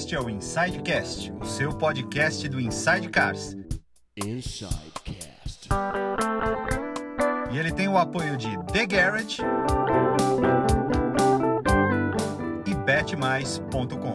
Este é o Insidecast, o seu podcast do Inside Cars. Insidecast. E ele tem o apoio de The Garage e betmais.com.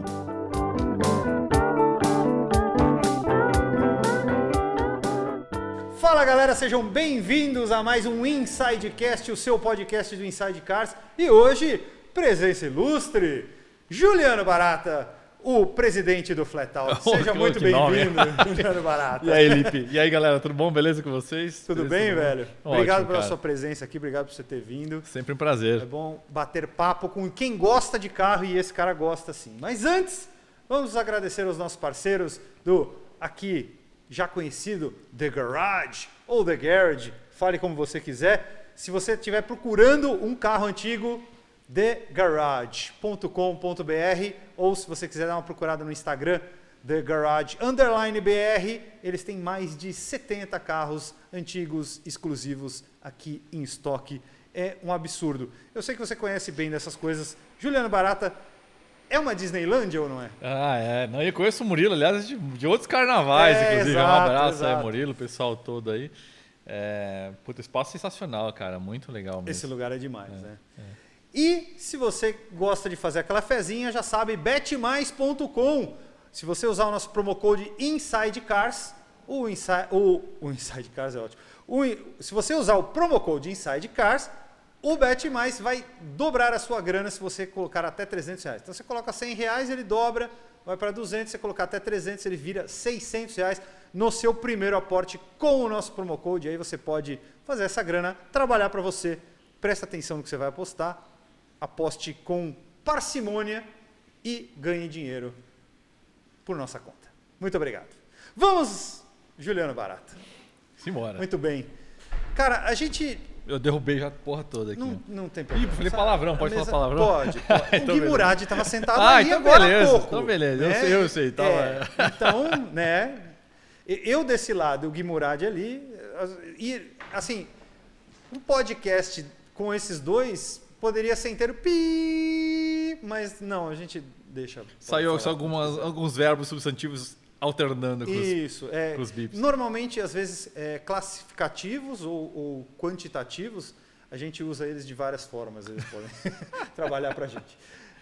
Fala galera, sejam bem-vindos a mais um Insidecast, o seu podcast do Inside Cars. E hoje, presença ilustre, Juliano Barata, o presidente do Flatout. Seja muito bem-vindo, Juliano Barata. E aí, Lipe? E aí, galera, tudo bom? Beleza com vocês? Tudo bem, velho? Ótimo, obrigado pela cara. sua presença aqui, obrigado por você ter vindo. Sempre um prazer. É bom bater papo com quem gosta de carro e esse cara gosta sim. Mas antes, vamos agradecer aos nossos parceiros do aqui já conhecido The Garage ou The Garage, fale como você quiser. Se você estiver procurando um carro antigo, thegarage.com.br, ou se você quiser dar uma procurada no Instagram, TheGarage_BR, eles têm mais de 70 carros antigos exclusivos aqui em estoque. É um absurdo. Eu sei que você conhece bem dessas coisas. Juliano Barata, é uma Disneylândia ou não é? Ah, é. Não, eu conheço o Murilo, aliás, de outros carnavais, inclusive. Exato, Um abraço aí, exato. Murilo, o pessoal todo aí. Puta, espaço sensacional, cara. Muito legal mesmo. Esse lugar é demais, né? E se você gosta de fazer aquela fezinha, já sabe, betmais.com. Se você usar o nosso promo code INSIDECARS, o Inside Cars é ótimo. Se você usar o promo code INSIDECARS, o BetMais vai dobrar a sua grana se você colocar até R$300. Então você coloca R$100, ele dobra, vai para 200, você colocar até 300, ele vira R$600 no seu primeiro aporte com o nosso promo code. Aí você pode fazer essa grana trabalhar para você. Presta atenção no que você vai apostar. Aposte com parcimônia e ganhe dinheiro por nossa conta. Muito obrigado. Vamos, Juliano Barata. Simbora. Muito bem. Cara, a gente... Eu derrubei já a porra toda aqui. Não tem Ih, problema. falei palavrão, pode falar palavrão? Pode. Então O Gui Murad estava sentado Ah, aí então agora beleza, há pouco. então beleza, né? eu sei. Então, né, eu desse lado, o Gui Murad ali, e assim, um podcast com esses dois poderia ser inteiro mas não, a gente deixa... Saiu só alguns verbos substantivos alternando com Isso, com os bips. Normalmente, às vezes, classificativos ou quantitativos, a gente usa eles de várias formas, eles podem trabalhar pra gente.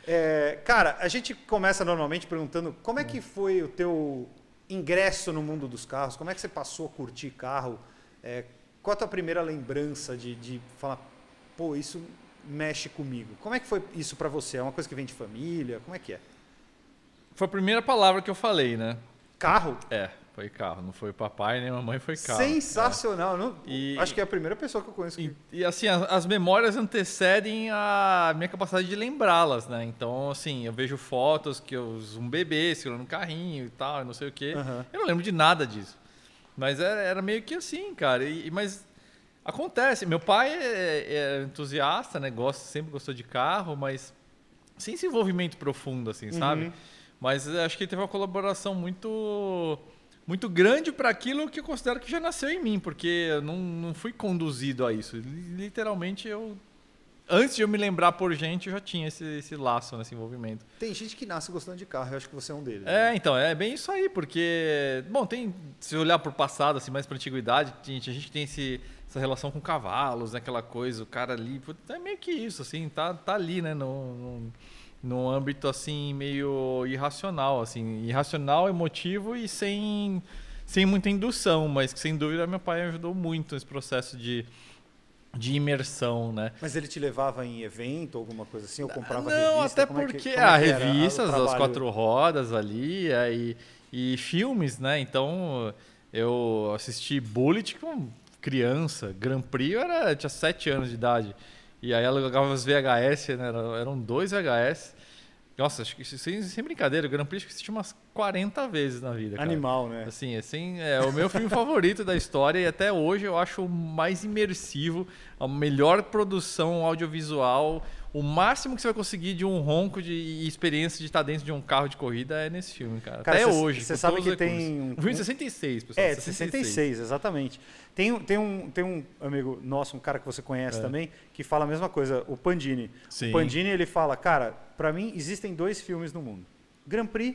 Cara, a gente começa normalmente perguntando como é que foi o teu ingresso no mundo dos carros, como é que você passou a curtir carro, qual a tua primeira lembrança de falar, pô, isso mexe comigo. Como é que foi isso pra você? É uma coisa que vem de família? Como é que é? Foi a primeira palavra que eu falei, né? Carro? Foi carro. Não foi papai nem mamãe, foi carro. Sensacional. Não, E- acho que é a primeira pessoa que eu conheço que... E assim, as memórias antecedem a minha capacidade de lembrá-las, né? Então, assim, eu vejo fotos que um bebê segurando um carrinho e tal, não sei o quê. Aham. Eu não lembro de nada disso. Mas era meio que assim, cara. Mas acontece. Meu pai é entusiasta, né? Sempre gostou de carro, mas sem esse envolvimento profundo, assim, sabe? Mas acho que ele teve uma colaboração muito grande para aquilo que eu considero que já nasceu em mim, porque eu não fui conduzido a isso. Literalmente, antes de eu me lembrar por gente, eu já tinha esse laço, nesse envolvimento. Tem gente que nasce gostando de carro, eu acho que você é um deles. Então, é bem isso aí, porque... Bom, se olhar por passado, assim, mais para antiguidade, a gente tem essa relação com cavalos, né, aquela coisa, o cara ali... É meio que isso, assim, tá ali, né, num âmbito assim meio irracional, emotivo e sem muita indução, mas que sem dúvida meu pai ajudou muito nesse processo de imersão, né? Mas ele te levava em evento, alguma coisa assim, ou comprava Não, revista? até Como é que- porque como é que era revistas, o as trabalho? 4 rodas ali, e filmes, né? Então eu assisti Bullitt com criança, Grand Prix eu tinha 7 anos de idade. E aí eu alugava os VHS, né? Eram 2 VHS. Nossa, acho que sem brincadeira, o Grand Prix acho que assisti umas 40 vezes na vida, cara. Animal, né? Assim, é o meu filme favorito da história e até hoje eu acho o mais imersivo, a melhor produção audiovisual, o máximo que você vai conseguir de um ronco e experiência de estar dentro de um carro de corrida é nesse filme, cara. Cara, até cê- hoje. cê com sabe todos os que tem recursos. um- Um filme de 66, pessoal. 66, exatamente. Tem um amigo nosso, um cara que você conhece também, que fala a mesma coisa, o Pandini. Sim. O Pandini, ele fala, cara, pra mim existem 2 filmes no mundo, Grand Prix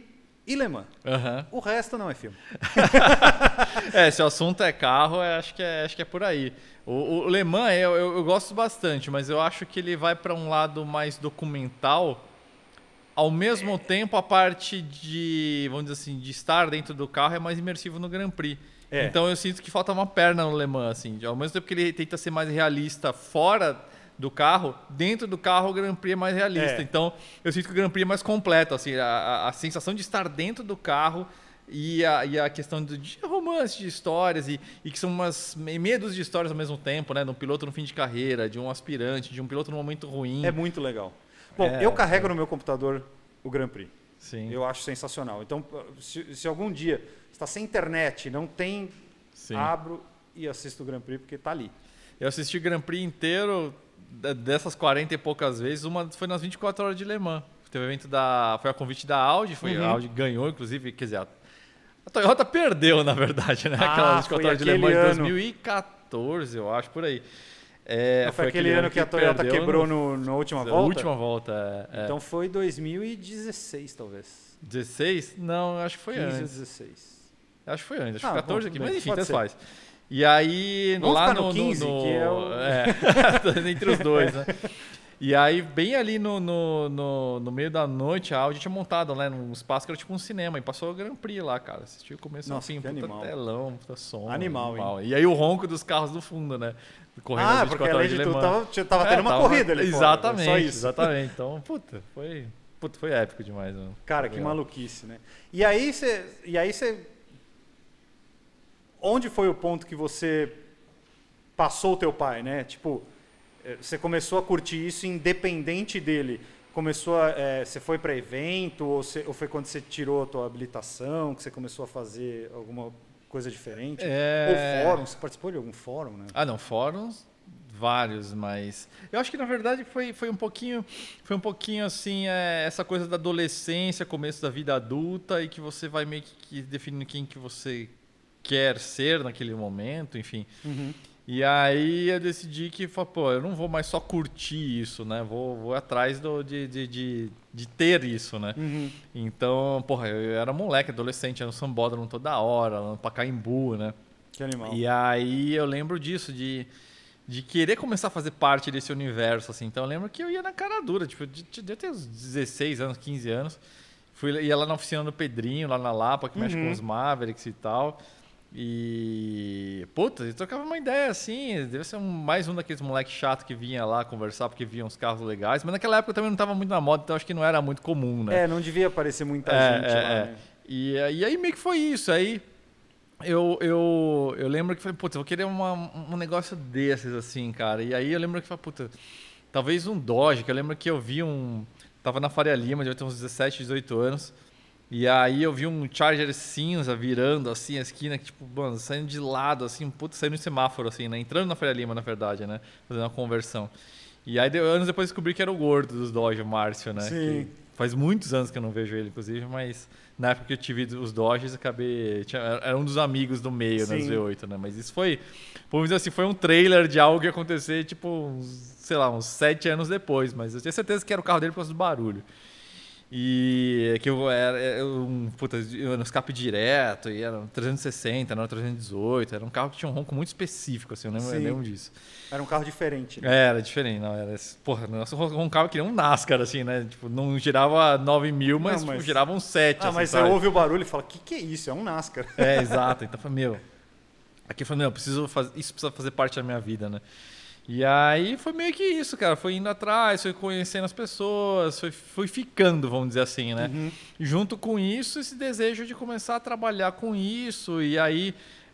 e Le Mans. Aham. O resto não é filme. Se o assunto é carro, acho que é por aí. O Le Mans eu gosto bastante, mas eu acho que ele vai para um lado mais documental. Ao mesmo tempo, a parte de, vamos dizer assim, de estar dentro do carro é mais imersivo no Grand Prix. Então eu sinto que falta uma perna no Le Mans, assim. Ao mesmo tempo que ele tenta ser mais realista fora do carro, dentro do carro o Grand Prix é mais realista. Então eu sinto que o Grand Prix é mais completo, assim, a sensação de estar dentro do carro e a questão de romance, de histórias, e que são umas meia dúzia de histórias ao mesmo tempo, né? De um piloto no fim de carreira, de um aspirante, de um piloto num momento ruim. É muito legal. Bom, eu carrego no meu computador o Grand Prix. Sim. Eu acho sensacional. Então, se algum dia está sem internet, não tem, abro e assisto o Grand Prix, porque está ali. Eu assisti o Grand Prix inteiro, dessas 40 e poucas vezes, uma foi nas 24 horas de Le Mans. Teve um evento foi a convite da Audi, a Audi ganhou, inclusive, quer dizer, a Toyota perdeu, na verdade, né? Aquela 24 horas de Le Mans de 2014, eu acho, por aí. Foi aquele ano que a Toyota quebrou na última volta? Na última volta, Então foi 2016, talvez. 16? Não, acho que foi 15 antes. 16. Acho que foi antes, acho que 14 aqui, mas enfim, tanto ser. faz. E aí, vamos lá no 15, que é o... entre os dois, né? E aí, bem ali no meio da noite, a Audi tinha montado, né, num espaço que era tipo um cinema, e passou o Grand Prix lá, cara. Assistiu o começo ao fim, puta telão, puta som. Animal. E aí o ronco dos carros do fundo, né? Correndo porque além de tudo, tava tendo uma corrida ali exatamente, fora. Só isso. Exatamente. Então, foi épico demais. Mano. Cara, que maluquice, né? E aí você... Onde foi o ponto que você passou o teu pai, né? Tipo... Você começou a curtir isso independente dele? Você foi para evento ou foi quando você tirou a tua habilitação que você começou a fazer alguma coisa diferente? Ou fórum? Você participou de algum fórum, né? Ah, não, fóruns vários, mas eu acho que na verdade foi um pouquinho assim, essa coisa da adolescência, começo da vida adulta, e que você vai meio que definindo quem que você quer ser naquele momento, enfim. Uhum. E aí eu decidi que, eu não vou mais só curtir isso, né? Vou atrás de ter isso, né? Uhum. Então, eu era moleque, adolescente, era no sambódromo toda hora, no Pacaembu, né? Que animal. E aí eu lembro disso, de querer começar a fazer parte desse universo, assim. Então eu lembro que eu ia na cara dura, tipo, eu tinha uns 16 anos, 15 anos. Ia lá na oficina do Pedrinho, lá na Lapa, que mexe com os Mavericks e tal. E, eu trocava uma ideia assim, deve ser mais um daqueles moleques chato que vinha lá conversar porque via uns carros legais, mas naquela época também não estava muito na moda, então acho que não era muito comum, né? Não devia aparecer muita gente lá, né? E aí meio que foi isso, aí eu lembro que falei, eu vou querer um negócio desses assim, cara, e aí eu lembro que falei, talvez um Dodge, que eu lembro que eu vi tava na Faria Lima, devia ter uns 17, 18 anos, e aí eu vi um Charger cinza virando assim a esquina, que tipo, mano, saindo de lado, assim, saindo de semáforo, assim, né? Entrando na Faria Lima, na verdade, né? Fazendo uma conversão. E aí, anos depois, descobri que era o gordo dos Dodge, o Márcio, né? Sim. Faz muitos anos que eu não vejo ele, inclusive, mas na época que eu tive os Dodges, era um dos amigos do meio, nas V8, né? Mas isso vamos dizer assim, foi um trailer de algo que ia acontecer, tipo, uns 7 anos depois, mas eu tinha certeza que era o carro dele por causa do barulho. E que eu era no escape direto, e era 360, não era 318, era um carro que tinha um ronco muito específico, assim, eu lembro disso. Era um carro diferente, né? Era diferente, não, era, nosso roncava que nem um NASCAR, assim, né? Tipo, não girava 9.000, mas girava uns 7. Mas você ouve o barulho e fala, que é isso? É um NASCAR. Exato, então eu falei, aqui eu falei, isso precisa fazer parte da minha vida, né? E aí foi meio que isso, cara. Foi indo atrás, foi conhecendo as pessoas, foi ficando, vamos dizer assim, né? Uhum. E junto com isso, esse desejo de começar a trabalhar com isso. E aí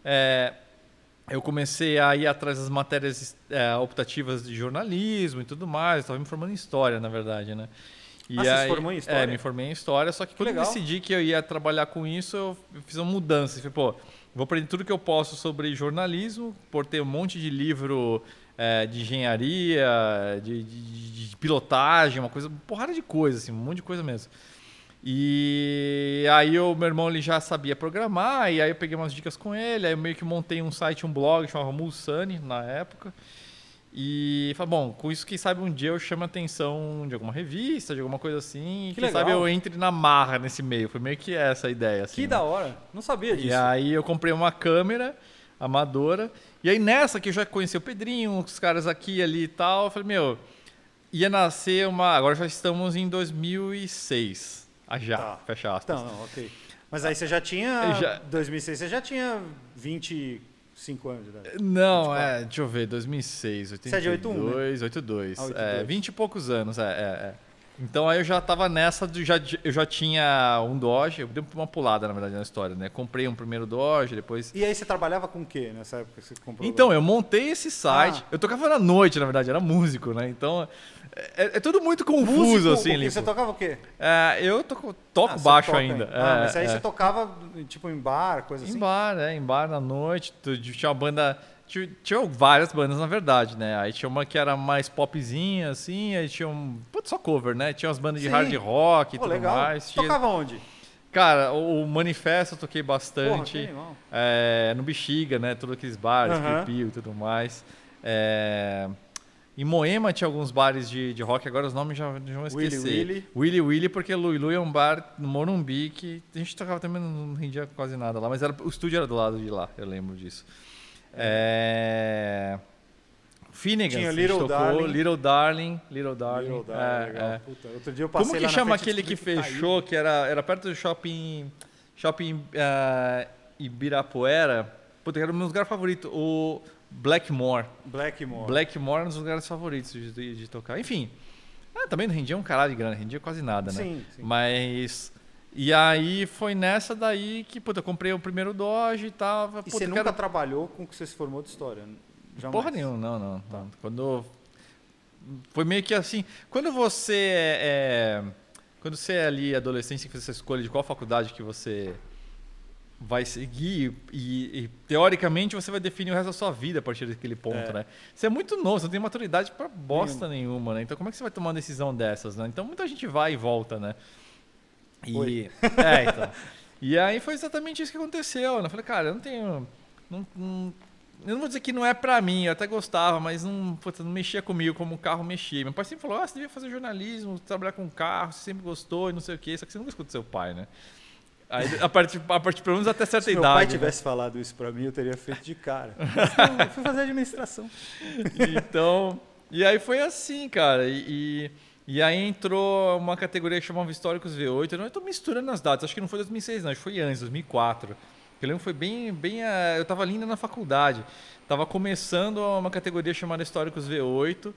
eu comecei a ir atrás das matérias optativas de jornalismo e tudo mais. Estava me formando em história, na verdade, né? E você se formou em história? Me formei em história, só que quando eu decidi que eu ia trabalhar com isso, eu fiz uma mudança. Eu falei, vou aprender tudo que eu posso sobre jornalismo, por ter um monte de livro de engenharia, de pilotagem, uma porrada de coisa, assim, um monte de coisa mesmo. E aí meu irmão ele já sabia programar, e aí eu peguei umas dicas com ele, aí eu meio que montei um site, um blog, chamava Mulsanne, na época. E falei, bom, com isso, quem sabe um dia eu chamo a atenção de alguma revista, de alguma coisa assim. Que quem legal. sabe eu entre na marra nesse meio. Foi meio que essa a ideia. Assim, Que né? da hora. Não sabia disso. E aí eu comprei uma câmera amadora. E aí nessa que eu já conheci o Pedrinho, os caras aqui ali e tal. Eu falei, meu, ia nascer uma... Agora já estamos em 2006. Já, fecha aspas. Então, não, ok. Mas aí você já tinha... Já- 2006, você já tinha 25 anos de idade. Não, 24. deixa eu ver, 2006, 82, Você é de 81, né? 82, Ah, 82. 20 e poucos anos, Então aí eu já tava nessa, eu já tinha um Dodge, eu dei uma pulada na verdade na história, né? Comprei um primeiro Dodge, depois... E aí você trabalhava com o quê nessa época que você comprou? Então, eu montei esse site, Ah. eu tocava na noite, na verdade, era músico, né? Então, é tudo muito confuso, Músico, assim, porque Lincoln. você tocava o quê? Eu toco Você baixo toca ainda. mas aí você tocava tipo em bar, coisa assim? Em bar na noite. Tinha uma banda. Tinha várias bandas, na verdade, né? Aí tinha uma que era mais popzinha, assim, aí tinha Putz, só cover, né? Tinha umas bandas de Sim. hard rock e Pô, tudo legal. mais. Você tocava onde? Cara, o Manifesto eu toquei Porra, bastante. que animal. No Bexiga, né? Todos aqueles bares, Aham. Piu-Piu e tudo mais. Em Moema tinha alguns bares de rock, agora os nomes já vão esquecer. Willy, porque Lui é um bar no Morumbi que a gente tocava também, não rendia quase nada lá, mas o estúdio era do lado de lá, eu lembro disso. Finnegan, Tinha a gente Little tocou, Darling. Little Darling. Legal. Puta, outro dia eu passei Como que lá na chama frente e aquele que descobri tá fechou, que era perto do shopping Ibirapuera? Puta, era um dos meus lugares favoritos, o Blackmore. Blackmore. Blackmore é um dos lugares favoritos de tocar. Enfim, também não rendia um caralho de grana, rendia quase nada, né? Sim, sim. Mas... E aí foi nessa daí que, puta, eu comprei o primeiro Dodge e tava... E você nunca trabalhou com o que você se formou de história? Jamais? Porra nenhuma, não. Quando... Foi meio que assim... Quando você Quando você é ali adolescente, você faz essa escolha de qual faculdade que você vai seguir e teoricamente você vai definir o resto da sua vida a partir daquele ponto, né? Você é muito novo, você não tem maturidade pra bosta nenhuma, né? Então como é que você vai tomar uma decisão dessas, né? Então muita gente vai e volta, né? Oi. Então. E aí foi exatamente isso que aconteceu, né? Eu falei, cara, eu não tenho... eu não vou dizer que não é pra mim, eu até gostava, mas não mexia comigo como o carro mexia. Meu pai sempre falou, você devia fazer jornalismo, trabalhar com carro, você sempre gostou e não sei o quê, só que você nunca escuta seu pai, né? Aí, a partir pelo menos até certa Se idade. meu pai né? tivesse falado isso pra mim, eu teria feito de cara. Mas não, eu fui fazer administração. Então, e aí foi assim, cara, e aí entrou uma categoria que chamava Históricos V8, eu tô misturando as datas, acho que não foi 2006 não, acho que foi antes, 2004. Eu lembro que foi bem eu tava ainda na faculdade, tava começando uma categoria chamada Históricos V8,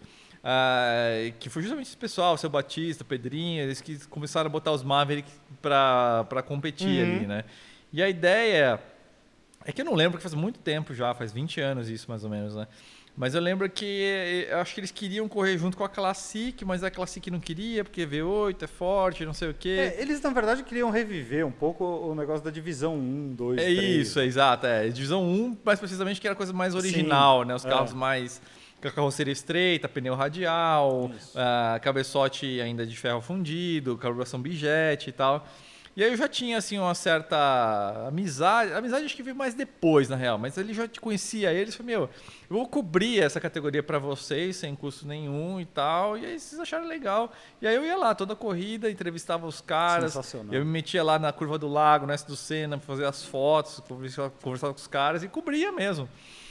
que foi justamente esse pessoal, o Seu Batista, o Pedrinho, eles que começaram a botar os Maverick pra competir ali, né? E a ideia é que eu não lembro, que faz muito tempo já, faz 20 anos isso mais ou menos, né? Mas eu lembro que eu acho que eles queriam correr junto com a Classic, mas a Classic não queria, porque V8 é forte, não sei o quê. Eles, na verdade, queriam reviver um pouco o negócio da divisão 1, 2, 3. Isso, exato. Divisão 1, mais precisamente, que era a coisa mais original, né? Os carros mais... com a carroceria estreita, pneu radial, cabeçote ainda de ferro fundido, carburação bijet e tal. E aí eu já tinha, assim, uma certa amizade. Amizade acho que veio mais depois, na real. Mas ele já te conhecia eles. Falei, eu vou cobrir essa categoria para vocês, sem custo nenhum e tal. E aí vocês acharam legal. E aí eu ia lá, toda a corrida, entrevistava os caras. Sensacional. Eu me metia lá na Curva do Lago, no S do Senna, fazer as fotos, conversar com os caras e cobria mesmo.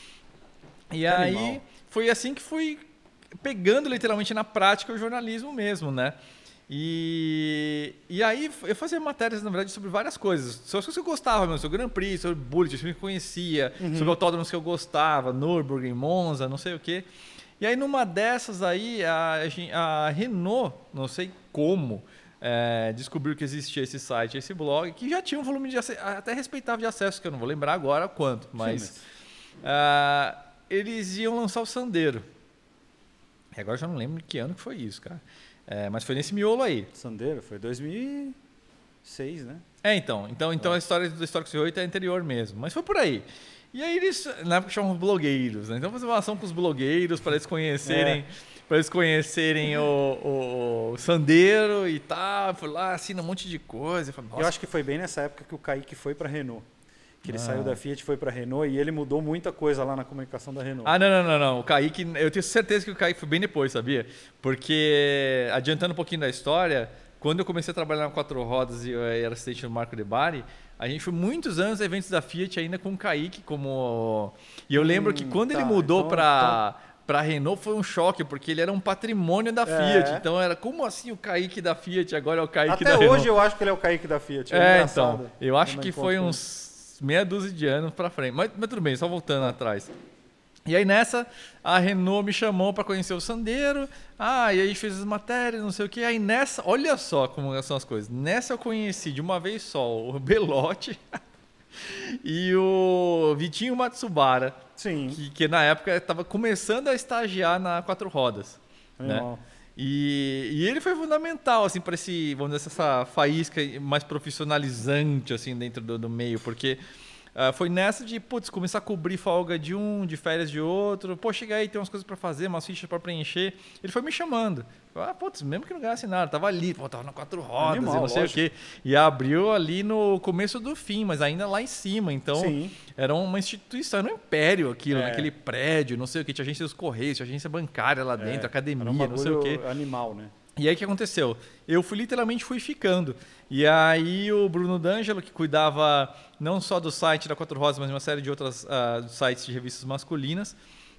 E aí foi assim que fui pegando literalmente na prática o jornalismo mesmo, né? E aí eu fazia matérias, na verdade, sobre várias coisas. Sobre as coisas que eu gostava mesmo, sobre Grand Prix, sobre Bullitt, sobre que eu conhecia, sobre autódromos que eu gostava, Nürburgring, Monza, não sei o quê. E aí numa dessas aí, a Renault, não sei como, descobriu que existia esse site, esse blog, que já tinha um volume de até respeitável de acesso, que eu não vou lembrar agora quanto, mas eles iam lançar o Sandero. E agora eu já não lembro que ano que foi isso, cara. Mas foi nesse miolo aí. Sandero, foi 2006, né? Então a história do Históricos V8 é anterior mesmo, mas foi por aí. E aí eles, na época, chamam os blogueiros, né? Então fazer uma ação com os blogueiros para eles conhecerem, o Sandero e tal. Fui lá, assina um monte de coisa. Falei, eu acho que foi bem nessa época que o Kaique foi para Renault. Que ele saiu da Fiat e foi para a Renault e ele mudou muita coisa lá na comunicação da Renault. Ah, não. O Kaique, eu tenho certeza que o Kaique foi bem depois, sabia? Porque, adiantando um pouquinho da história, quando eu comecei a trabalhar na Quatro Rodas e eu era assistente do Marco De Bari, a gente foi muitos anos a eventos da Fiat ainda com o Kaique como... E eu lembro que quando ele mudou para Renault foi um choque, porque ele era um patrimônio da Fiat. Então era como assim o Kaique da Fiat agora é o Kaique da Renault? Até hoje eu acho que ele é o Kaique da Fiat. Então, eu acho que foi uns meia dúzia de anos para frente. Mas tudo bem, só voltando atrás. E aí nessa, a Renault me chamou para conhecer o Sandero. E aí fez as matérias, não sei o que. Aí nessa, olha só como são as coisas. Nessa eu conheci de uma vez só o Belotti e o Vitinho Matsubara. Sim. Que na época estava começando a estagiar na Quatro Rodas. Né? E ele foi fundamental assim, para essa faísca mais profissionalizante assim, dentro do meio, porque foi nessa de começar a cobrir folga de um, de férias de outro. Chega aí, tem umas coisas para fazer, umas fichas para preencher. Ele foi me chamando. Mesmo que não ganhasse nada, tava ali, tava na Quatro Rodas, não sei o quê. E abriu ali no começo do fim, mas ainda lá em cima. Então, era uma instituição, era um império aquilo, naquele prédio, não sei o quê. Tinha agência dos Correios, tinha agência bancária lá dentro, academia, não sei o quê. Animal, né? E aí o que aconteceu? Eu literalmente fui ficando. E aí o Bruno D'Angelo, que cuidava não só do site da Quatro Rodas, mas de uma série de outros sites de revistas masculinas,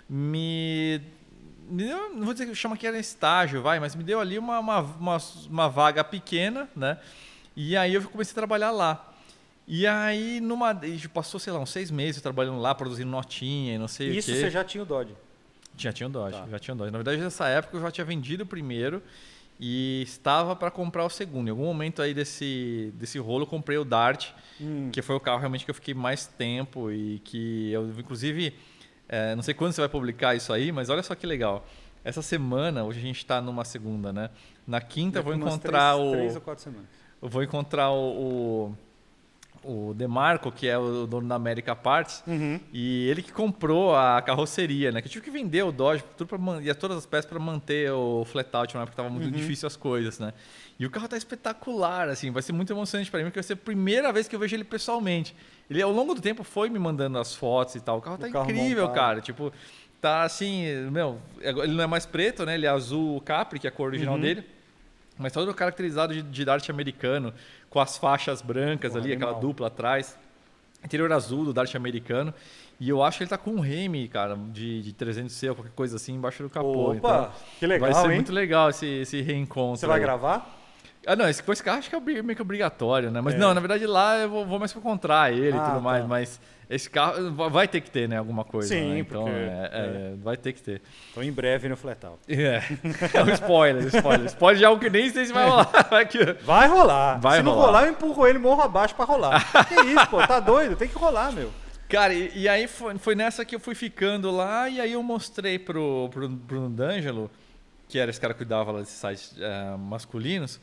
me deu, não vou dizer que chama que era estágio, mas me deu ali uma vaga pequena, né? E aí eu comecei a trabalhar lá. E aí passou, sei lá, uns 6 meses trabalhando lá, produzindo notinha e não sei o quê. Isso você já tinha o Dodge? Já tinha o Dodge. Na verdade, nessa época eu já tinha vendido o primeiro e estava para comprar o segundo. Em algum momento aí desse rolo eu comprei o Dart, que foi o carro realmente que eu fiquei mais tempo e que eu, inclusive, não sei quando você vai publicar isso aí, mas olha só que legal. Essa semana, hoje a gente está numa segunda, né? Na quinta eu vou encontrar 3 ou 4 semanas. Eu vou encontrar o Demarco, que é o dono da America Parts, e ele que comprou a carroceria, né? Que eu tive que vender o Dodge e todas as peças para manter o flat-out, porque estava muito difícil as coisas, né? E o carro tá espetacular, assim, vai ser muito emocionante para mim, porque vai ser a primeira vez que eu vejo ele pessoalmente. Ele, ao longo do tempo, foi me mandando as fotos e tal. O carro tá incrível, cara. Tipo, tá assim, ele não é mais preto, né? Ele é azul Capri, que é a cor original dele, mas todo caracterizado de Dart americano, com as faixas brancas ali, aquela dupla atrás. Interior azul do Dart americano. E eu acho que ele tá com um Remy, cara, de 300C ou qualquer coisa assim embaixo do capô. Opa, então, que legal, vai ser muito legal esse reencontro. Você vai gravar? Não, esse carro acho que é meio que obrigatório, né? Mas não, na verdade lá eu vou mais pra encontrar ele e tudo mais, mas esse carro vai ter que ter, né, alguma coisa. Sim, né? Então vai ter que ter. Então em breve no Flat-Out. É um spoiler. Spoiler de algo que nem sei se vai rolar. Vai rolar. Se não rolar, eu empurro ele morro abaixo pra rolar. Que isso, pô, tá doido? Tem que rolar, meu. Cara, e aí foi nessa que eu fui ficando lá, e aí eu mostrei pro Bruno D'Angelo, que era esse cara que cuidava lá desses sites masculinos,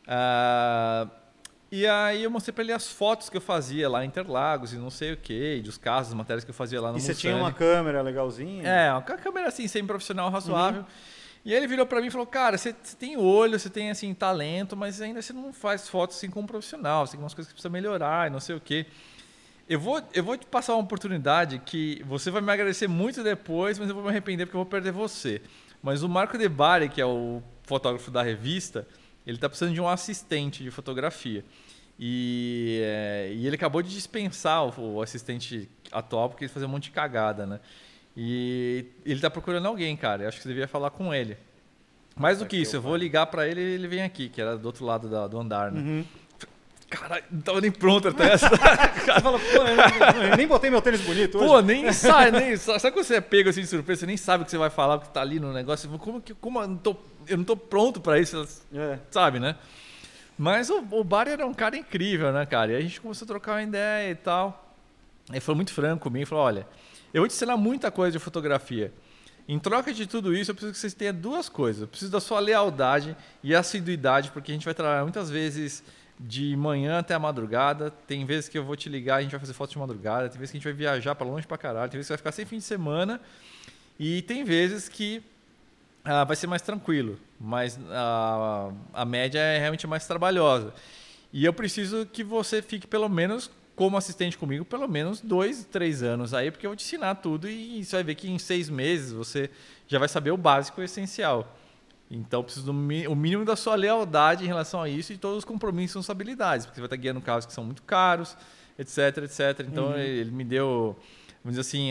e aí eu mostrei pra ele as fotos que eu fazia lá em Interlagos e não sei o que, dos carros, as matérias que eu fazia lá no Mulsanne. E você tinha uma câmera legalzinha? Uma câmera assim, semi-profissional, razoável. E aí ele virou pra mim e falou, cara, você tem olho, você tem assim, talento, mas ainda você não faz fotos assim como um profissional, você tem umas coisas que precisa melhorar e não sei o que. Eu vou te passar uma oportunidade que você vai me agradecer muito depois, mas eu vou me arrepender porque eu vou perder você. Mas o Marco De Bari, que é o fotógrafo da revista, ele está precisando de um assistente de fotografia. E ele acabou de dispensar o assistente atual porque ele fazia um monte de cagada, né? E ele está procurando alguém, cara. Eu acho que você devia falar com ele. Mais do que isso, eu vou ligar para ele e ele vem aqui, que era do outro lado do andar, né? Caralho, não tava nem pronto até essa. Você fala, eu nem botei meu tênis bonito hoje. Pô, nem sai. Sabe quando você é pego assim de surpresa, você nem sabe o que você vai falar, porque tá ali no negócio. Como eu não tô pronto pra isso, sabe, né? Mas o Bari era um cara incrível, né, cara? E a gente começou a trocar uma ideia e tal. Ele foi muito franco comigo e falou, olha, eu vou te ensinar muita coisa de fotografia. Em troca de tudo isso, eu preciso que vocês tenham 2 coisas. Eu preciso da sua lealdade e assiduidade, porque a gente vai trabalhar muitas vezes de manhã até a madrugada. Tem vezes que eu vou te ligar e a gente vai fazer foto de madrugada. Tem vezes que a gente vai viajar para longe pra caralho. Tem vezes que vai ficar sem fim de semana. E tem vezes que vai ser mais tranquilo. Mas a média é realmente mais trabalhosa. E eu preciso que você fique pelo menos como assistente comigo pelo menos 2, 3 anos aí, porque eu vou te ensinar tudo e você vai ver que em 6 meses você já vai saber o básico e o essencial. Então, preciso do o mínimo da sua lealdade em relação a isso e todos os compromissos e responsabilidades, porque você vai estar guiando carros que são muito caros, etc, etc. Então, ele me deu, vamos dizer assim,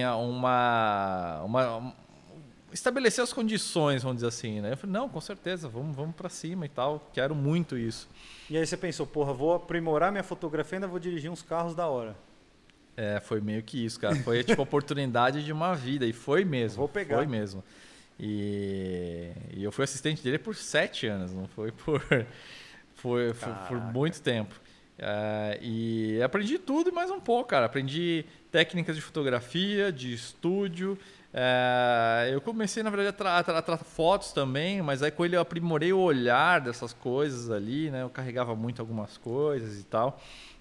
estabelecer as condições, vamos dizer assim, né? Eu falei, não, com certeza, vamos para cima e tal, quero muito isso. E aí você pensou, porra, vou aprimorar minha fotografia e ainda vou dirigir uns carros da hora. Foi meio que isso, cara. Foi tipo a oportunidade de uma vida, e foi mesmo. Vou pegar. Foi mesmo. E eu fui assistente dele por 7 anos, não foi por muito tempo. E aprendi tudo e mais um pouco, cara. Aprendi técnicas de fotografia, de estúdio. Eu comecei, na verdade, a tratar fotos também, mas aí com ele eu aprimorei o olhar dessas coisas ali, né? Eu carregava muito algumas coisas e tal.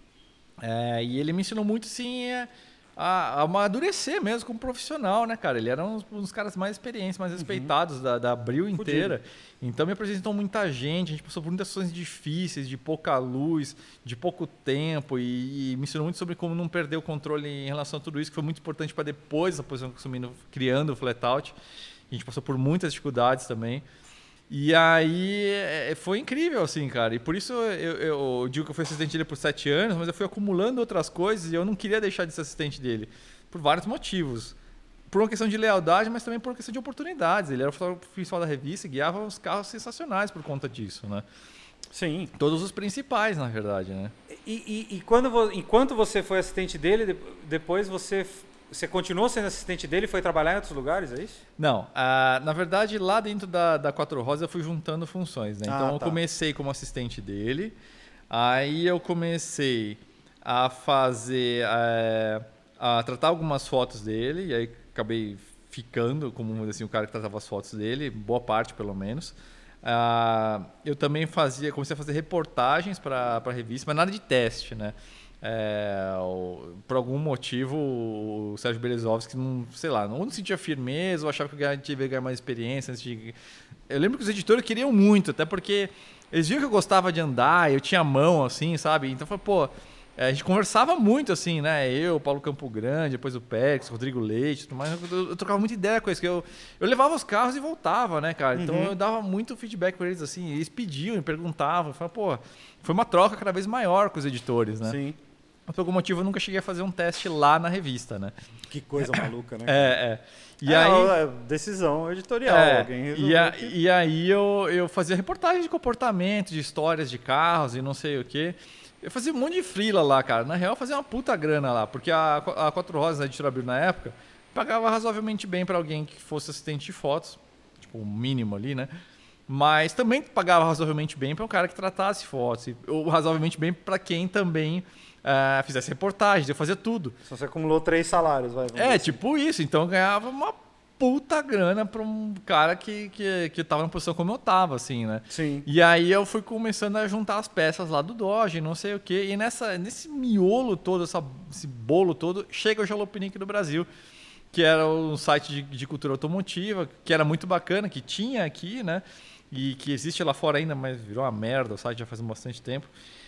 E ele me ensinou muito, sim, a amadurecer mesmo como profissional, né, cara? Ele era um dos caras mais experientes, mais respeitados da Abril inteira. Então me apresentou muita gente, a gente passou por muitas situações difíceis, de pouca luz, de pouco tempo, e me ensinou muito sobre como não perder o controle em relação a tudo isso, que foi muito importante para depois da posição que eu assumi criando o Flatout. A gente passou por muitas dificuldades também. E aí foi incrível, assim, cara. E por isso eu digo que eu fui assistente dele por 7 anos, mas eu fui acumulando outras coisas e eu não queria deixar de ser assistente dele. Por vários motivos. Por uma questão de lealdade, mas também por uma questão de oportunidades. Ele era o fotógrafo principal da revista e guiava uns carros sensacionais por conta disso, né? Sim. Todos os principais, na verdade, né? E enquanto você foi assistente dele, depois você continuou sendo assistente dele e foi trabalhar em outros lugares, é isso? Não. Na verdade, lá dentro da Quatro Rosas eu fui juntando funções, né? Então eu comecei como assistente dele, aí eu comecei a fazer... a tratar algumas fotos dele, e aí acabei ficando como assim, o cara que tratava as fotos dele, boa parte pelo menos. Eu também comecei a fazer reportagens para a revista, mas nada de teste, né? Por algum motivo o Sérgio Berezovski não sentia firmeza, ou achava que eu devia ganhar mais experiência. Eu lembro que os editores queriam muito, até porque eles viam que eu gostava de andar, eu tinha mão, assim, sabe? Então foi, a gente conversava muito, assim, né? Eu, Paulo Campo Grande, depois o Pérez, Rodrigo Leite, tudo mais. Eu trocava muita ideia com eles, que eu levava os carros e voltava, né, cara? Então eu dava muito feedback para eles, assim, eles pediam, me perguntavam. Eu falava, foi uma troca cada vez maior com os editores, né? Sim. Mas por algum motivo eu nunca cheguei a fazer um teste lá na revista, né? Que coisa maluca, né? E aí, decisão editorial, alguém resolveu. E aí eu fazia reportagem de comportamento, de histórias de carros e não sei o quê. Eu fazia um monte de freela lá, cara. Na real, eu fazia uma puta grana lá, porque a Quatro Rosas, a editora Abril na época, pagava razoavelmente bem para alguém que fosse assistente de fotos, tipo o mínimo ali, né? Mas também pagava razoavelmente bem para um cara que tratasse fotos, ou razoavelmente bem para quem também fizesse reportagens. Eu fazia tudo. Só você acumulou 3 salários, vai. Tipo isso. Então eu ganhava uma puta grana para um cara que tava na posição como eu tava, assim, né? Sim. E aí eu fui começando a juntar as peças lá do Dodge, não sei o quê. E nesse miolo todo, esse bolo todo, chega o Jalopnik do Brasil, que era um site de cultura automotiva, que era muito bacana, que tinha aqui, né? E que existe lá fora ainda, mas virou uma merda, o site já faz bastante tempo.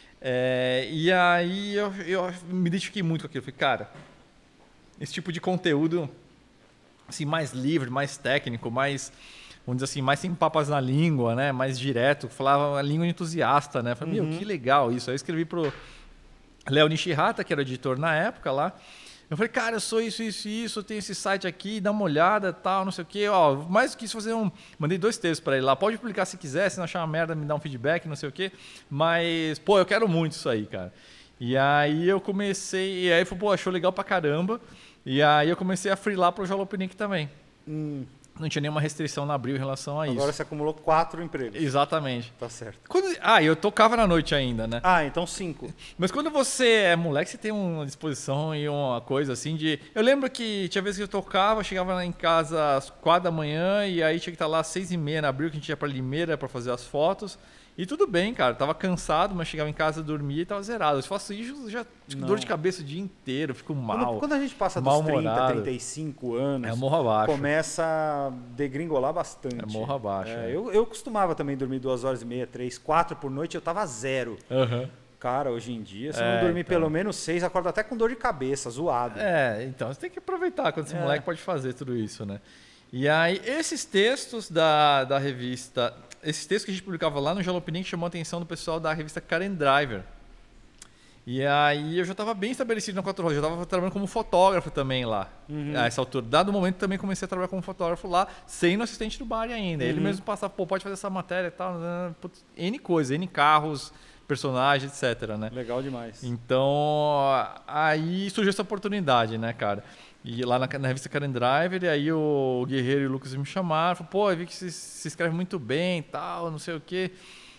E aí eu me identifiquei muito com aquilo. Eu falei, cara, esse tipo de conteúdo assim, mais livre, mais técnico, mais, vamos dizer assim, mais sem papas na língua, né? Mais direto, falava a língua entusiasta, né? Eu falei, meu, que legal isso. Aí eu escrevi pro Léo Nishihata, que era o editor na época lá. Eu falei, cara, eu sou isso, eu tenho esse site aqui, dá uma olhada, tal, não sei o quê. Mais do que isso, mandei 2 textos para ele lá. Pode publicar se quiser, se não achar uma merda, me dá um feedback, não sei o quê. Mas, eu quero muito isso aí, cara. E aí eu comecei, e aí foi, achou legal pra caramba. E aí eu comecei a freelar pro Jalopnik também. Não tinha nenhuma restrição na Abril em relação a isso. Agora você acumulou 4 empregos. Exatamente. Tá certo. E eu tocava na noite ainda, né? Então 5. Mas quando você é moleque, você tem uma disposição e uma coisa assim de... Eu lembro que tinha vezes que eu tocava, chegava lá em casa às 4 da manhã e aí tinha que estar lá às 6h30 na Abril, que a gente ia pra Limeira pra fazer as fotos. E tudo bem, cara. Tava cansado, mas chegava em casa, dormia e tava zerado. Se eu faço isso, já fico dor de cabeça o dia inteiro, fico mal. Quando a gente passa dos 30, 35 anos, morro abaixo. Começa a degringolar bastante. Morro abaixo. Eu costumava também dormir 2h30, 3, 4 por noite, eu tava 0. cara hoje em dia. Se não dormir pelo menos 6, acorda até com dor de cabeça, zoado. Então você tem que aproveitar quando esse moleque pode fazer tudo isso, né? E aí, esses textos da revista, esses textos que a gente publicava lá no Jalopnik chamou a atenção do pessoal da revista Car and Driver. E aí eu já estava bem estabelecido na Quatro Rodas, já estava trabalhando como fotógrafo também lá. A essa altura. Dado o momento também comecei a trabalhar como fotógrafo lá, sendo assistente do Bari ainda. Ele mesmo passava, pode fazer essa matéria e tal, N coisas, N carros, personagens, etc, né? Legal demais. Então, aí surgiu essa oportunidade, né, cara? E lá na revista Car and Driver, e aí o Guerreiro e o Lucas me chamaram, falaram, pô, eu vi que você se escreve muito bem e tal, não sei o quê.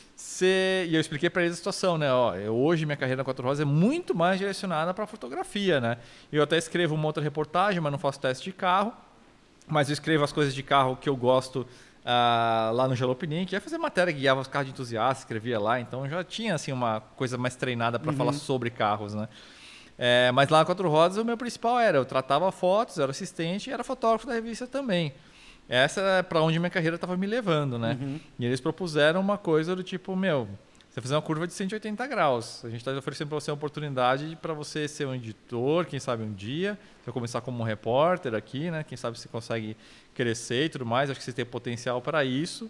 E eu expliquei para eles a situação, né? Hoje minha carreira na Quatro Rodas é muito mais direcionada para fotografia, né? Eu até escrevo uma outra reportagem, mas não faço teste de carro. Mas eu escrevo as coisas de carro que eu gosto lá no Jalopnik, que ia fazer matéria, guiava os carros de entusiasta, escrevia lá. Então eu já tinha assim, uma coisa mais treinada para falar sobre carros, né? Mas lá na Quatro Rodas o meu principal eu tratava fotos, era assistente e era fotógrafo da revista também. Essa é para onde minha carreira estava me levando, né? E eles propuseram uma coisa do tipo, você fazer uma curva de 180 graus. A gente está oferecendo para você uma oportunidade para você ser um editor, quem sabe um dia. Você vai começar como um repórter aqui, né? Quem sabe você consegue crescer e tudo mais. Acho que você tem potencial para isso.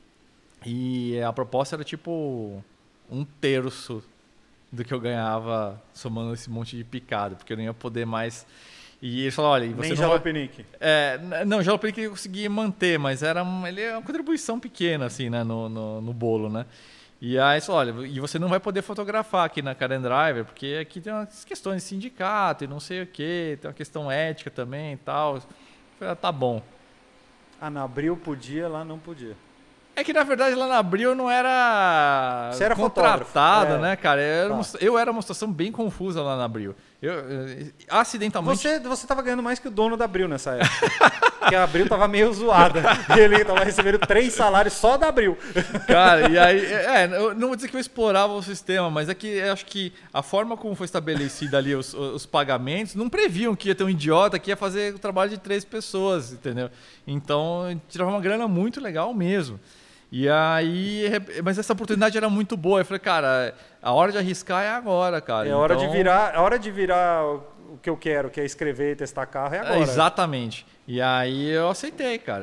E a proposta era tipo 1/3 do que eu ganhava somando esse monte de picado, porque eu não ia poder mais... E eles falaram, olha... Nem Jalopnik. Não, Jalopnik eu consegui manter, mas ele é uma contribuição pequena, assim, né, no bolo, né? E aí, olha, e você não vai poder fotografar aqui na Car and Driver, porque aqui tem umas questões de sindicato e não sei o quê, tem uma questão ética também e tal. Eu falei, tá bom. Na Abril podia, lá não podia. É que, na verdade, lá na Abril não era, você era contratado, né, cara? Eu era uma situação bem confusa lá na Abril. Acidentalmente... Você tava ganhando mais que o dono da Abril nessa época. Porque a Abril tava meio zoada. E ele tava recebendo 3 salários só da Abril. Cara, e aí... eu não vou dizer que eu explorava o sistema, mas é que eu acho que a forma como foi estabelecida ali os pagamentos não previam que ia ter um idiota que ia fazer o trabalho de 3 pessoas, entendeu? Então, tirava uma grana muito legal mesmo. E aí, mas essa oportunidade era muito boa. Eu falei, cara, a hora de arriscar é agora, cara. A hora de virar o que eu quero, que é escrever e testar carro, é agora. Exatamente. E aí eu aceitei, cara,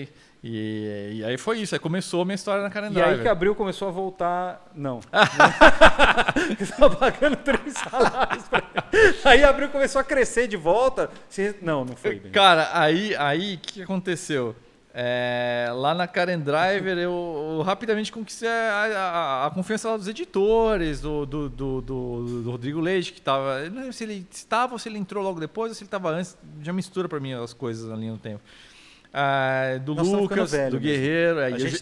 E aí foi isso, aí começou a minha história na Car and Driver. E aí que Abril começou a voltar... Não. Você estava pagando 3 salários pra ele. Aí Abril começou a crescer de volta. Não foi bem. Cara, aí o que aconteceu? Lá na Car and Driver eu rapidamente conquistei a confiança lá dos editores, do Rodrigo Leite, que estava... Eu não lembro se ele estava ou se ele entrou logo depois ou se ele estava antes. Já mistura para mim as coisas ali no tempo. Do Lucas, do Guerreiro.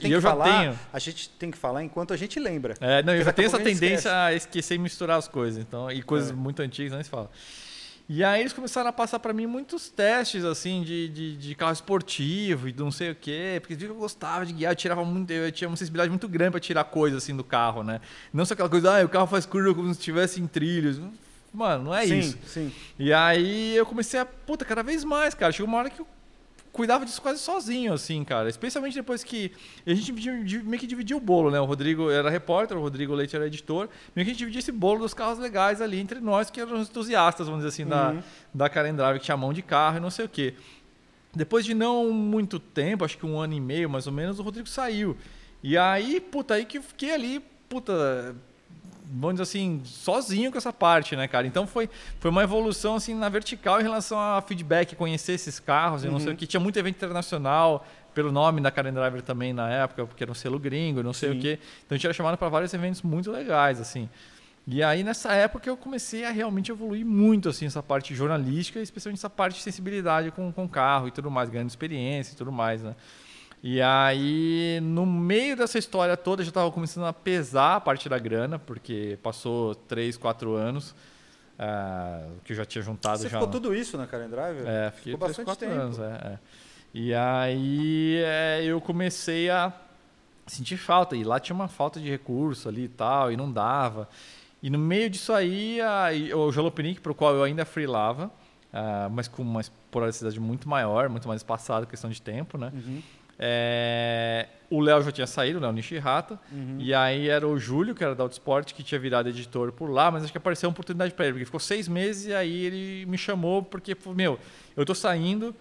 A gente tem que falar enquanto a gente lembra. Eu já tenho essa tendência a esquecer e misturar as coisas. Então, e coisas muito antigas não se fala. E aí eles começaram a passar para mim muitos testes assim de carro esportivo e não sei o quê, porque eu gostava de guiar, eu tinha uma sensibilidade muito grande para tirar coisas assim do carro, né? Não só aquela coisa, o carro faz curva como se estivesse em trilhos. Mano, não é isso. Sim. E aí eu comecei cada vez mais, cara. Chegou uma hora que eu cuidava disso quase sozinho, assim, cara. Especialmente depois que a gente meio que dividia o bolo, né? O Rodrigo era repórter, o Rodrigo Leite era editor. Meio que a gente dividia esse bolo dos carros legais ali entre nós, que eram os entusiastas, vamos dizer assim, da Car and Driver, que tinha mão de carro e não sei o quê. Depois de não muito tempo, acho que 1 ano e meio, mais ou menos, o Rodrigo saiu. E aí, aí que eu fiquei ali, vamos dizer assim, sozinho com essa parte, né, cara? Então foi uma evolução assim na vertical em relação a feedback, conhecer esses carros, eu não sei o que. Tinha muito evento internacional, pelo nome da Car and Driver também na época, porque era um selo gringo, não sei o que. Então a gente era chamado para vários eventos muito legais, assim. E aí nessa época eu comecei a realmente evoluir muito, assim, essa parte jornalística, especialmente essa parte de sensibilidade com carro e tudo mais, ganhando experiência e tudo mais, né? E aí, no meio dessa história toda, eu já estava começando a pesar a parte da grana, porque passou 3, 4 anos que eu já tinha juntado. Você ficou tudo isso na Car and Driver? Fiquei ficou 3, bastante 4 tempo. anos. E aí eu comecei a sentir falta, e lá tinha uma falta de recurso ali e tal, e não dava. E no meio disso aí, o Jalopnik, para o qual eu ainda freelava, mas com uma esporadicidade muito maior, muito mais espaçada, questão de tempo, né? o Léo já tinha saído, o Léo Nishihata, e aí era o Júlio, que era da Autosport, que tinha virado editor por lá, mas acho que apareceu uma oportunidade para ele, porque ficou 6 meses e aí ele me chamou, porque, eu tô saindo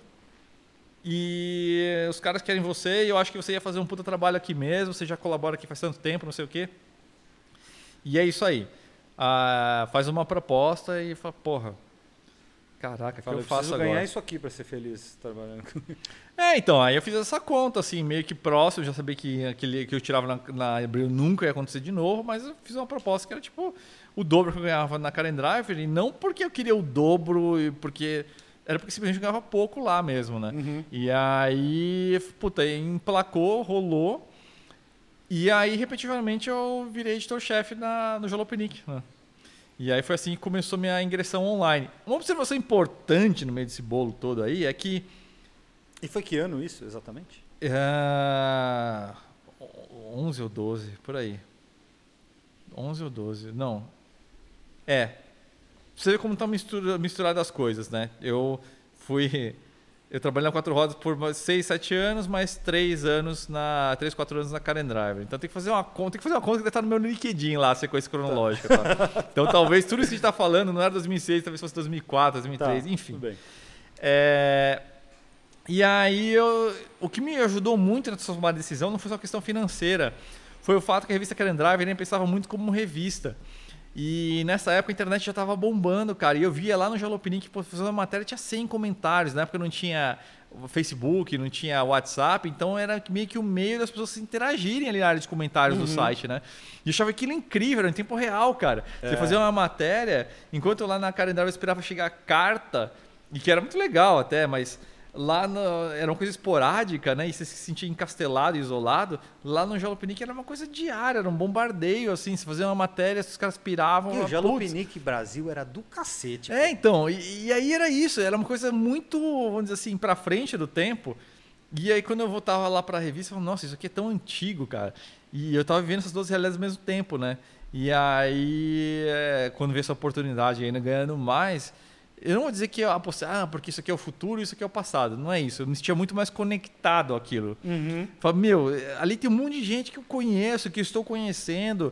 e os caras querem você e eu acho que você ia fazer um puta trabalho aqui mesmo, você já colabora aqui faz tanto tempo, não sei o quê. E é isso aí. Faz uma proposta e fala, porra, caraca, o que eu faço agora? Eu ganhar isso aqui para ser feliz trabalhando comigo. Então, aí eu fiz essa conta, assim, meio que próximo, já sabia que aquele que eu tirava na Abril nunca ia acontecer de novo, mas eu fiz uma proposta que era tipo o dobro que eu ganhava na Karen Driver, e não porque eu queria o dobro, porque era porque simplesmente eu ganhava pouco lá mesmo, né? E aí, puta, emplacou, rolou, e aí, repetitivamente, eu virei editor-chefe no Jalopnik, né? E aí foi assim que começou minha ingressão online. Uma observação importante no meio desse bolo todo aí é que... E foi que ano isso, exatamente? 11 ou 12, por aí. 11 ou 12, não. Você vê como tá misturado as coisas, né? Eu trabalhei na 4 Rodas por 6, 7 anos, mais 3, 4 anos na Karen Driver. Então tem que fazer uma conta que deve estar no meu LinkedIn lá, a sequência cronológica. Tá? Então talvez tudo isso que a gente está falando não era 2006, talvez fosse 2004, 2003, enfim. Tudo bem. E aí, o que me ajudou muito nessa tomada de decisão não foi só a questão financeira, foi o fato que a revista Karen Driver nem pensava muito como revista. E nessa época a internet já estava bombando, cara. E eu via lá no Jalopnik, fazendo uma matéria, tinha 100 comentários. Na época não tinha Facebook, não tinha WhatsApp, então era meio que o meio das pessoas se interagirem ali na área de comentários do site, né? E eu achava aquilo incrível, era em tempo real, cara. Você fazia uma matéria, enquanto eu lá na Karen Driver esperava chegar a carta, e que era muito legal até, mas... Lá era uma coisa esporádica, né? E você se sentia encastelado, isolado. Lá no Jalopnik era uma coisa diária, era um bombardeio, assim. Você fazia uma matéria, os caras piravam. E o Jalopnik Brasil era do cacete. Então. E aí era isso. Era uma coisa muito, vamos dizer assim, pra frente do tempo. E aí quando eu voltava lá pra revista, eu falava, nossa, isso aqui é tão antigo, cara. E eu tava vivendo essas duas realidades ao mesmo tempo, né? E aí, quando veio essa oportunidade ainda ganhando mais... Eu não vou dizer que eu apostei, porque isso aqui é o futuro e isso aqui é o passado. Não é isso. Eu me sentia muito mais conectado àquilo. Falei, ali tem um monte de gente que eu conheço, que eu estou conhecendo.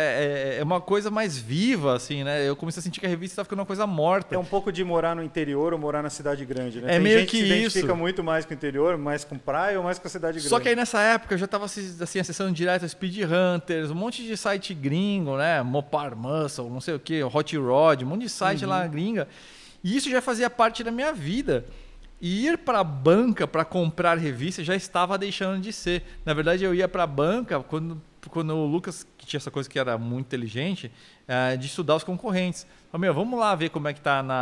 É uma coisa mais viva, assim, né? Eu comecei a sentir que a revista estava ficando uma coisa morta. É um pouco de morar no interior ou morar na cidade grande, né? Tem meio gente que se identifica muito mais com o interior, mais com praia ou mais com a cidade grande. Só que aí nessa época eu já estava assim, acessando direto a Speed Hunters, um monte de site gringo, né? Mopar Muscle, não sei o que, Hot Rod, um monte de site lá gringa. E isso já fazia parte da minha vida. E ir para a banca para comprar revista já estava deixando de ser. Na verdade, eu ia para a banca quando o Lucas, que tinha essa coisa que era muito inteligente, de estudar os concorrentes. Falei, vamos lá ver como é que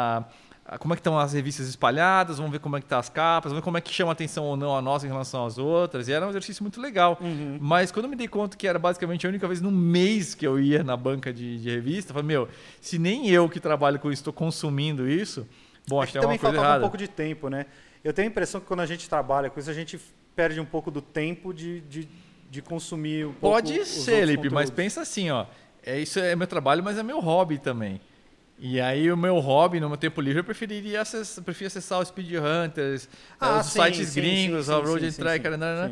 como é que estão as revistas espalhadas, vamos ver como é que estão as capas, vamos ver como é que chama atenção ou não a nossa em relação às outras. E era um exercício muito legal. Mas quando eu me dei conta que era basicamente a única vez no mês que eu ia na banca de revista, eu falei, se nem eu que trabalho com isso estou consumindo isso, bom, acho que é uma coisa errada. Também faltava um pouco de tempo, né? Eu tenho a impressão que quando a gente trabalha com isso, a gente perde um pouco do tempo de consumir um pouco. Pode ser, Lipe, mas pensa assim, isso é meu trabalho, mas é meu hobby também. E aí o meu hobby, no meu tempo livre, eu preferia acessar os Speed Hunters, os sites gringos, a Road Tracker,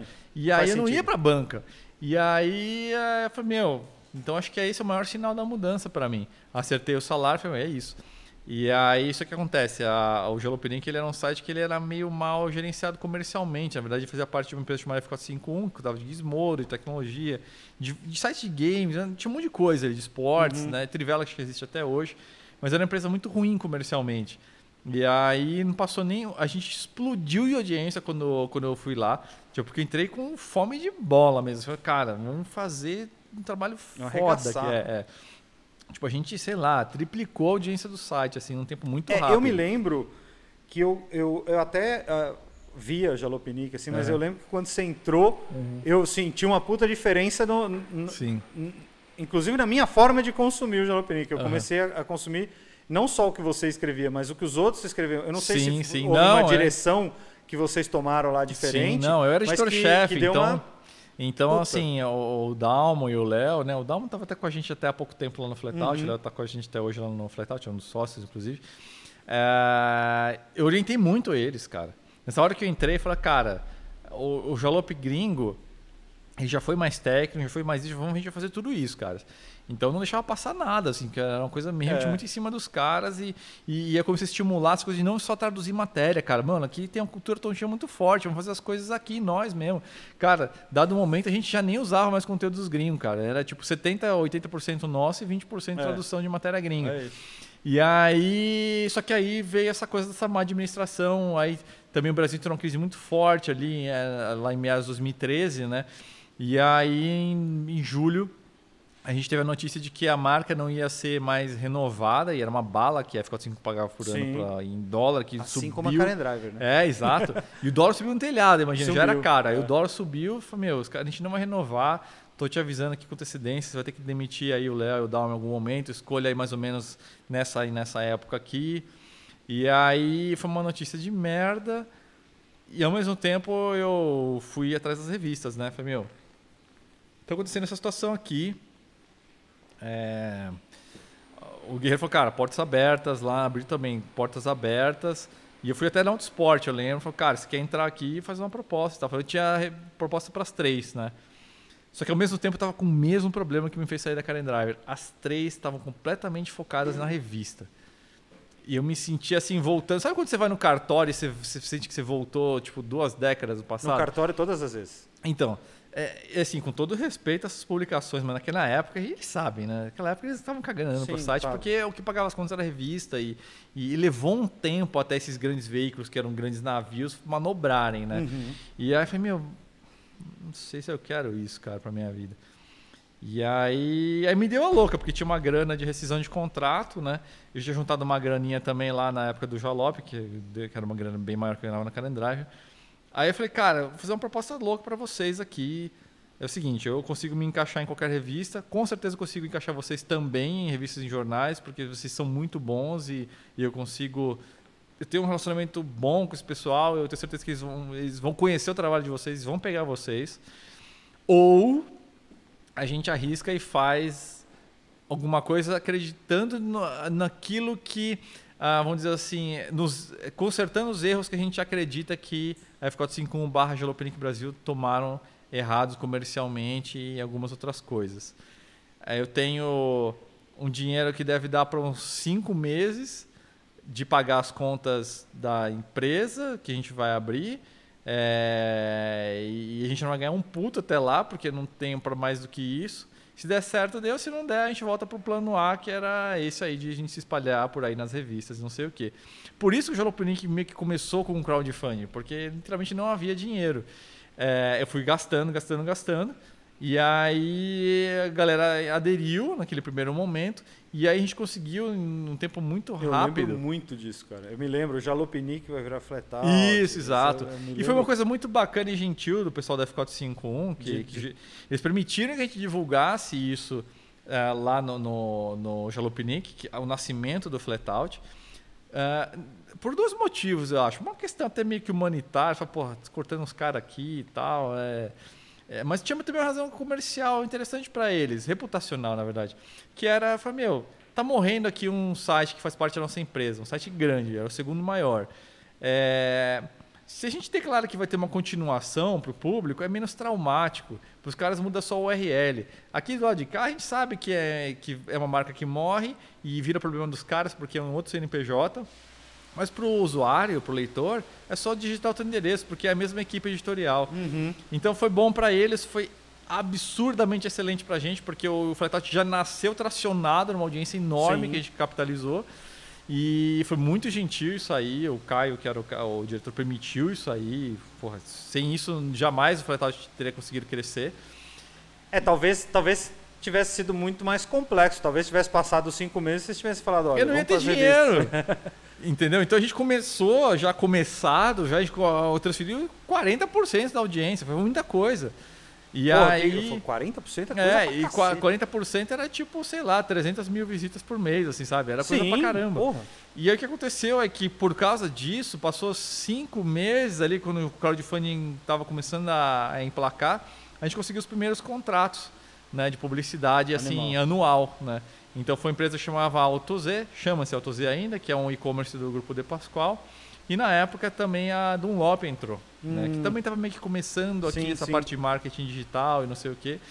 e aí eu não ia pra banca. E aí eu falei, então acho que esse é o maior sinal da mudança para mim. Acertei o salário, falei, é isso. E aí isso que acontece, o Jalopnik, ele era um site que ele era meio mal gerenciado comercialmente. Na verdade, ele fazia parte de uma empresa chamada F451, que cuidava de gizmodo, de tecnologia, de site de games, né? Tinha um monte de coisa, de esportes, né? Trivela, que existe até hoje. Mas era uma empresa muito ruim comercialmente. E aí não passou nem... A gente explodiu de audiência quando eu fui lá. Porque eu entrei com fome de bola mesmo. Eu falei, cara, vamos fazer um trabalho foda. Tipo, a gente, sei lá, triplicou a audiência do site, assim, num tempo muito rápido. Eu me lembro que eu até via Jalopnik, assim, mas eu lembro que quando você entrou, eu senti uma puta diferença Sim. Inclusive na minha forma de consumir o Jalopnik. Eu comecei a consumir não só o que você escrevia, mas o que os outros escreviam. Eu não sei se houve uma direção que vocês tomaram lá diferente. Sim, não, eu era editor-chefe, então... Então, Puta. assim, o Dalmo e o Léo, né? O Dalmo estava até com a gente até há pouco tempo lá no Flatout, o Léo está com a gente até hoje lá no Flatout, é um dos sócios, inclusive. Eu orientei muito eles, cara. Nessa hora que eu entrei, eu falei, cara, o Jalop gringo, A gente já foi mais técnico, já foi mais isso, a gente vai fazer tudo isso, cara. Então não deixava passar nada, assim, que era uma coisa realmente muito em cima dos caras e é como se estimular as coisas de não só traduzir matéria, cara. Mano, aqui tem uma cultura tontinha muito forte, vamos fazer as coisas aqui, nós mesmo. Cara, dado o momento, a gente já nem usava mais conteúdo dos gringos, cara. Era tipo 70%, 80% nosso e 20% tradução de matéria gringa. É isso. E aí, só que aí veio essa coisa dessa má administração, aí também o Brasil entrou numa crise muito forte ali, lá em meados de 2013, né? E aí, em julho, a gente teve a notícia de que a marca não ia ser mais renovada, e era uma bala que a F45 pagava por ano em dólar, que assim subiu. como a Karen Driver, né? É, exato. E o dólar subiu no telhado, imagina, já era caro. Aí É. o dólar subiu, falei, meu, a gente não vai renovar, tô te avisando aqui com antecedência, você vai ter que demitir aí o Léo e o Dalma em algum momento, escolha aí mais ou menos nessa época aqui. E aí foi uma notícia de merda, e ao mesmo tempo eu fui atrás das revistas, né? Falei, meu, tá acontecendo essa situação aqui. O Guerreiro falou, cara, portas abertas lá, abriu também portas abertas. E eu fui até na Autosport, eu lembro. Falei, cara, você quer entrar aqui e fazer uma proposta? Eu tinha proposta para as 3, né? Só que ao mesmo tempo eu estava com o mesmo problema que me fez sair da Karen Driver. As 3 estavam completamente focadas na revista. E eu me sentia assim, voltando. Sabe quando você vai no cartório e você sente que você voltou, tipo, 2 décadas do passado? No cartório todas as vezes. Então, assim, com todo respeito a essas publicações, mas naquela época, eles sabem, né? Naquela época eles estavam cagando pro site, claro. porque o que pagava as contas era a revista e levou um tempo até esses grandes veículos, que eram grandes navios, manobrarem, né? E aí eu falei, meu, não sei se eu quero isso, cara, pra minha vida. E aí me deu a louca, porque tinha uma grana de rescisão de contrato, né? Eu tinha juntado uma graninha também lá na época do Jalop, que era uma grana bem maior que eu ganhava na Karen Drive. Aí eu falei, cara, vou fazer uma proposta louca para vocês aqui. É o seguinte, eu consigo me encaixar em qualquer revista, com certeza eu consigo encaixar vocês também em revistas e jornais, porque vocês são muito bons e eu consigo... Eu tenho um relacionamento bom com esse pessoal, eu tenho certeza que eles vão conhecer o trabalho de vocês, vão pegar vocês. Ou a gente arrisca e faz alguma coisa acreditando naquilo que... vamos dizer assim, consertando os erros que a gente acredita que a F451 / Jalopnik Brasil tomaram errados comercialmente e algumas outras coisas. Eu tenho um dinheiro que deve dar para uns 5 meses de pagar as contas da empresa que a gente vai abrir, e a gente não vai ganhar um puto até lá, porque não tem para mais do que isso. Se der certo, deu. Se não der, a gente volta pro plano A, que era esse aí de a gente se espalhar por aí nas revistas, não sei o quê. Por isso que o Jalopnik meio que começou com um crowdfunding, porque literalmente não havia dinheiro. Eu fui gastando. E aí a galera aderiu naquele primeiro momento. E aí a gente conseguiu, em um tempo muito rápido... Eu lembro muito disso, cara. Eu me lembro, o Jalopnik vai virar Flatout. Isso, exato. E foi uma coisa muito bacana e gentil do pessoal da F451, que eles permitiram que a gente divulgasse isso lá no Jalopnik, o nascimento do Flatout. Por 2 motivos, eu acho. Uma questão até meio que humanitária, porra, cortando uns caras aqui e tal. Mas tinha também uma razão comercial interessante para eles, reputacional, na verdade. Que era, falei, meu, tá morrendo aqui um site que faz parte da nossa empresa, um site grande, era o 2º maior. Se a gente declara que vai ter uma continuação para o público, é menos traumático. Para os caras muda só o URL. Aqui do lado de cá, a gente sabe que é uma marca que morre e vira problema dos caras porque é um outro CNPJ. Mas para o usuário, para o leitor, é só digitar o teu endereço, porque é a mesma equipe editorial. Então foi bom para eles, foi absurdamente excelente para a gente, porque o Flatout já nasceu tracionado numa audiência enorme que a gente capitalizou. E foi muito gentil isso aí. O Caio, que era o diretor, permitiu isso aí. Porra, sem isso, jamais o Flatout teria conseguido crescer. Talvez tivesse sido muito mais complexo. Talvez tivesse passado 5 meses e vocês tivessem falado, olha, eu não ia ter dinheiro. Entendeu? Então a gente começou, já transferiu 40% da audiência. Foi muita coisa. E aí... 40% é coisa e 40% era tipo, sei lá, 300 mil visitas por mês, assim, sabe? Era coisa pra caramba. Porra. E aí o que aconteceu é que, por causa disso, passou 5 meses ali, quando o crowdfunding estava começando a emplacar, a gente conseguiu os primeiros contratos, né, de publicidade, assim, anual, né? Então foi uma empresa que chamava AutoZ, chama-se AutoZ ainda, que é um e-commerce do grupo De Pascoal. E na época também a Dunlop entrou, né? Que também estava meio que começando aqui essa sim. parte de marketing digital e não sei o quê.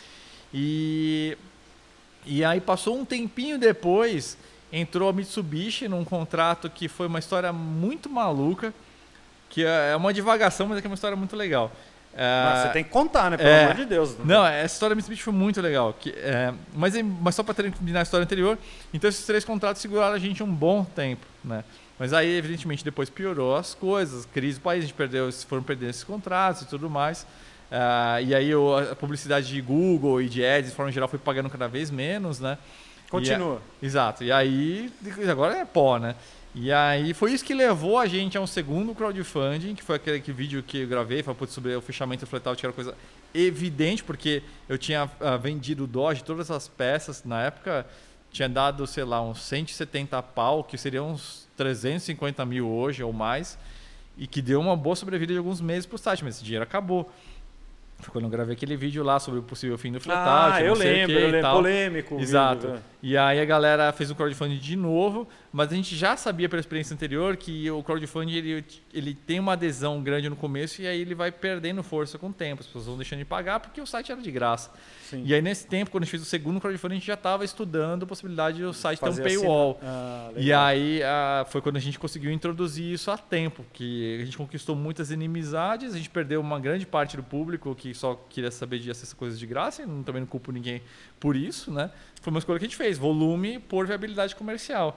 E aí passou um tempinho depois, entrou a Mitsubishi num contrato que foi uma história muito maluca, que é uma divagação, mas é que é uma história muito legal. Você tem que contar, né? Pelo amor de Deus. Não, essa história da Mitsubishi foi muito legal. Mas só para terminar a história anterior, então esses 3 contratos seguraram a gente um bom tempo, né? Mas aí, evidentemente, depois piorou as coisas, crise do país, a gente foram perdendo esses contratos e tudo mais. E aí a publicidade de Google e de ads, de forma geral, foi pagando cada vez menos, né? Continua. Exato. E aí, agora é pó, né? E aí foi isso que levou a gente a um segundo crowdfunding, que foi aquele vídeo que eu gravei, falei sobre o fechamento do Flatout, que era coisa evidente, porque eu tinha vendido o Dodge, todas as peças, na época tinha dado, sei lá, uns 170 pau, que seriam uns 350 mil hoje ou mais, e que deu uma boa sobrevida de alguns meses para o site, mas esse dinheiro acabou. Foi quando eu gravei aquele vídeo lá sobre o possível fim do Flatout. Eu lembro, polêmico. Exato. Vídeo. E aí a galera fez um crowdfunding de novo, mas a gente já sabia pela experiência anterior que o crowdfunding ele tem uma adesão grande no começo e aí ele vai perdendo força com o tempo. As pessoas vão deixando de pagar porque o site era de graça. Sim. E aí nesse tempo, quando a gente fez o segundo crowdfunding, a gente já estava estudando a possibilidade de o site ter um paywall. E aí foi quando a gente conseguiu introduzir isso a tempo, que a gente conquistou muitas inimizades, a gente perdeu uma grande parte do público que só queria saber de acessar coisas de graça, e também não culpo ninguém por isso, né? Foi uma escolha que a gente fez, volume por viabilidade comercial.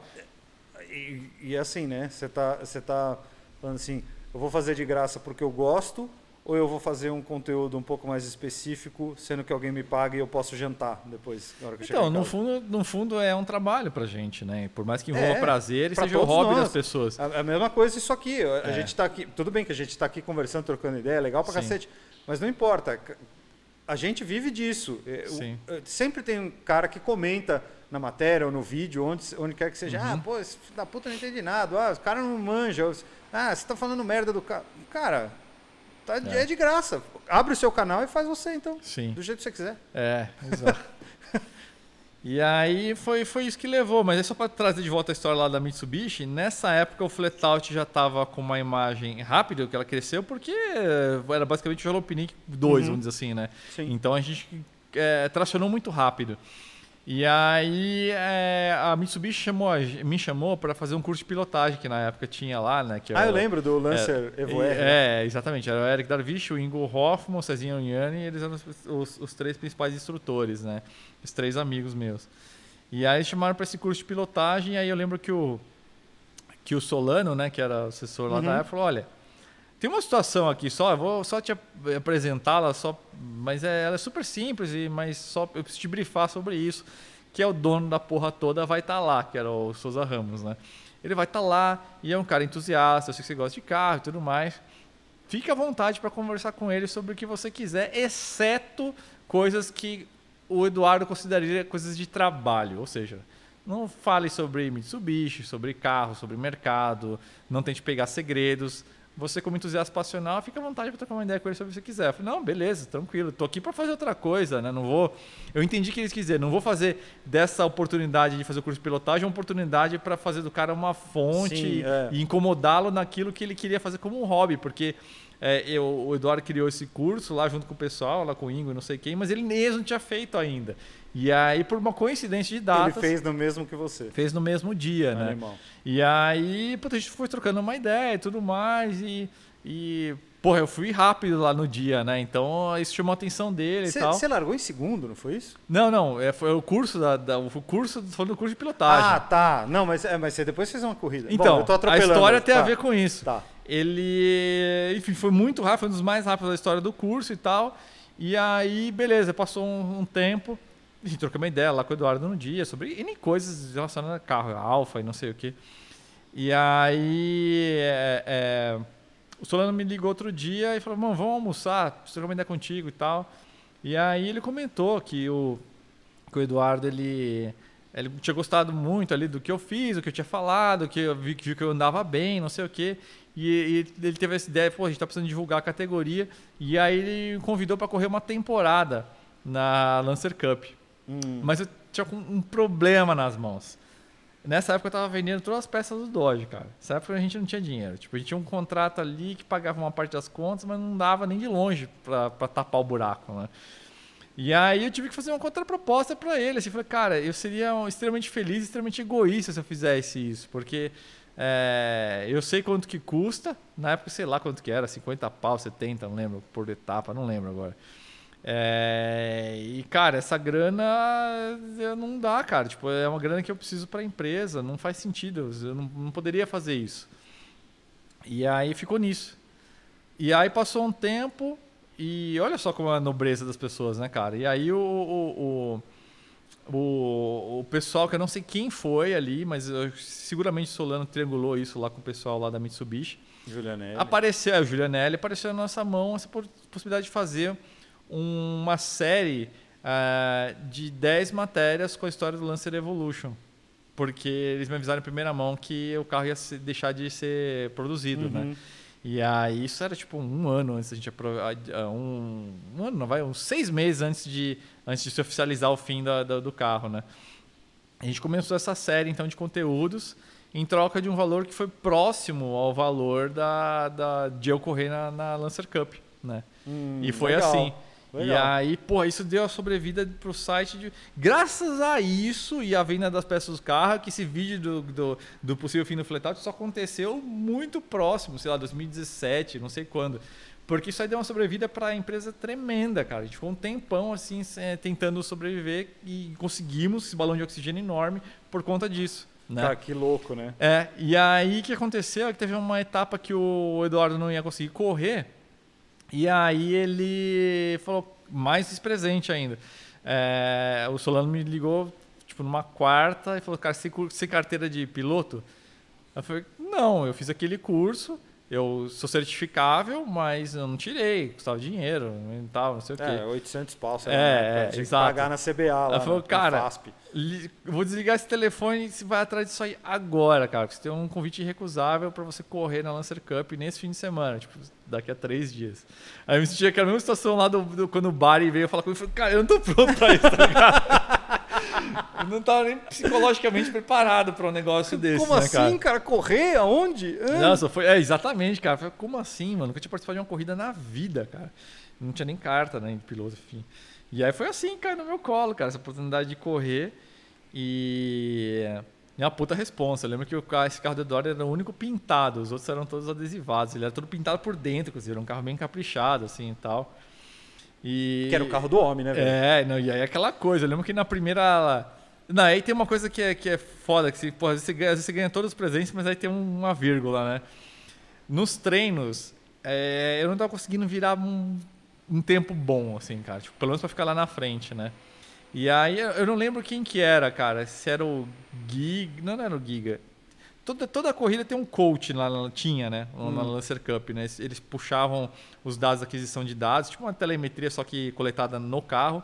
E assim, né? Você tá falando assim, eu vou fazer de graça porque eu gosto, ou eu vou fazer um conteúdo um pouco mais específico, sendo que alguém me paga e eu posso jantar depois, na hora que eu chegar em casa? No fundo é um trabalho pra gente, né? Por mais que envolva prazer e seja o hobby das pessoas. A mesma coisa isso aqui. A gente tá aqui, tudo bem que a gente tá aqui conversando, trocando ideia, legal pra cacete, mas não importa. A gente vive disso. Sempre tem um cara que comenta na matéria ou no vídeo, onde quer que seja. Pô, esse filho da puta não entende nada. O cara não manja. Você tá falando merda do cara. Cara, é de graça. Abre o seu canal e faz você, então. Sim. Do jeito que você quiser. Exato. E aí foi isso que levou. Mas é só para trazer de volta a história lá da Mitsubishi. Nessa época o Flatout já estava com uma imagem rápida, que ela cresceu, porque era basicamente o Jalopnik 2, vamos dizer assim, né? Sim. Então a gente tracionou muito rápido. E aí a Mitsubishi me chamou para fazer um curso de pilotagem que na época tinha lá, né? Que eu lembro do Lancer Evo R. Exatamente. Era o Eric Darvish, o Ingo Hoffman, o Cezinha Uniani, eles eram os 3 principais instrutores, né? Os 3 amigos meus. E aí chamaram para esse curso de pilotagem, e aí eu lembro que o Solano, né, que era o assessor lá da época, falou, olha, tem uma situação aqui só, eu vou só te apresentá-la, mas ela é super simples, mas só eu preciso te brifar sobre isso, que é o dono da porra toda vai estar lá, que era o Souza Ramos, né? Ele vai estar lá e é um cara entusiasta, eu sei que você gosta de carro e tudo mais. Fique à vontade para conversar com ele sobre o que você quiser, exceto coisas que o Eduardo consideraria coisas de trabalho, ou seja, não fale sobre Mitsubishi, sobre carro, sobre mercado, não tente pegar segredos. Você, como entusiasta passional, fica à vontade para trocar uma ideia com ele sobre o que você quiser. Eu falei, não, beleza, tranquilo, tô aqui para fazer outra coisa, né? Não vou. Eu entendi que eles quiseram, não vou fazer dessa oportunidade de fazer o curso de pilotagem uma oportunidade para fazer do cara uma fonte e incomodá-lo naquilo que ele queria fazer como um hobby, porque o Eduardo criou esse curso lá junto com o pessoal, lá com o Ingo e não sei quem, mas ele mesmo não tinha feito ainda. E aí, por uma coincidência de datas... Ele fez no mesmo que você. Fez no mesmo dia, né? E aí, a gente foi trocando uma ideia e tudo mais. Porra, eu fui rápido lá no dia, né? Então, isso chamou a atenção dele e tal. Você largou em segundo, não foi isso? Não. Foi o curso foi no curso de pilotagem. Ah, tá. Não, mas você depois fez uma corrida. Então, bom, eu tô atropelando. A história tem a ver com isso. Tá. Ele, enfim, foi muito rápido, foi um dos mais rápidos da história do curso e tal. E aí, beleza, passou um tempo... A gente trocou uma ideia lá com o Eduardo no dia sobre N coisas relacionadas a carro, Alfa e não sei o quê. E aí o Solano me ligou outro dia e falou, vamos almoçar, preciso trocar uma ideia contigo e tal. E aí ele comentou que o Eduardo, ele tinha gostado muito ali do que eu fiz, do que eu tinha falado, que eu viu que eu andava bem, não sei o quê. E ele teve essa ideia, a gente tá precisando divulgar a categoria. E aí ele me convidou para correr uma temporada na Lancer Cup. Mas eu tinha um problema nas mãos. Nessa época eu tava vendendo todas as peças do Dodge, cara. Nessa época a gente não tinha dinheiro. Tipo, a gente tinha um contrato ali que pagava uma parte das contas, mas não dava nem de longe pra tapar o buraco, né? E aí eu tive que fazer uma contraproposta pra ele. Assim, falei, cara, eu seria extremamente feliz, extremamente egoísta se eu fizesse isso, porque eu sei quanto que custa. Na época, sei lá quanto que era, 50 pau, 70, não lembro, por etapa, não lembro agora. E, cara, essa grana não dá, cara. Tipo, é uma grana que eu preciso pra empresa, não faz sentido. Eu não poderia fazer isso. E aí ficou nisso. E aí passou um tempo e olha só como é a nobreza das pessoas, né, cara? E aí o pessoal, que eu não sei quem foi ali, mas seguramente o Solano triangulou isso lá com o pessoal lá da Mitsubishi. Julianelli. O Julianelli apareceu na nossa mão essa possibilidade de fazer uma série de 10 matérias com a história do Lancer Evolution. Porque eles me avisaram em primeira mão que o carro ia deixar de ser produzido, né? E aí isso era tipo um ano antes da gente uns 6 meses antes de se oficializar o fim do carro, né? A gente começou essa série então de conteúdos em troca de um valor que foi próximo ao valor de eu correr na Lancer Cup, né? E foi legal. Assim. Legal. E aí, pô, isso deu a sobrevida pro site. Graças a isso e a venda das peças do carro, que esse vídeo do possível fim do flat-out só aconteceu muito próximo, sei lá, 2017, não sei quando. Porque isso aí deu uma sobrevida para a empresa tremenda, cara. A gente ficou um tempão assim, tentando sobreviver e conseguimos esse balão de oxigênio enorme por conta disso. Né? Cara, que louco, né? E aí o que aconteceu é que teve uma etapa que o Eduardo não ia conseguir correr. E aí ele falou, mais despresente ainda. O Solano me ligou tipo numa quarta e falou, cara, sem carteira de piloto? Eu falei, não, eu fiz aquele curso, eu sou certificável, mas eu não tirei, custava dinheiro e tal, não sei o quê. 800 pau, sei lá, tinha que pagar na CBA lá, ela falou, cara, FASP. Vou desligar esse telefone e você vai atrás disso aí agora, cara, porque você tem um convite irrecusável para você correr na Lancer Cup nesse fim de semana, tipo, daqui a 3 dias. Aí eu me senti aquela mesma situação lá quando o Bari veio falar comigo, eu falei, cara, eu não tô pronto pra isso, tá ligado? Eu não tava nem psicologicamente preparado para um negócio desse, Como né, cara? assim, cara? Correr? Aonde? Nossa, exatamente, cara. Falei, como assim, mano? Nunca tinha participado de uma corrida na vida, cara. Não tinha nem carta, né, de piloto, enfim. E aí foi assim, cara, no meu colo, cara, essa oportunidade de correr e uma puta responsa. Eu lembro que esse carro do Eduardo era o único pintado, os outros eram todos adesivados. Ele era todo pintado por dentro, inclusive, era um carro bem caprichado, assim, e tal. Que era o carro do homem, né, velho? E aí aquela coisa, eu lembro que na primeira... Não, aí tem uma coisa que é foda, que às vezes você ganha todos os presentes, mas aí tem uma vírgula, né? Nos treinos, eu não tava conseguindo virar um tempo bom, assim, cara. Tipo, pelo menos pra ficar lá na frente, né? E aí eu não lembro quem que era, cara. Se era o Giga... Não era o Giga. Toda a corrida tem um coach lá, tinha, né? Na Lancer Cup, né? Eles puxavam os dados da aquisição de dados, tipo uma telemetria, só que coletada no carro.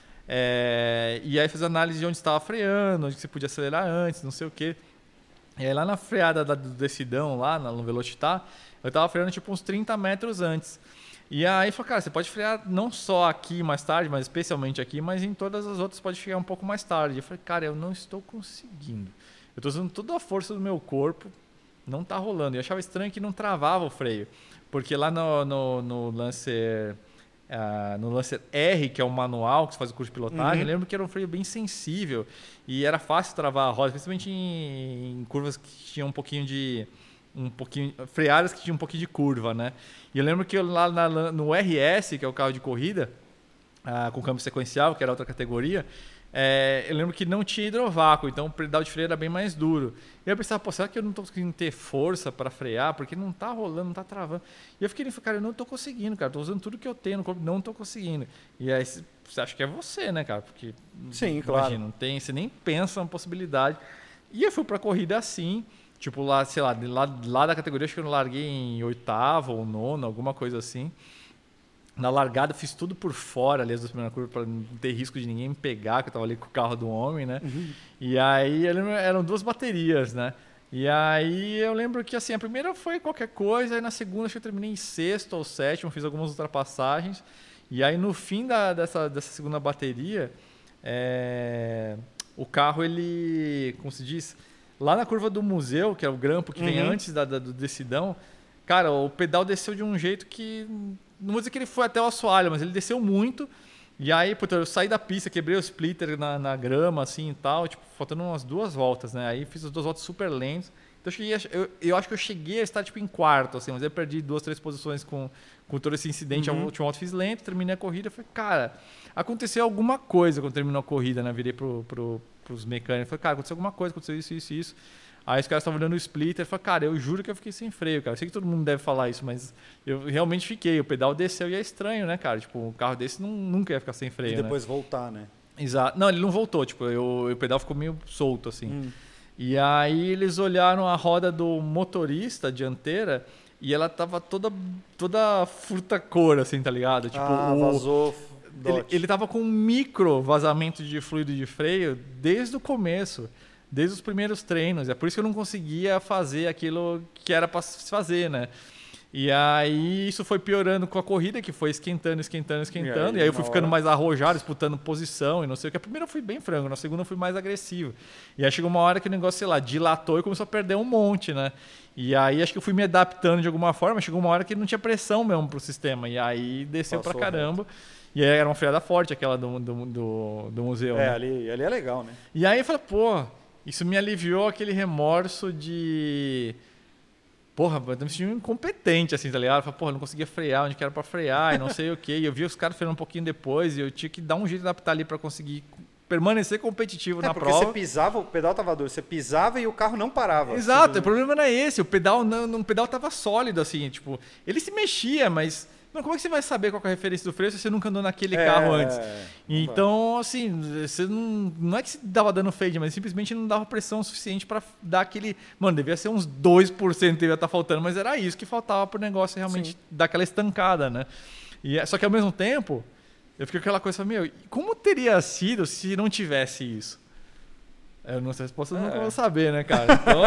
E aí fez análise de onde estava freando, onde você podia acelerar antes, não sei o quê. E aí lá na freada do Decidão, lá no Velocitar, eu estava freando tipo uns 30 metros antes. E aí falou, cara, você pode frear não só aqui mais tarde, mas especialmente aqui, mas em todas as outras pode frear um pouco mais tarde. Eu falei, cara, eu não estou conseguindo. Eu estou usando toda a força do meu corpo, não está rolando. E eu achava estranho que não travava o freio, porque lá no Lancer... no Lancer R, que é o manual que você faz o curso de pilotagem, eu lembro que era um freio bem sensível e era fácil travar a roda, principalmente em curvas que tinham freadas que tinham um pouquinho de curva, né? E eu lembro que lá no RS, que é o carro de corrida, com câmbio sequencial, que era outra categoria, eu lembro que não tinha hidrovácuo, então o pedal de freio era bem mais duro. E eu pensava, pô, será que eu não estou conseguindo ter força para frear? Porque não está rolando, não está travando. E eu fiquei, cara, eu não estou conseguindo, cara. Estou usando tudo que eu tenho no corpo, não estou conseguindo. E aí você acha que é você, né, cara? Porque, sim, imagina, claro. não tem, você nem pensa na possibilidade. E eu fui para a corrida assim, tipo lá, sei lá da categoria, acho que eu larguei em 8º ou 9º, alguma coisa assim. Na largada eu fiz tudo por fora, aliás, da primeira curva, para não ter risco de ninguém me pegar, que eu estava ali com o carro do homem, né? E aí eram 2 baterias, né? E aí eu lembro que assim, a primeira foi qualquer coisa, aí na segunda acho que eu terminei em 6º ou 7º, fiz algumas ultrapassagens. E aí no fim dessa segunda bateria, o carro, ele, como se diz, lá na curva do museu, que é o grampo que vem antes do decidão, cara, o pedal desceu de um jeito que... Não vou dizer que ele foi até o assoalho, mas ele desceu muito. E aí, puta, eu saí da pista, quebrei o splitter na grama, assim, e tal, tipo, faltando umas 2 voltas, né? Aí fiz as 2 voltas super lentas. Então eu acho que eu cheguei a estar, tipo, em quarto, assim, mas eu perdi 2, 3 posições com todo esse incidente. A última volta fiz lento, terminei a corrida, falei, cara, aconteceu alguma coisa quando terminou a corrida, né? Virei pros mecânicos, falei, cara, aconteceu alguma coisa, aconteceu isso. Aí os caras estavam olhando o splitter, eu falei, cara, eu juro que eu fiquei sem freio, cara. Eu sei que todo mundo deve falar isso, mas eu realmente fiquei. O pedal desceu e é estranho, né, cara? Tipo, um carro desse nunca ia ficar sem freio, E depois voltar, né? Exato. Não, ele não voltou, tipo, o pedal ficou meio solto, assim. E aí eles olharam a roda do motorista dianteira e ela tava toda furta-cor, assim, tá ligado? Tipo, vazou. Ele tava com um micro vazamento de fluido de freio desde o começo. Desde os primeiros treinos. É por isso que eu não conseguia fazer aquilo que era para se fazer, né? E aí isso foi piorando com a corrida, que foi esquentando. E aí eu fui ficando mais arrojado, disputando posição e não sei o que. A primeira eu fui bem frango, na segunda eu fui mais agressivo. E aí chegou uma hora que o negócio, sei lá, dilatou e começou a perder um monte, né? E aí acho que eu fui me adaptando de alguma forma. Chegou uma hora que não tinha pressão mesmo pro sistema. E aí desceu pra caramba. Reto. E aí era uma freada forte aquela do museu. É, né? ali é legal, né? E aí eu falei, pô... Isso me aliviou aquele remorso de... Porra, eu me senti incompetente, assim, tá ligado? Eu falei, porra, eu não conseguia frear onde que era pra frear e não sei o quê. E eu vi os caras freando um pouquinho depois e eu tinha que dar um jeito de adaptar ali pra conseguir permanecer competitivo na prova. Porque você pisava, o pedal tava duro, você pisava e o carro não parava. Exato, o problema não é esse. O pedal tava sólido, assim, tipo... Ele se mexia, mas... Como é que você vai saber qual é a referência do freio se você nunca andou naquele carro antes? Então, assim, você não é que você dava dando fade, mas simplesmente não dava pressão suficiente para dar aquele... Mano, devia ser uns 2% devia estar faltando, mas era isso que faltava pro negócio realmente dar aquela estancada, né? Só que ao mesmo tempo, eu fiquei com aquela coisa, meu, como teria sido se não tivesse isso? Eu não sei a resposta, nunca vou saber, né, cara? Então,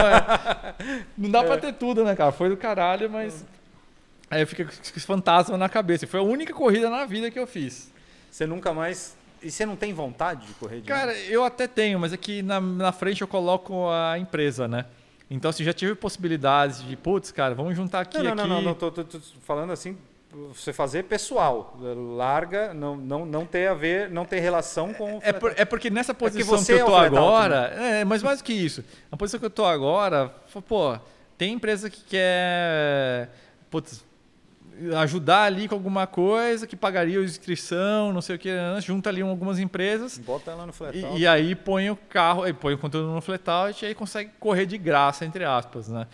não dá pra ter tudo, né, cara? Foi do caralho, mas... Aí eu fiquei com esse fantasma na cabeça. Foi a única corrida na vida que eu fiz. Você nunca mais... E você não tem vontade de correr de Cara, eu até tenho, mas é que na frente eu coloco a empresa, né? Então, assim, já tive possibilidades de, putz, cara, vamos juntar aqui, Não, tô falando assim, você fazer pessoal. Larga, não ter a ver, não ter relação com... É porque nessa posição que eu tô agora... Né? Mas mais do que isso. Na posição que eu tô agora, pô, tem empresa que quer... Putz, ajudar ali com alguma coisa que pagaria a inscrição, não sei o que, junta ali algumas empresas. Bota ela no Flatout. E aí põe o carro, põe o conteúdo no Flatout e aí consegue correr de graça, entre aspas, né?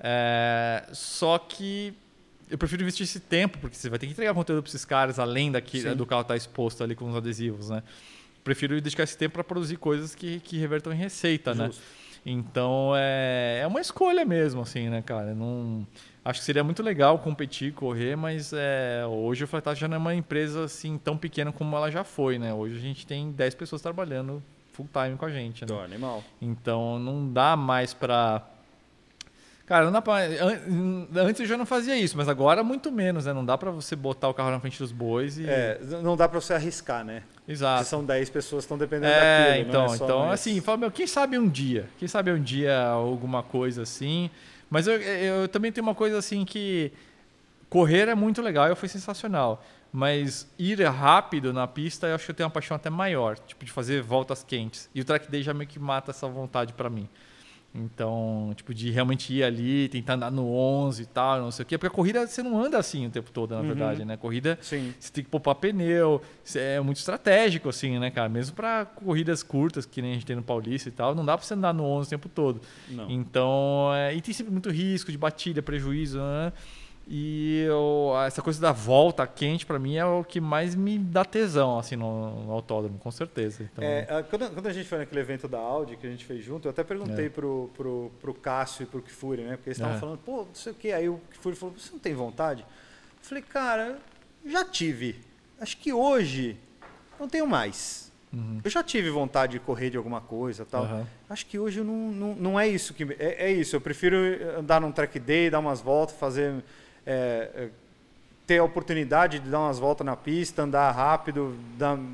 Só que eu prefiro investir esse tempo, porque você vai ter que entregar conteúdo para esses caras, além do carro estar exposto ali com os adesivos, né? Prefiro dedicar esse tempo para produzir coisas que revertam em receita, Justo. Né? Então é uma escolha mesmo, assim, né, cara? Não... Acho que seria muito legal competir, correr, mas hoje o Flatout já não é uma empresa assim tão pequena como ela já foi, né? Hoje a gente tem 10 pessoas trabalhando full time com a gente, né? Animal. Então não dá mais pra... Cara, não dá pra... Antes eu já não fazia isso, mas agora muito menos, né? Não dá pra você botar o carro na frente dos bois e... não dá pra você arriscar, né? Exato. Porque são 10 pessoas que estão dependendo daquilo. Então assim, fala, quem sabe um dia alguma coisa assim... Mas eu também tenho uma coisa assim que correr é muito legal, foi sensacional. Mas ir rápido na pista, eu acho que eu tenho uma paixão até maior, tipo de fazer voltas quentes. E o track day já meio que mata essa vontade para mim. Então, tipo, de realmente ir ali, tentar andar no 11 e tal, não sei o quê. Porque a corrida você não anda assim o tempo todo, na verdade, né? A corrida, Sim. Você tem que poupar pneu, é muito estratégico, assim, né, cara? Mesmo para corridas curtas, que nem a gente tem no Paulista e tal, não dá para você andar no 11 o tempo todo. Não. Então, e tem sempre muito risco de batida, prejuízo, né? E essa coisa da volta quente, para mim, é o que mais me dá tesão, assim, no autódromo, com certeza. Então... Quando a gente foi naquele evento da Audi, que a gente fez junto, eu até perguntei pro Cássio e pro Kfouri, né? Porque eles estavam falando, pô, não sei o quê. Aí o Kfouri falou, você não tem vontade? Eu falei, cara, já tive. Acho que hoje não tenho mais. Eu já tive vontade de correr de alguma coisa e tal. Acho que hoje não é isso que... É isso, eu prefiro andar num track day, dar umas voltas, fazer... ter a oportunidade de dar umas voltas na pista, andar rápido,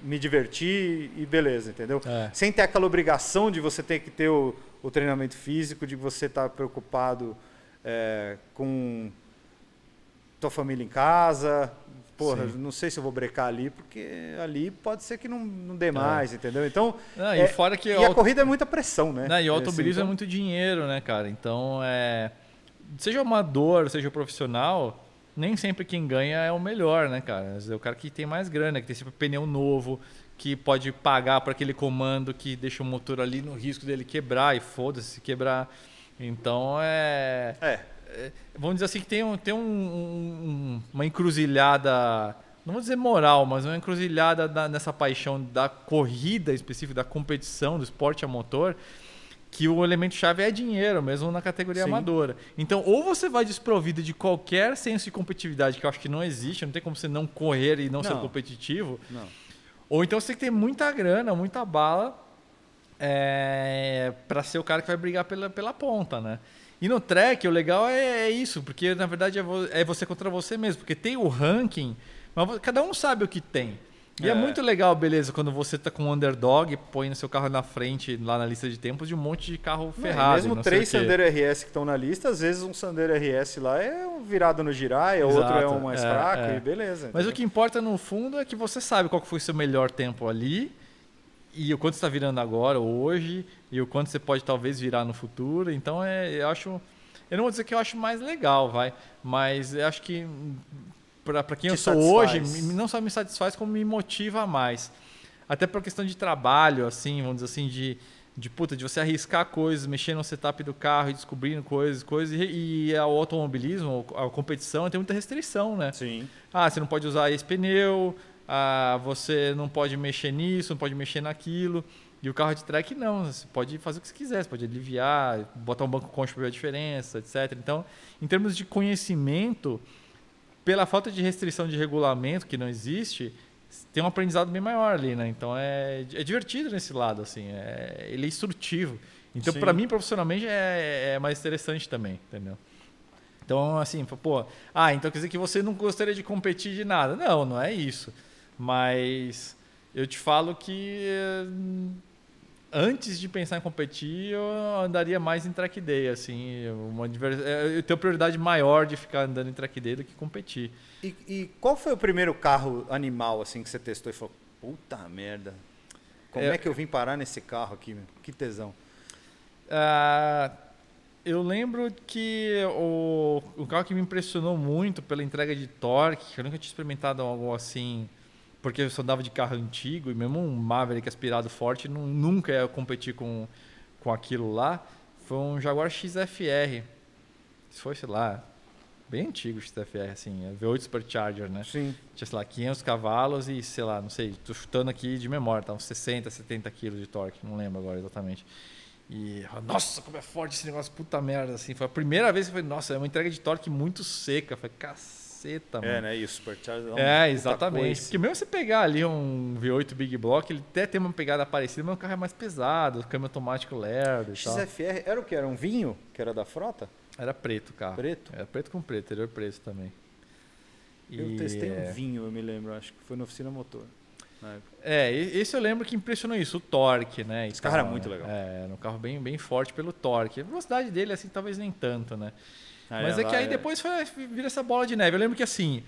me divertir e beleza, entendeu? É. Sem ter aquela obrigação de você ter que ter o treinamento físico, de você estar preocupado com tua família em casa. Porra, Sim. não sei se eu vou brecar ali, porque ali pode ser que não dê mais, entendeu? Então, E fora que a corrida é muita pressão, né? E o automobilismo então... é muito dinheiro, né, cara? Então, seja amador, seja profissional, nem sempre quem ganha é o melhor, né, cara? É o cara que tem mais grana, que tem sempre pneu novo, que pode pagar para aquele comando que deixa o motor ali no risco dele quebrar, e foda-se se quebrar. Então, vamos dizer assim que tem uma encruzilhada, não vou dizer moral, mas uma encruzilhada nessa paixão da corrida específica, da competição, do esporte a motor, que o elemento-chave é dinheiro, mesmo na categoria amadora. Então, ou você vai desprovido de qualquer senso de competitividade, que eu acho que não existe, não tem como você não correr e não ser competitivo, ou então você tem que ter muita grana, muita bala, para ser o cara que vai brigar pela ponta, né? E no track, o legal é isso, porque na verdade é você contra você mesmo, porque tem o ranking, mas cada um sabe o que tem. E é muito legal, beleza, quando você tá com um underdog, põe no seu carro na frente, lá na lista de tempos, de um monte de carro ferrado. Mesmo 3 Sandero RS que estão na lista, às vezes um Sandero RS lá é um virado no Jirai, o outro é um mais fraco, e beleza. Mas o que importa no fundo é que você sabe qual que foi o seu melhor tempo ali, e o quanto você está virando agora, hoje, e o quanto você pode talvez virar no futuro. Então, eu acho... Eu não vou dizer que eu acho mais legal, mas eu acho que para quem eu sou hoje, não só me satisfaz, como me motiva mais. Até por questão de trabalho, assim, vamos dizer assim, de você arriscar coisas, mexer no setup do carro e descobrindo coisas. E o automobilismo, a competição, tem muita restrição, né? Sim. Você não pode usar esse pneu, você não pode mexer nisso, não pode mexer naquilo. E o carro de track não, você pode fazer o que você quiser, você pode aliviar, botar um banco concha para ver a diferença, etc. Então, em termos de conhecimento, pela falta de restrição de regulamento que não existe, tem um aprendizado bem maior ali, né? Então é divertido nesse lado, assim, ele é instrutivo. Então, para mim, profissionalmente, é mais interessante também, entendeu? Então, assim, então quer dizer que você não gostaria de competir de nada. Não é isso. Mas eu te falo que antes de pensar em competir, eu andaria mais em track day, assim, eu tenho prioridade maior de ficar andando em track day do que competir. E qual foi o primeiro carro animal, assim, que você testou e falou, puta merda, como é que eu vim parar nesse carro aqui, meu? Que tesão. Eu lembro que o carro que me impressionou muito pela entrega de torque, que eu nunca tinha experimentado algo assim, porque eu só andava de carro antigo, e mesmo um Maverick aspirado forte nunca ia competir com aquilo lá, foi um Jaguar XFR. Isso foi, sei lá, bem antigo o XFR, assim, V8 Supercharger, né? Sim. Tinha, sei lá, 500 cavalos e, sei lá, não sei, tô chutando aqui de memória, tá, uns 60, 70 quilos de torque, não lembro agora exatamente. E, nossa, como é forte esse negócio, puta merda, assim. Foi a primeira vez que eu falei, nossa, é uma entrega de torque muito seca. Eu falei, caceta, mano. Né? E o Supercharger exatamente. Porque mesmo você pegar ali um V8 Big Block, ele até tem uma pegada parecida, mas o carro é mais pesado, câmbio automático lerdo e tal. XFR era o que? Era um vinho? Que era da frota? Era preto o carro. Preto? Era preto com preto, interior preto também. Eu testei um vinho, eu me lembro, acho que foi na oficina motor. Esse eu lembro que impressionou isso, o torque, né? Esse carro era muito legal. Era um carro bem, bem forte pelo torque. A velocidade dele, assim, talvez nem tanto, né? Mas que aí depois vira essa bola de neve. Eu lembro que, assim,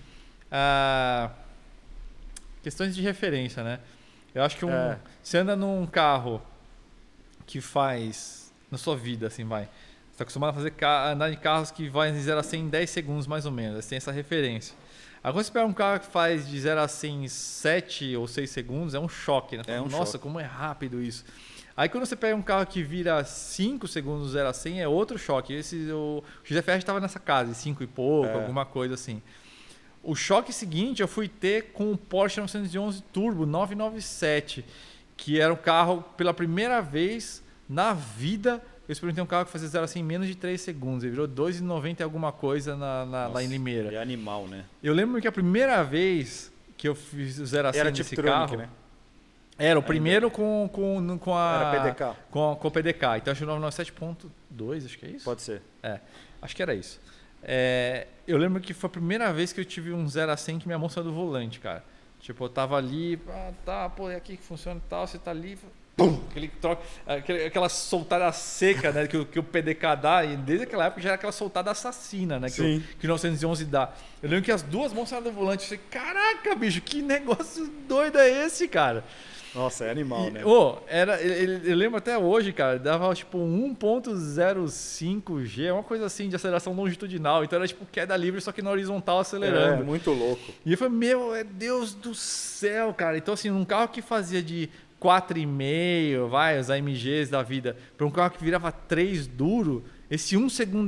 questões de referência, né? Eu acho que você anda num carro que faz, na sua vida, assim, vai. Você está acostumado a andar em carros que vai de 0 a 100 em 10 segundos, mais ou menos. Você tem essa referência. Agora você pega um carro que faz de 0 a 100 em 7 ou 6 segundos, é um choque, né? Nossa, choque. Como é rápido isso. Aí quando você pega um carro que vira 5 segundos 0 a 100, é outro choque. O XFR estava nessa casa, de 5 e pouco, alguma coisa assim. O choque seguinte eu fui ter com o Porsche 911 Turbo 997, que era um carro, pela primeira vez na vida, eu experimentei um carro que fazia 0 a 100 em menos de 3 segundos. Ele virou 2,90 e alguma coisa lá em Limeira. É animal, né? Eu lembro que a primeira vez que eu fiz o 0 a 100 era nesse tipo carro... Tronic, né? Era o primeiro com a... Era PDK. Com o PDK. Então acho que o 997.2, acho que é isso? Pode ser. Acho que era isso. Eu lembro que foi a primeira vez que eu tive um 0 a 100 que minha mão saiu do volante, cara. Tipo, eu tava ali, tá, pô, é aqui que funciona e tal, você tá ali, pum, aquela soltada seca, né, que o PDK dá, e desde aquela época já era aquela soltada assassina, né, que o 911 dá. Eu lembro que as duas mãos saíram do volante, eu falei, caraca, bicho, que negócio doido é esse, cara? Nossa, é animal, né? Eu lembro até hoje, cara, dava tipo 1.05 G, uma coisa assim de aceleração longitudinal. Então era tipo queda livre, só que na horizontal acelerando. É, muito louco. E eu falei, meu, Deus do céu, cara. Então assim, um carro que fazia de 4,5, vai, os AMGs da vida, para um carro que virava 3 duro, esse 1,5 segundo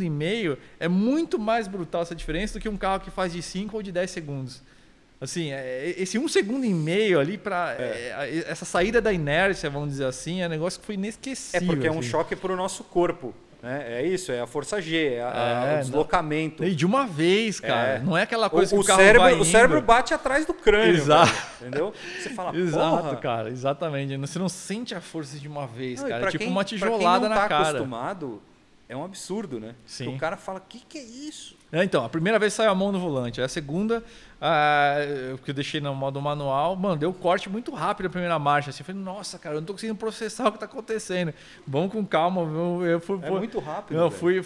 é muito mais brutal essa diferença do que um carro que faz de 5 ou de 10 segundos. Assim, esse 1,5 segundo ali para essa saída da inércia, vamos dizer assim, é um negócio que foi inesquecível. É porque é um assim. choque para o nosso corpo. Né? É isso, é a força G, o deslocamento. E de uma vez, cara. Não é aquela coisa que o carro cérebro, vai indo. O cérebro bate atrás do crânio. Exato. Cara, entendeu? Você fala, exato, porra. cara, exatamente. Você não sente a força de uma vez, Não, cara. É tipo uma pra tijolada quem não na tá cara. acostumado, é um absurdo, né? Sim. Porque o cara fala, o que é isso? Então, a primeira vez saiu a mão no volante. A segunda, que eu deixei no modo manual, mano, deu corte muito rápido a primeira marcha. Assim, eu falei, nossa, cara, eu não tô conseguindo processar o que tá acontecendo. Vamos com calma. É muito rápido. Eu fui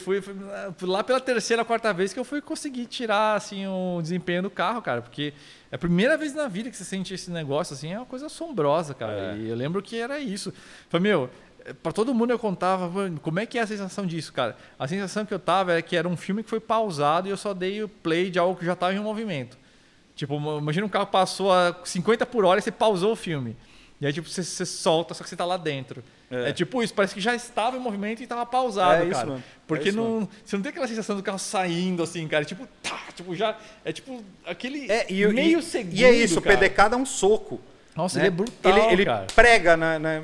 lá pela terceira, quarta vez que eu fui conseguir tirar assim, o desempenho do carro, cara. Porque é a primeira vez na vida que você sente esse negócio, assim, é uma coisa assombrosa, cara. E eu lembro que era isso. Falei, meu... Pra todo mundo eu contava, como é que é a sensação disso, cara? A sensação que eu tava é que era um filme que foi pausado e eu só dei o play de algo que já estava em movimento. Tipo, imagina um carro passou a 50 por hora e você pausou o filme. E aí, tipo, você solta, só que você tá lá dentro. É tipo isso, parece que já estava em movimento e estava pausado, cara. Mano. Porque você não tem aquela sensação do carro saindo, assim, cara. Tipo, tá, tipo, já... É tipo aquele meio segundo, E é isso, cara. o PDK dá um soco. Nossa, né? ele é brutal, ele cara. prega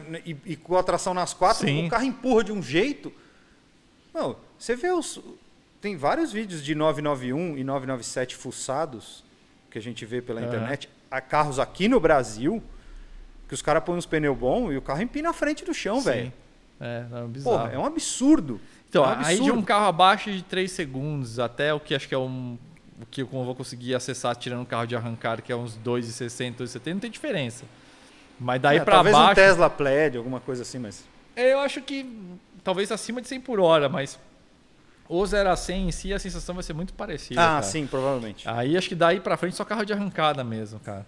e com a tração nas quatro, Sim. o carro empurra de um jeito. Não, você vê tem vários vídeos de 991 e 997 fuçados que a gente vê pela internet. Há carros aqui no Brasil que os caras põem uns pneus bons e o carro empina a frente do chão, velho. É bizarro. Porra, é um absurdo. Então, é um absurdo. aí de um carro abaixo de 3 segundos até o que acho que é o que eu vou conseguir acessar tirando um carro de arrancada, que é uns 2,60, 2,70, não tem diferença. Mas daí para baixo... Talvez um Tesla Plaid, alguma coisa assim, mas... Eu acho que talvez acima de 100 por hora, mas o 0 a 100 em si a sensação vai ser muito parecida. Ah, cara. sim, provavelmente. Aí acho que daí para frente só carro de arrancada mesmo, cara.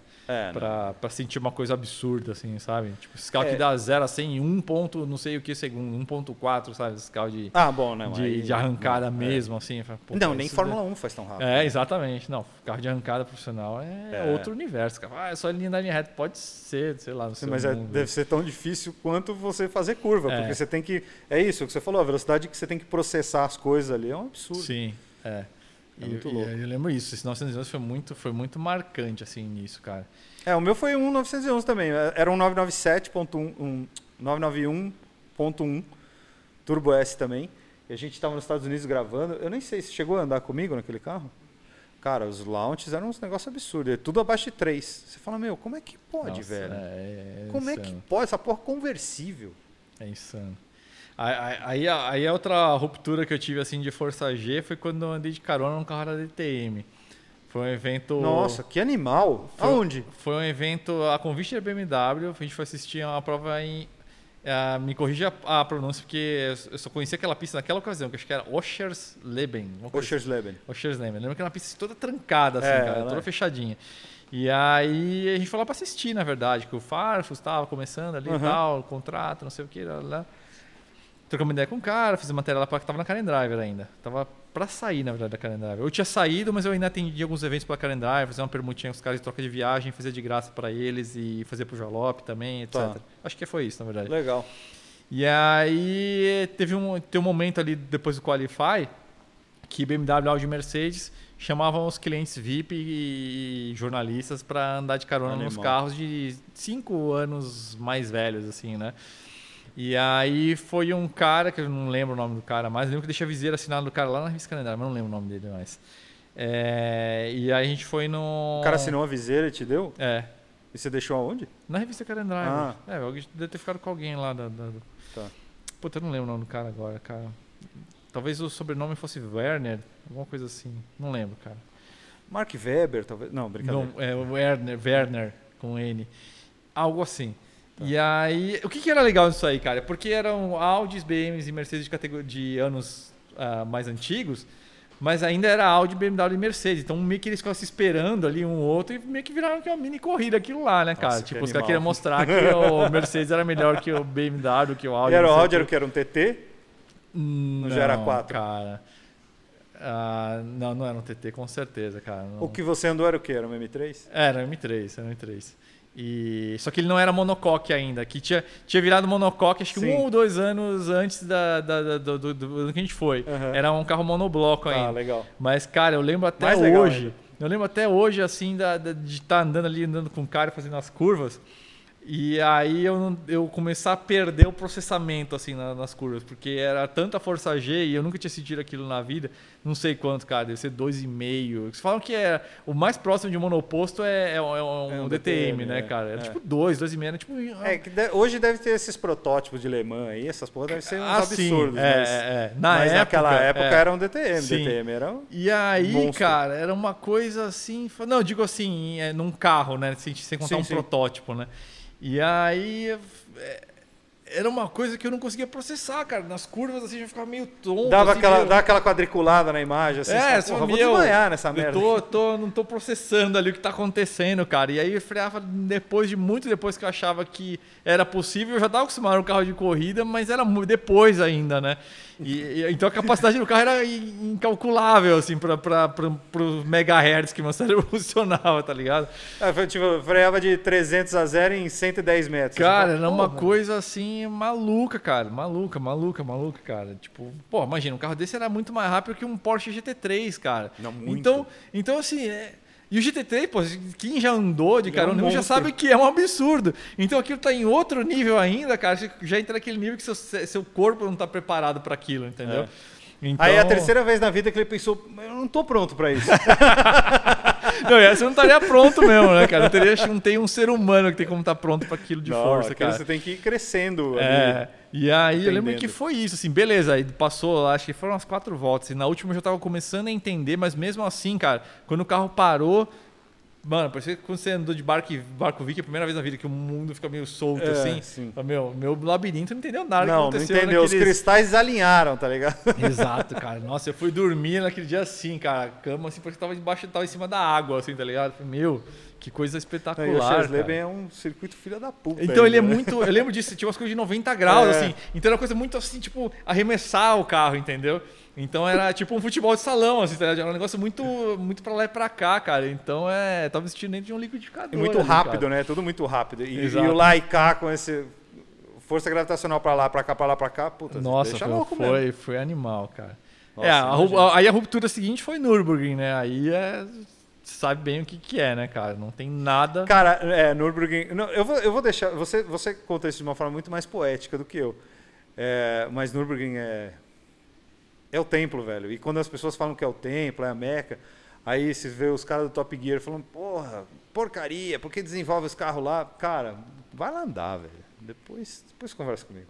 Pra sentir uma coisa absurda, assim, sabe? Tipo, esse carro que dá 0 a 100 em 1 ponto, não sei o que segundo, 1.4, sabe? Esse carro de, bom, né? de arrancada mesmo, assim. Pô, não, nem Fórmula 1 faz tão rápido. Exatamente. Não, carro de arrancada profissional é outro universo, cara. É só linha da linha reta. Pode ser, sei lá, no seu mas mundo. Deve ser tão difícil quanto você fazer curva, porque você tem que... É isso, o que você falou, a velocidade que você tem que processar as coisas ali é um absurdo. Sim, É muito louco. Eu lembro isso. Esse 911 foi muito marcante, assim, nisso, cara. O meu foi um 911 também. Era um 997.1, 991.1 Turbo S também. E a gente estava nos Estados Unidos gravando. Eu nem sei se chegou a andar comigo naquele carro. Cara, os launches eram uns negócios absurdos. Tudo abaixo de 3. Você fala, meu, como é que pode, Nossa, velho? Como é que pode? Essa porra conversível. É insano. Aí a outra ruptura que eu tive assim de Força G foi quando eu andei de carona num carro da DTM. Foi um evento... Nossa, que animal! Aonde? Foi um evento, a convite da BMW, a gente foi assistir uma prova em... me corrija a pronúncia, porque eu só conhecia aquela pista naquela ocasião, que acho que era Oschersleben. Oschersleben. Lembra que era uma pista toda trancada, assim, cara, toda fechadinha. E aí a gente foi lá para assistir, na verdade, que o Farfus estava começando ali e tal, o contrato, não sei o que, lá. Trocamos uma ideia com o cara, fiz matéria lá que tava na Karen Driver ainda. Tava pra sair, na verdade, da Karen Driver. Eu tinha saído, mas eu ainda atendi alguns eventos pela Karen Driver, fazer uma permutinha com os caras de troca de viagem, fazer de graça pra eles e fazer pro Jalop também, etc. Acho que foi isso, na verdade. Legal. E aí teve um momento ali, depois do Qualify, que BMW, Audi e Mercedes chamavam os clientes VIP e jornalistas pra andar de carona nos carros de 5 anos mais velhos, assim, né? E aí foi um cara, que eu não lembro o nome do cara mais, eu lembro que deixei a viseira assinada do cara lá na revista Calendário, mas não lembro o nome dele mais. E aí a gente foi no... O cara assinou a viseira e te deu? É. E você deixou aonde? Na revista Calendário. Deve ter ficado com alguém lá Tá. Puta, eu não lembro o nome do cara agora, cara. Talvez o sobrenome fosse Werner, alguma coisa assim. Não lembro, cara. Mark Webber, talvez. Não, brincadeira. Não, é o Werner. com N. Algo assim. E aí, o que era legal nisso aí, cara? Porque eram Audis, BMs e Mercedes de anos mais antigos, mas ainda era Audi, BMW e Mercedes. Então meio que eles ficavam se esperando ali um outro e meio que viraram uma mini corrida aquilo lá, né, cara? Nossa, tipo, que os caras animal. queriam mostrar que o Mercedes era melhor que o BMW, que o Audi. E era o não sei Audi, era quê. o que? Era um TT? Não, já era 4? cara. Não era um TT, com certeza, cara. Não. O que você andou era o quê? Era um M3? Era um M3. Só que ele não era monocoque ainda, que tinha virado monocoque acho que Sim. 1 ou 2 anos antes do que a gente foi. Uhum. Era um carro monobloco ainda. Ah, legal. Mas, cara, eu lembro até Mais legal hoje. ainda. Eu lembro até hoje, assim, de estar andando com o cara, fazendo as curvas. E aí eu começar a perder o processamento, assim, nas curvas. Porque era tanta força G e eu nunca tinha sentido aquilo na vida. Não sei quanto, cara, deve ser 2,5. Eles falam que o mais próximo de monoposto é um DTM, né, cara? Era tipo 2,5. Era tipo... Hoje deve ter esses protótipos de Le Mans aí, essas porra devem ser uns sim, absurdos. Mas naquela época era um DTM. Sim. DTM era um E aí, monstro. cara, era uma coisa assim... Não, digo assim, num carro, né? Sem contar um protótipo, né? E aí... Era uma coisa que eu não conseguia processar, cara. Nas curvas, assim, já ficava meio tonto. Dava assim, dá aquela quadriculada na imagem, assim. Você fala, vou desmaiar nessa merda. Não tô processando ali o que tá acontecendo, cara. E aí eu freava muito depois que eu achava que era possível. Eu já tava acostumado no carro de corrida, mas era depois ainda, né? Então a capacidade do carro era incalculável, assim, pro megahertz que meu cérebro funcionava, tá ligado? Tipo, freava de 300 a 0 em 110 metros. Cara, era uma coisa assim, maluca, cara. Maluca, cara. Tipo, pô, imagina, um carro desse era muito mais rápido que um Porsche GT3, cara. Não, muito. Então assim, e o GT3, pô, quem já andou de carona já monstro. sabe que é um absurdo. Então aquilo tá em outro nível ainda, cara. Você já entra naquele nível que seu corpo não tá preparado para aquilo, entendeu? Então... Aí é a terceira vez na vida que ele pensou, eu não tô pronto para isso. Não, essa não estaria pronto mesmo, né, cara? Não tem um ser humano que tem como estar pronto para aquilo de força, cara. Você tem que ir crescendo. E aí eu lembro que foi isso, assim, beleza, aí passou, acho que foram umas 4 voltas, e na última eu já tava começando a entender, mas mesmo assim, cara, quando o carro parou, mano, parecia que quando você andou de barco Viking, é a primeira vez na vida que o mundo fica meio solto, assim, sim. Meu labirinto não entendeu nada que aconteceu. Não entendeu, os cristais alinharam, tá ligado? Exato, cara, nossa, eu fui dormir naquele dia assim, cara, a cama assim, porque tava em cima da água, assim, tá ligado? Falei, que coisa espetacular, e o Charles cara. Leben é um circuito filha da puta. Então ele é né? muito... Eu lembro disso, tinha umas coisas de 90 graus, assim. Então era uma coisa muito assim, tipo, arremessar o carro, entendeu? Então era tipo um futebol de salão, assim, tá ligado? Era um negócio muito pra lá e pra cá, cara. Então tava vestindo dentro de um liquidificador. E muito ali, rápido, cara. né? Tudo muito rápido. E Exato. o lá e cá com esse... Força gravitacional pra lá, pra cá, puta. Nossa, deixa louco mesmo. foi animal, cara. Nossa, aí a ruptura seguinte foi Nürburgring, né? Aí sabe bem o que é, né, cara? Não tem nada... Cara, Nürburgring... Não, eu vou deixar... Você conta isso de uma forma muito mais poética do que eu. Mas Nürburgring é o templo, velho. E quando as pessoas falam que é o templo, é a Meca, aí você vê os caras do Top Gear falando, porra, porcaria, por que desenvolve os carros lá? Cara, vai lá andar, velho. Depois conversa comigo.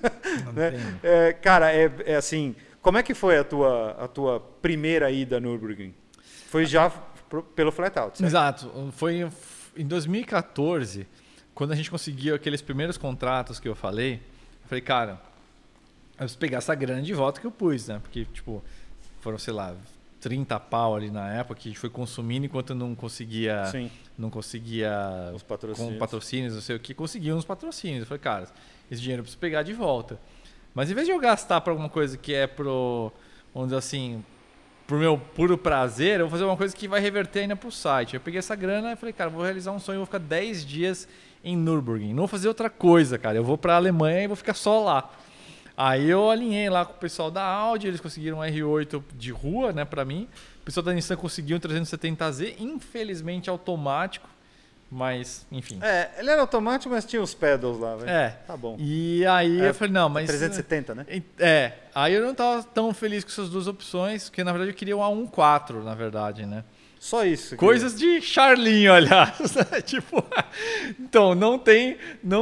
Né? Cara, assim, como é que foi a tua primeira ida a Nürburgring? Foi já pelo Flatout, certo? Exato. Foi em 2014, quando a gente conseguiu aqueles primeiros contratos que eu falei, cara, eu preciso pegar essa grana de volta que eu pus, né? Porque, tipo, foram, sei lá, 30 pau ali na época que a gente foi consumindo enquanto não conseguia... Sim. Não conseguia... Os patrocínios. Com patrocínios, não sei o que. Conseguia uns patrocínios. Eu falei, cara, esse dinheiro eu preciso pegar de volta. Mas em vez de eu gastar para alguma coisa que é pro... Vamos dizer assim... Pro meu puro prazer, eu vou fazer uma coisa que vai reverter ainda pro site. Eu peguei essa grana e falei, cara, vou realizar um sonho, eu vou ficar 10 dias em Nürburgring. Não vou fazer outra coisa, cara. Eu vou pra Alemanha e vou ficar só lá. Aí eu alinhei lá com o pessoal da Audi, eles conseguiram um R8 de rua, né, pra mim. O pessoal da Nissan conseguiu um 370Z, infelizmente automático, mas, enfim. Ele era automático, mas tinha os pedals lá, velho. Tá bom. E aí eu falei, não, mas... 370, né? Aí eu não tava tão feliz com essas duas opções, porque na verdade eu queria um A14, na verdade, né? Só isso. Coisas de Charlinho, aliás. Tipo, então, não tem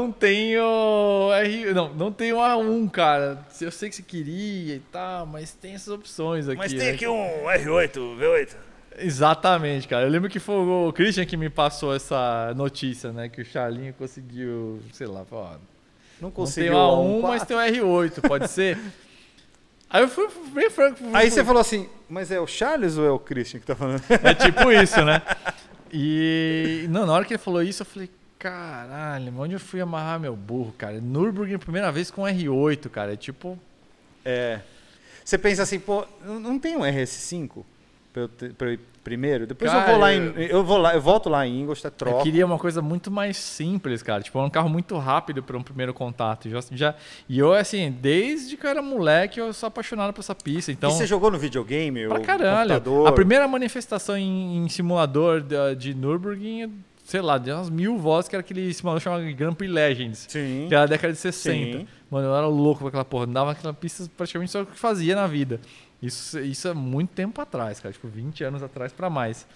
o não tem o A1, cara. Eu sei que você queria e tal, mas tem essas opções aqui. Mas tem né? aqui um R8, V8. Exatamente, cara. Eu lembro que foi o Christian que me passou essa notícia, né? Que o Charlinho conseguiu, sei lá, ó, Não não conseguiu tem o a A1, mas tem o R8, pode ser? Aí eu fui bem franco. Aí você falou assim, mas é o Charles ou é o Christian que tá falando? É tipo isso, né? E não, na hora que ele falou isso, eu falei, caralho, onde eu fui amarrar meu burro, cara? Nürburgring, primeira vez com R8, cara. É tipo... É. Você pensa assim, pô, não tem um RS5 pra eu ir primeiro? Depois Cara, eu volto lá em Ingolstadt, troco. Eu queria uma coisa muito mais simples, cara. Tipo, um carro muito rápido para um primeiro contato. E eu, assim, desde que eu era moleque, eu sou apaixonado por essa pista. Então, E você jogou no videogame? pra ou caralho. computador? A primeira manifestação em simulador de Nürburgring, sei lá, deu umas 1000 vozes, que era aquele simulador chamado Grand Prix Legends. Sim. Que era da década de 60. Sim. Mano, eu era louco com aquela porra. Andava naquela pista praticamente só o que fazia na vida. Isso é muito tempo atrás, cara. Tipo, 20 anos atrás pra mais.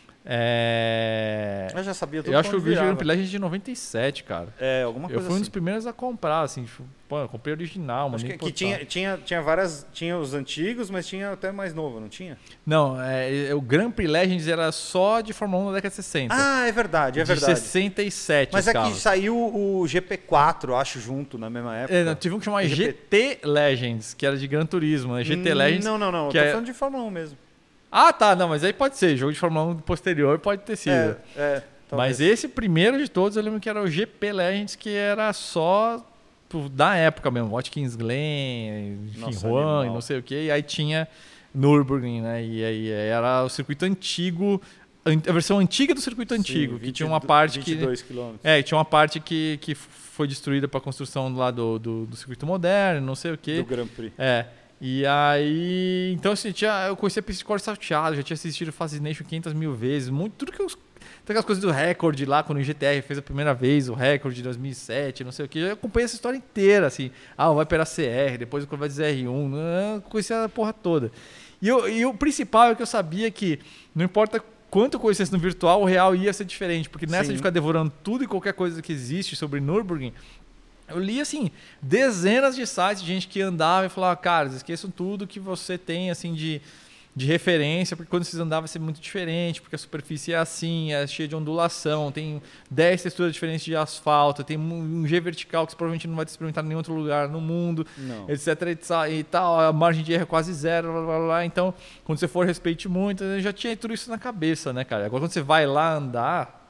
Eu já sabia tudo. Eu acho que eu onde vi o virava. Grand Prix Legends de 97, cara. É, alguma Eu coisa fui um dos assim. primeiros a comprar, assim. Tipo, pô, eu comprei original, Acho mano. que tinha várias... Tinha os antigos, mas tinha até mais novo, não tinha? Não, o Grand Prix Legends era só de Fórmula 1 da década de 60. Ah, é verdade, é de verdade. 67 Mas os é que carros. saiu o GP4, acho, junto, na mesma época. Não, tive um que chamava GP. GT Legends, que era de Gran Turismo, né? GT Legends. Não. Eu que tô é- falando de Fórmula 1 mesmo. Ah, tá, não, mas aí pode ser. Jogo de Fórmula 1 posterior pode ter sido. Talvez. Mas esse primeiro de todos, eu lembro que era o GP Legends, que era só da época mesmo. Watkins Glen, enfim, Nossa, Juan, animal. e não sei o quê. E aí tinha Nürburgring, né? E aí era o circuito antigo, a versão antiga do circuito antigo, que tinha uma parte 22 quilômetros. tinha uma parte que foi destruída para a construção lá do circuito moderno, não sei o quê. Do Grand Prix. E aí, então assim, eu conheci a pista de corte salteado, já tinha assistido Fascination 500 mil vezes, tudo que tem aquelas coisas do recorde lá, quando o GTR fez a primeira vez, o recorde de 2007, não sei o que, eu acompanhei essa história inteira, assim, vai pela CR, depois vai dizer R1, eu conheci a porra toda. E o principal é que eu sabia que, não importa quanto eu conhecesse no virtual, o real ia ser diferente, porque nessa Sim. de ficar devorando tudo e qualquer coisa que existe sobre Nürburgring, eu li, assim, dezenas de sites de gente que andava e falava, cara, esqueçam tudo que você tem, assim, de referência, porque quando vocês andavam vai ser muito diferente, porque a superfície é assim, é cheia de ondulação, tem 10 texturas diferentes de asfalto, tem um G vertical que você provavelmente não vai ter experimentado em nenhum outro lugar no mundo, Não. etc e tal, a margem de erro é quase zero, blá, blá, blá. Então, quando você for, respeite muito. Eu já tinha tudo isso na cabeça, né, cara? Agora, quando você vai lá andar,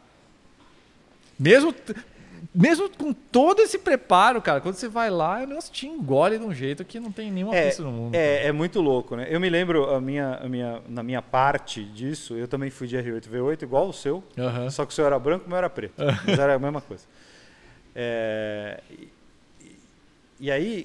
mesmo com todo esse preparo, cara, quando você vai lá, o negócio te engole de um jeito que não tem nenhuma pista no mundo. É muito louco, né? Eu me lembro, na minha parte disso, eu também fui de R8 V8, igual o seu, Aham. só que o seu era branco e o meu era preto. Mas era a mesma coisa. E aí,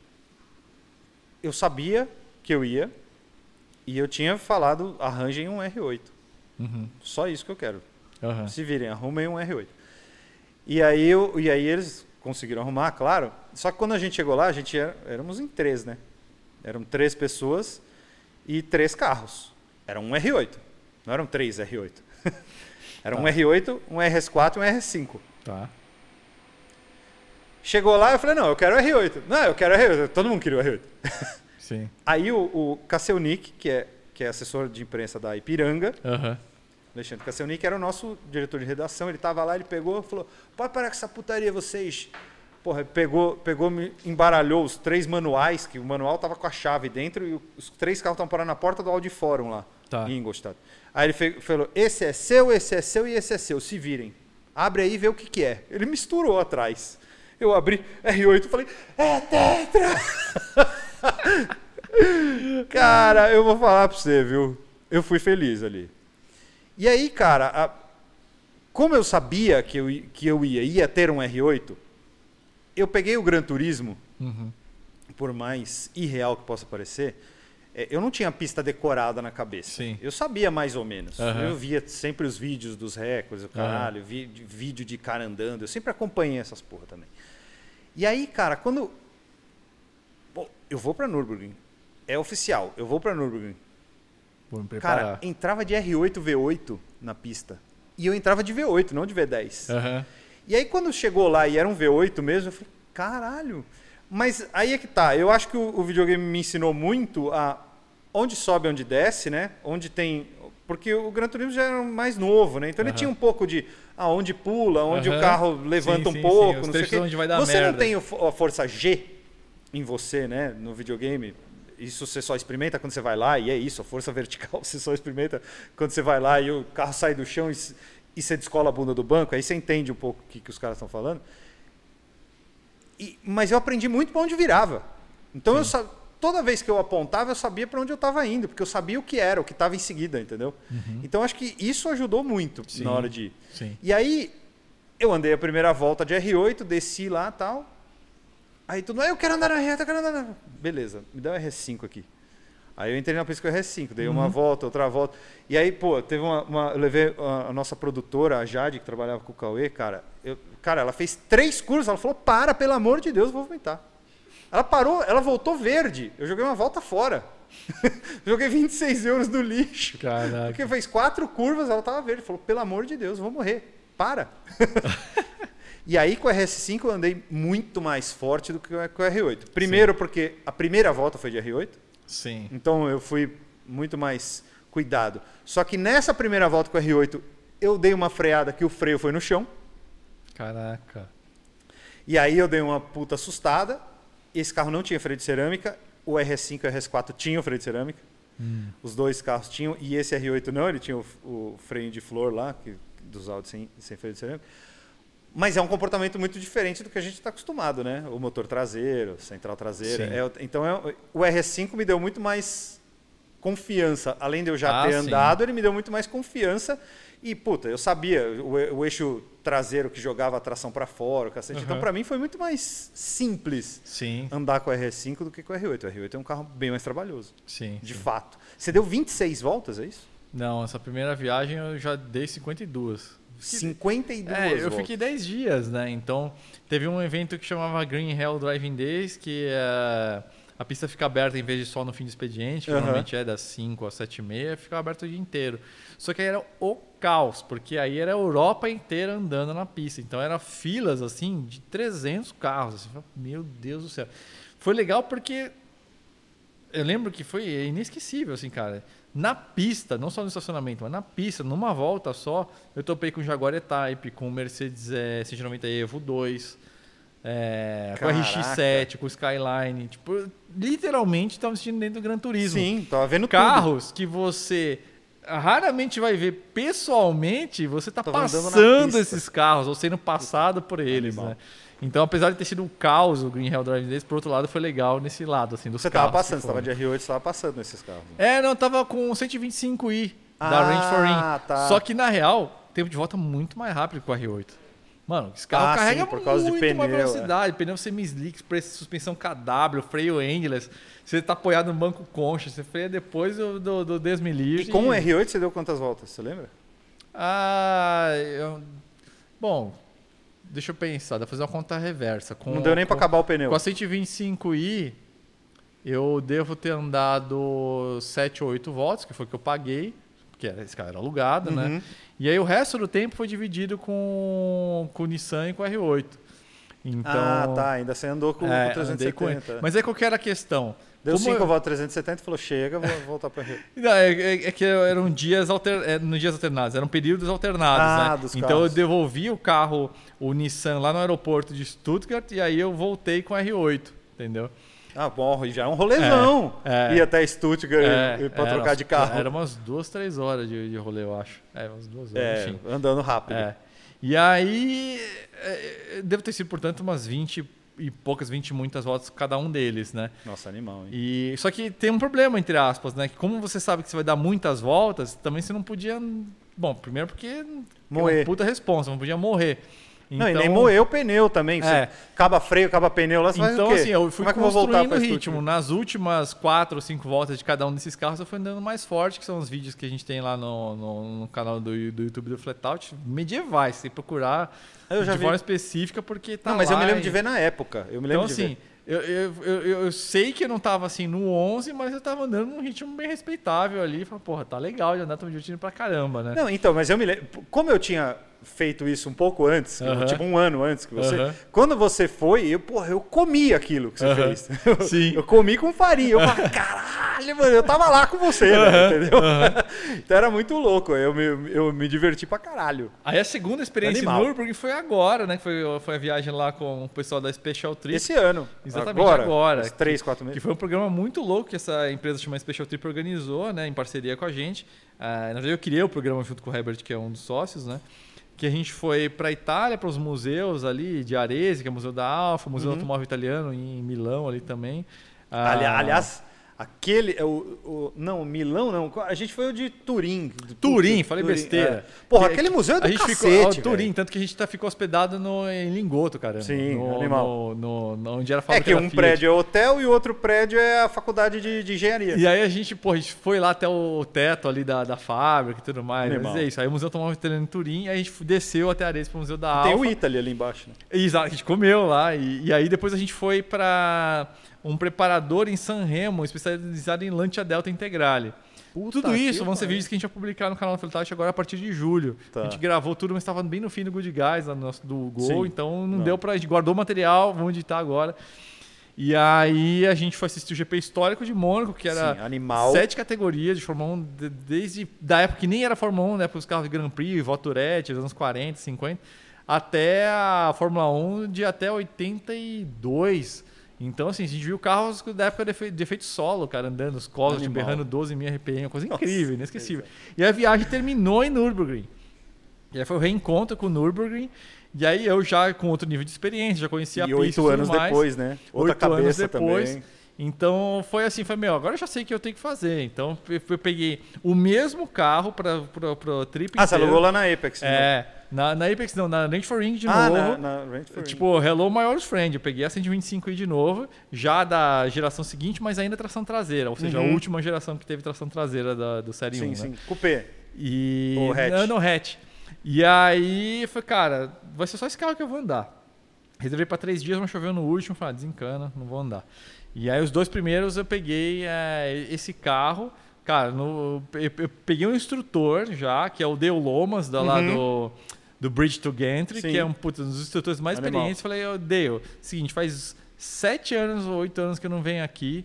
eu sabia que eu ia, e eu tinha falado, arranjem um R8. Uhum. Só isso que eu quero. Aham. Se virem, arrumem um R8. E aí eles conseguiram arrumar, claro. Só que quando a gente chegou lá, éramos em 3, né? Eram 3 pessoas e 3 carros. Era um R8. Não eram 3 R8. Era um R8, um RS4 e um RS5. Tá. Chegou lá, eu falei, não, eu quero o R8. Não, eu quero o R8. Todo mundo queria o R8. Sim. Aí o Kasselnik, que é assessor de imprensa da Ipiranga, Aham. Alexandre Kasselnik, era o nosso diretor de redação, ele estava lá, ele pegou e falou, pode parar com essa putaria vocês. Porra, pegou, embaralhou os 3 manuais, que o manual estava com a chave dentro e os 3 carros estavam parados na porta do Audi Forum lá, Tá. em Ingolstadt. Aí ele falou, esse é seu e esse é seu, se virem. Abre aí e vê o que é. Ele misturou atrás. Eu abri R8 e falei, é Tetra! Cara, eu vou falar pra você, viu? Eu fui feliz ali. E aí, cara, como eu sabia que eu ia ter um R8, eu peguei o Gran Turismo, Uhum. por mais irreal que possa parecer, eu não tinha a pista decorada na cabeça. Sim. Eu sabia mais ou menos. Aham. Eu via sempre os vídeos dos recordes, o caralho, vídeo de cara andando. Eu sempre acompanhei essas porra também. E aí, cara, quando... Bom, eu vou pra Nürburgring. É oficial, eu vou pra Nürburgring. Vou me preparar. Cara, entrava de R8 V8 na pista. E eu entrava de V8, não de V10. Aham. E aí quando chegou lá e era um V8 mesmo, eu falei, caralho. Mas aí é que tá, eu acho que o videogame me ensinou muito a onde sobe, onde desce, né? Onde tem Porque o Gran Turismo já era mais novo, né? Então ele tinha um pouco de onde pula, onde o carro levanta um pouco, não sei o quê. Onde vai dar você merda. não tem a força G em você, né? No videogame. Isso você só experimenta quando você vai lá, e é isso, a força vertical você só experimenta quando você vai lá e o carro sai do chão e você descola a bunda do banco, aí você entende um pouco o que os caras estão falando. Mas eu aprendi muito para onde virava. Então toda vez que eu apontava, eu sabia para onde eu estava indo, porque eu sabia o que era, o que estava em seguida, entendeu? Então acho que isso ajudou muito na hora de ir. Sim. E aí eu andei a primeira volta de R8, desci lá e tal. Aí tudo, eu quero andar na reta, Beleza, me dá o RS5 aqui. Aí eu entrei na pista com o RS5, dei uma volta, outra volta. E aí, pô, teve eu levei a nossa produtora, a Jade, que trabalhava com o Cauê, cara, ela fez 3 curvas, ela falou, pelo amor de Deus, eu vou vomitar. Ela parou, ela voltou verde. Eu joguei uma volta fora. Joguei 26 euros no lixo. Caraca. Porque fez 4 curvas, ela tava verde. Falou, pelo amor de Deus, eu vou morrer. Para. E aí com o RS5 eu andei muito mais forte do que com o R8. Primeiro porque a primeira volta foi de R8. Sim. Então eu fui muito mais cuidado. Só que nessa primeira volta com o R8 eu dei uma freada que o freio foi no chão. Caraca. E aí eu dei uma puta assustada. Esse carro não tinha freio de cerâmica. O RS5 e o RS4 tinham freio de cerâmica. Os dois carros tinham. E esse R8 não, ele tinha o freio de flor lá, dos Audi sem freio de cerâmica. Mas é um comportamento muito diferente do que a gente está acostumado, né? O motor traseiro, central traseira. Então o RS5 me deu muito mais confiança. Além de eu já ter andado, ele me deu muito mais confiança. E, puta, eu sabia o eixo traseiro que jogava a tração para fora, o cacete. Então, para mim, foi muito mais simples andar com o RS5 do que com o R8. O R8 é um carro bem mais trabalhoso. De fato. Você deu 26 voltas, é isso? Não, essa primeira viagem eu já dei 52. 52 eu fiquei 10 dias, né? Então, teve um evento que chamava Green Hell Driving Days, que a pista fica aberta em vez de só no fim do expediente, que normalmente é das 5 às 7h30, fica aberto o dia inteiro. Só que aí era o caos, porque aí era a Europa inteira andando na pista. Então, eram filas, assim, de 300 carros. Assim, meu Deus do céu. Foi legal porque eu lembro que foi inesquecível, assim, cara. Na pista, não só no estacionamento, mas na pista, numa volta só, eu topei com o Jaguar E-Type, com o Mercedes 190 Evo 2, com o RX-7, com o Skyline. Tipo, literalmente estava assistindo dentro do Gran Turismo. Sim, tava vendo carros tudo. Que você raramente vai ver pessoalmente, você tá passando esses carros, ou sendo passado por eles, né? Então, apesar de ter sido um caos o Green Hell Driving Days, por outro lado, foi legal nesse lado, assim, dos carros. Você tava passando, você tava de R8, você tava passando nesses carros. Né? Não, eu tava com 125i da Range for In. Tá. Só que, na real, o tempo de volta é muito mais rápido que o R8. Mano, esse carro carrega por causa muito de pneu, mais velocidade. Pneu semi-slick, suspensão KW, freio endless. Você tá apoiado no banco concha, você freia depois do Deus me livre. E com o R8 você deu quantas voltas, você lembra? Bom... Deixa eu pensar, dá pra fazer uma conta reversa. Não deu nem pra acabar o pneu. Com a 125i, eu devo ter andado 7 ou 8 voltas, que foi o que eu paguei, porque esse carro era alugado, né? E aí o resto do tempo foi dividido com o Nissan e com o R8. Então, ainda você andou com o 370. Mas é qual que era a questão? Deu 5 voltas 370 e falou, chega, vou voltar para R8. Não, é que eram dias alternados, eram períodos alternados, né? Então eu devolvi o carro, o Nissan, lá no aeroporto de Stuttgart, e aí eu voltei com o R8, entendeu? Bom, já é um rolezão. Ir até Stuttgart para trocar de carro. Era umas 2, 3 horas de rolê, eu acho. Umas 2 horas, enfim. Andando rápido. E aí, devo ter sido, portanto, umas 20 e poucas, 20 e muitas voltas cada um deles, né? Nossa, animal, hein? Só que tem um problema, entre aspas, né? Que como você sabe que você vai dar muitas voltas, também você não podia... Bom, primeiro porque... Morrer. É uma puta responsa, não podia morrer. Então, não, e nem moer o pneu também. Você acaba freio, acaba pneu lá, você faz o quê? Assim, eu fui Como é que eu vou construindo o ritmo. Nas últimas 4 ou 5 voltas de cada um desses carros, eu fui andando mais forte, que são os vídeos que a gente tem lá no canal do YouTube do Flatout, medievais, sem procurar de forma específica, porque tá. Não, mas eu me lembro de ver na época. Então, assim, eu sei que eu não tava assim no 11, mas eu tava andando num ritmo bem respeitável ali. Falei, porra, tá legal de andar, tô me divertindo pra caramba, né? Não, então, mas eu me lembro. Como eu tinha feito isso um pouco antes, tipo um ano antes que você. Quando você foi, eu comi aquilo que você fez. Sim. Eu comi com farinha. Eu falei, caralho, mano, eu tava lá com você, né, entendeu? Então era muito louco. Eu me diverti pra caralho. Aí a segunda experiência em Nürburgring foi agora, né? Que foi a viagem lá com o pessoal da Special Trip. Esse ano. Exatamente agora. Uns 3, 4 meses. Que foi um programa muito louco que essa empresa chamada Special Trip organizou, né? Em parceria com a gente. Na verdade, eu criei o programa junto com o Herbert, que é um dos sócios, né? Que a gente foi para a Itália, para os museus ali de Arese, que é o Museu da Alfa, o Museu do Automóvel Italiano em Milão ali também. Aliás, aquele... não, Milão não. A gente foi o de Turim. Turim, falei besteira. Porra, aquele museu é do cacete, Turim, tanto que a gente ficou hospedado em Lingoto, cara. Sim, animal. Onde era a fábrica da Fiat. Prédio é hotel e o outro prédio é a faculdade de engenharia. E aí a gente foi lá até o teto ali da fábrica e tudo mais. Animal. Mas é isso. Aí o Museu Automóvel Italiano em Turim, aí a gente desceu até Arese para o Museu da Alfa. Tem o Italy ali embaixo, né? Exato, a gente comeu lá. E aí depois a gente foi para um preparador em Sanremo, especializado em Lancia Delta Integrale. Tudo isso vão ser vídeos que a gente vai publicar no canal do Fantástico agora a partir de julho. A gente gravou tudo, mas estava bem no fim do Good Guys, do Gol, então não deu pra... A gente guardou o material, vamos editar agora. E aí a gente foi assistir o GP histórico de Mônaco, que era 7 categorias de Fórmula 1, desde da época que nem era Fórmula 1, né, para os carros de Grand Prix, Voiturette, dos anos 40, 50, até a Fórmula 1 de até 82. Então, assim, a gente viu carros da época de efeito solo, cara, andando, os colos, berrando 12.000 RPM, uma coisa incrível, inesquecível. E a viagem terminou em Nürburgring. E aí foi o reencontro com o Nürburgring. E aí eu já com outro nível de experiência, já conhecia a pista e 8 anos depois, né? Outra 8 anos cabeça depois. Também. Então foi assim, agora eu já sei o que eu tenho que fazer. Então eu peguei o mesmo carro para o trip inteiro. Você alugou lá na Apex? Na Apex não, na Range for Ring de novo. Na Range for Ring. Tipo, Hello My Old Friend. Eu peguei a 125i de novo, já da geração seguinte, mas ainda tração traseira. Ou seja, a última geração que teve tração traseira do Série 1. Sim, né? Coupé. E... hatch. Não, hatch. E aí, foi, cara, vai ser só esse carro que eu vou andar. Reservei para 3 dias, mas choveu no último. Falei, desencana, não vou andar. E aí, os 2 primeiros eu peguei esse carro. Cara, eu peguei um instrutor já, que é o Dale Lomas, lá do Bridge to Gantry, que é um dos instrutores mais experientes. Falei, Dale, seguinte, faz 7 anos ou 8 anos que eu não venho aqui.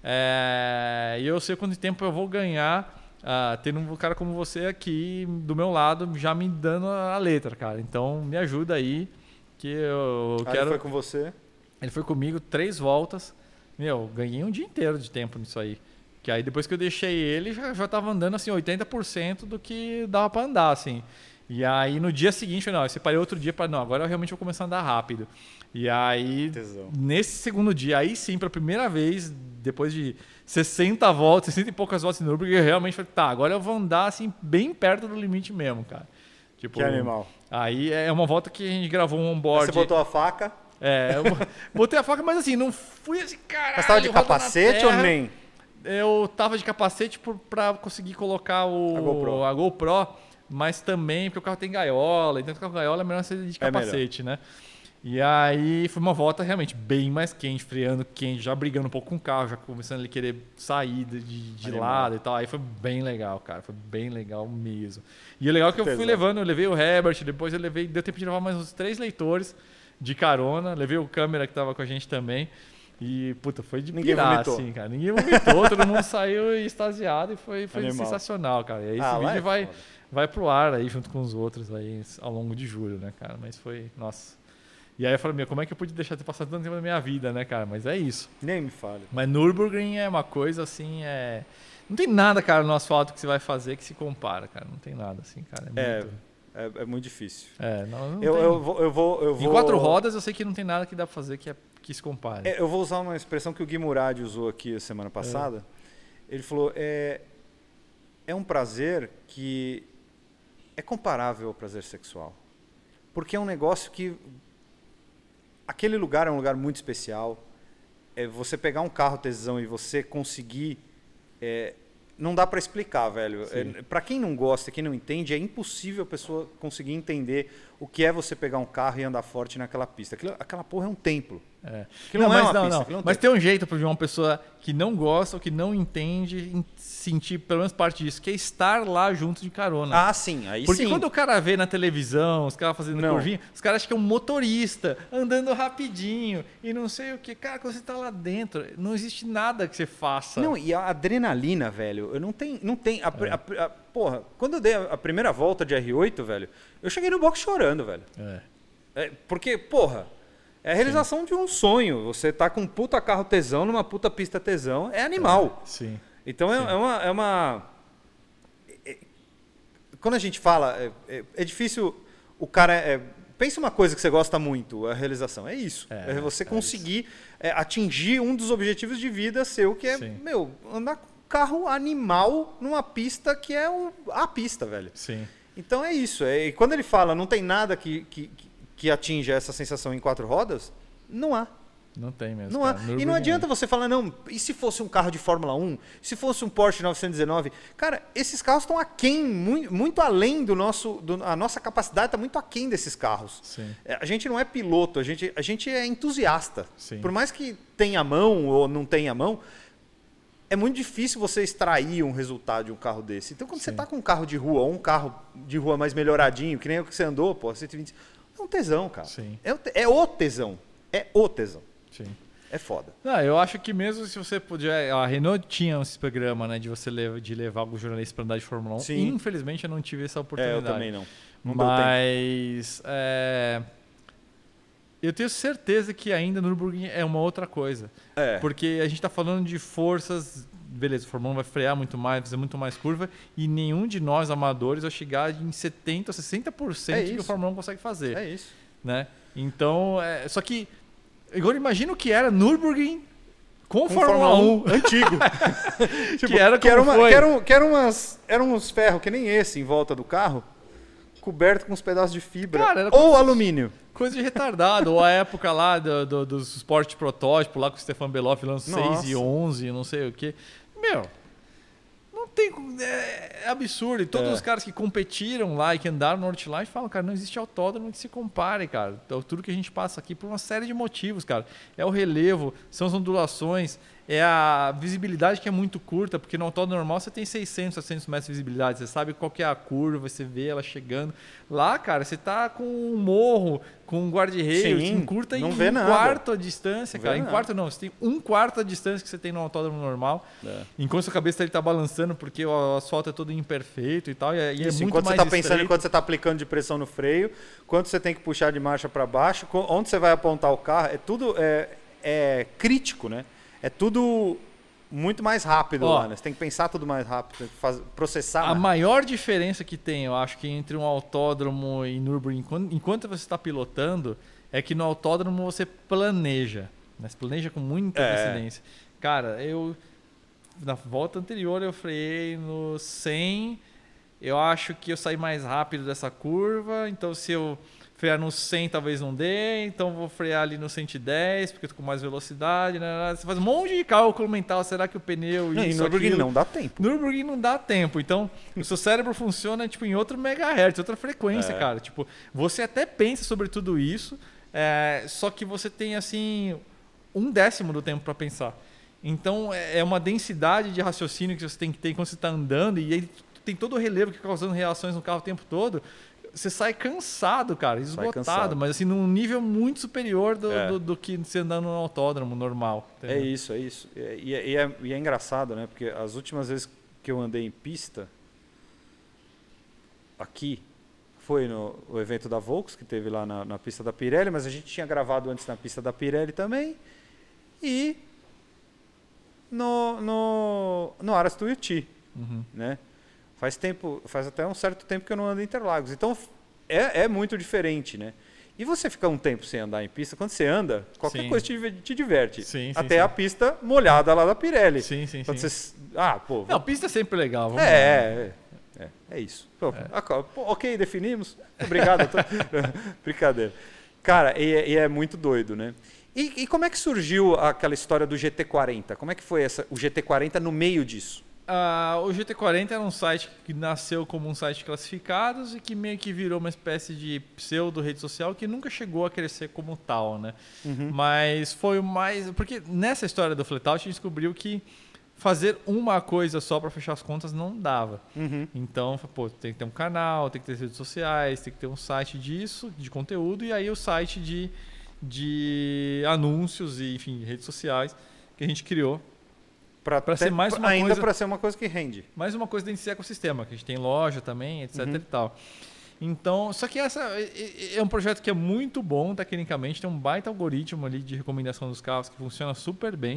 E eu sei quanto tempo eu vou ganhar tendo um cara como você aqui do meu lado, já me dando a letra, cara. Então, me ajuda aí, que eu quero... Ele foi com você? Ele foi comigo 3 voltas. Ganhei um dia inteiro de tempo nisso aí. Que aí, depois que eu deixei ele, já tava andando, assim, 80% do que dava para andar, assim. E aí, no dia seguinte, eu separei outro dia para... Não, agora eu realmente vou começar a andar rápido. E aí, nesse segundo dia, aí sim, pela primeira vez, depois de 60 voltas, 60 e poucas voltas no Nürburgring, eu realmente falei, agora eu vou andar assim, bem perto do limite mesmo, cara. Tipo, que animal. Aí é uma volta que a gente gravou um onboard. Aí você botou a faca? Eu botei a faca, mas assim, não fui assim, caralho. Mas tava de capacete ou nem? Eu tava de capacete pra conseguir colocar a GoPro, mas também porque o carro tem gaiola, então com a gaiola é melhor ser de capacete, né? E aí foi uma volta realmente bem mais quente, freando quente, já brigando um pouco com o carro, já começando a querer sair de lado e tal. Aí foi bem legal, cara, foi bem legal mesmo. E o legal é que eu fui levando, eu levei o Herbert, depois deu tempo de levar mais uns 3 leitores de carona, levei o câmera que tava com a gente também. E, puta, foi de pirar, assim, cara. Ninguém vomitou, todo mundo saiu extasiado e foi sensacional, cara. E aí esse vídeo vai pro ar aí junto com os outros aí ao longo de julho, né, cara? Mas foi, nossa... E aí eu falei, como é que eu pude deixar de passar tanto tempo na minha vida, né, cara? Mas é isso. Nem me fale. Mas Nürburgring é uma coisa, assim, Não tem nada, cara, no asfalto que você vai fazer que se compara, cara. Não tem nada, assim, cara. É muito difícil. Não eu vou... Em 4 rodas eu sei que não tem nada que dá pra fazer que se compare. Eu vou usar uma expressão que o Gui Murad usou aqui a semana passada. Ele falou, é um prazer que é comparável ao prazer sexual. Porque é um negócio que... Aquele lugar é um lugar muito especial. Você pegar um carro tesão e você conseguir... não dá para explicar, velho. Para quem não gosta, quem não entende, é impossível a pessoa conseguir entender o que é você pegar um carro e andar forte naquela pista. Aquela porra é um templo. Que não é uma pista. Não. Que não Mas tem um jeito de uma pessoa que não gosta ou que não entende sentir pelo menos parte disso, que é estar lá junto de carona. Ah, sim. Aí Porque sim. quando o cara vê na televisão, os caras fazendo Não. curvinha, os caras acham que é um motorista andando rapidinho e não sei o que. Cara, quando você tá lá dentro, não existe nada que você faça. Não, e a adrenalina, velho, eu não tem. Porra, quando eu dei a primeira volta de R8, velho, eu cheguei no box chorando, velho. Porque, porra, é a realização de um sonho. Você tá com um puta carro tesão numa puta pista tesão, é animal. Sim. Então é uma. Quando a gente fala, é difícil o cara. Pensa uma coisa que você gosta muito, a realização. É isso. É você conseguir atingir um dos objetivos de vida seu, que é, andar com um carro animal numa pista que é a pista, velho. Sim. Então é isso. E quando ele fala não tem nada que atinja essa sensação em 4 rodas, não há. Não tem mesmo. Não há. E não adianta você falar, não, e se fosse um carro de Fórmula 1? Se fosse um Porsche 919? Cara, esses carros estão aquém, muito além do nosso... a nossa capacidade está muito aquém desses carros. Sim. A gente não é piloto, a gente é entusiasta. Sim. Por mais que tenha mão ou não tenha mão, é muito difícil você extrair um resultado de um carro desse. Então, quando você está com um carro de rua, ou um carro de rua mais melhoradinho, que nem o que você andou, pô, 120... É um tesão, cara. Sim. É o tesão. É o tesão. Sim. É foda. Não, eu acho que mesmo se você puder... A Renault tinha esse programa, né, de você levar alguns jornalistas para andar de Fórmula 1. Sim. Infelizmente, eu não tive essa oportunidade. Eu também não. Não Mas eu tenho certeza que ainda no Nürburgring é uma outra coisa. Porque a gente está falando de forças... Beleza, o Fórmula 1 vai frear muito mais, vai fazer muito mais curva, e nenhum de nós, amadores, vai chegar em 70%, 60% que o Fórmula 1 consegue fazer. É isso. Né? Então, só que... Agora imagina o que era Nürburgring com Fórmula 1 antigo. Tipo, que eram uns ferros que nem esse em volta do carro, coberto com uns pedaços de fibra. Cara, ou alumínio. Coisa de retardado. Ou a época lá dos Sport Protótipo, lá com o Stefan Beloff, lançou 6 e 11, não sei o quê. Meu, não tem... É absurdo. E todos os caras que competiram lá e que andaram no Nordschleife falam, cara, não existe autódromo que se compare, cara. Então, tudo que a gente passa aqui por uma série de motivos, cara. É o relevo, são as ondulações, é a visibilidade que é muito curta, porque no autódromo normal você tem 600, 700 metros de visibilidade, você sabe qual que é a curva, você vê ela chegando. Lá, cara, você tá com um morro, com um guarda-reio, em curta e um quarto a distância, cara. Em quarto não, você tem um quarto a distância que você tem no autódromo normal, enquanto sua cabeça tá balançando, porque o asfalto é todo imperfeito e tal, e é muito mais enquanto você tá pensando em quanto você tá aplicando de pressão no freio, quanto você tem que puxar de marcha para baixo, onde você vai apontar o carro, é tudo crítico, né? É tudo muito mais rápido lá, né? Você tem que pensar tudo mais rápido, processar. A maior diferença que tem, eu acho, que entre um autódromo e Nürburgring, enquanto você está pilotando, é que no autódromo você planeja. Né? Você planeja com muita antecedência. Cara, na volta anterior eu freiei no 100, eu acho que eu saí mais rápido dessa curva, então se eu frear no 100 talvez não dê, então vou frear ali no 110, porque eu tô com mais velocidade, né? Você faz um monte de cálculo mental, será que o pneu... E Nürburgring não dá tempo. Nürburgring não dá tempo, então o seu cérebro funciona tipo, em outro megahertz, outra frequência, cara. Tipo, você até pensa sobre tudo isso, só que você tem assim 1/10 do tempo para pensar. Então é uma densidade de raciocínio que você tem que ter quando você está andando, e aí tem todo o relevo que causando reações no carro o tempo todo. Você sai cansado, cara, esgotado, mas assim, num nível muito superior do que você andando no autódromo normal. Entendeu? É isso. E é engraçado, né? Porque as últimas vezes que eu andei em pista, aqui, foi no evento da Volks, que teve lá na pista da Pirelli, mas a gente tinha gravado antes na pista da Pirelli também, e no Aras Tuiuti, né? Faz até um certo tempo que eu não ando em Interlagos. Então é muito diferente, né? E você ficar um tempo sem andar em pista, quando você anda, qualquer coisa te diverte. Até a pista molhada lá da Pirelli. Sim. Você, pô. Não, pista é sempre legal. Vamos é isso. Pô, ok, definimos. Obrigado. Brincadeira. Cara, e é muito doido, né? E como é que surgiu aquela história do GT40? Como é que foi o GT40 no meio disso? O GT40 era um site que nasceu como um site de classificados e que meio que virou uma espécie de pseudo-rede social que nunca chegou a crescer como tal, né? Mas foi o mais... Porque nessa história do Flatout a gente descobriu que fazer uma coisa só para fechar as contas não dava. Então, pô, tem que ter um canal, tem que ter redes sociais, tem que ter um site disso, de conteúdo, e aí o site de anúncios e, enfim, redes sociais que a gente criou. Para ser mais uma ainda coisa, para ser uma coisa que rende. mais uma coisa dentro desse ecossistema, que a gente tem loja também, etc e tal. Então, só que essa é um projeto que é muito bom tecnicamente, tem um baita algoritmo ali de recomendação dos carros que funciona super bem.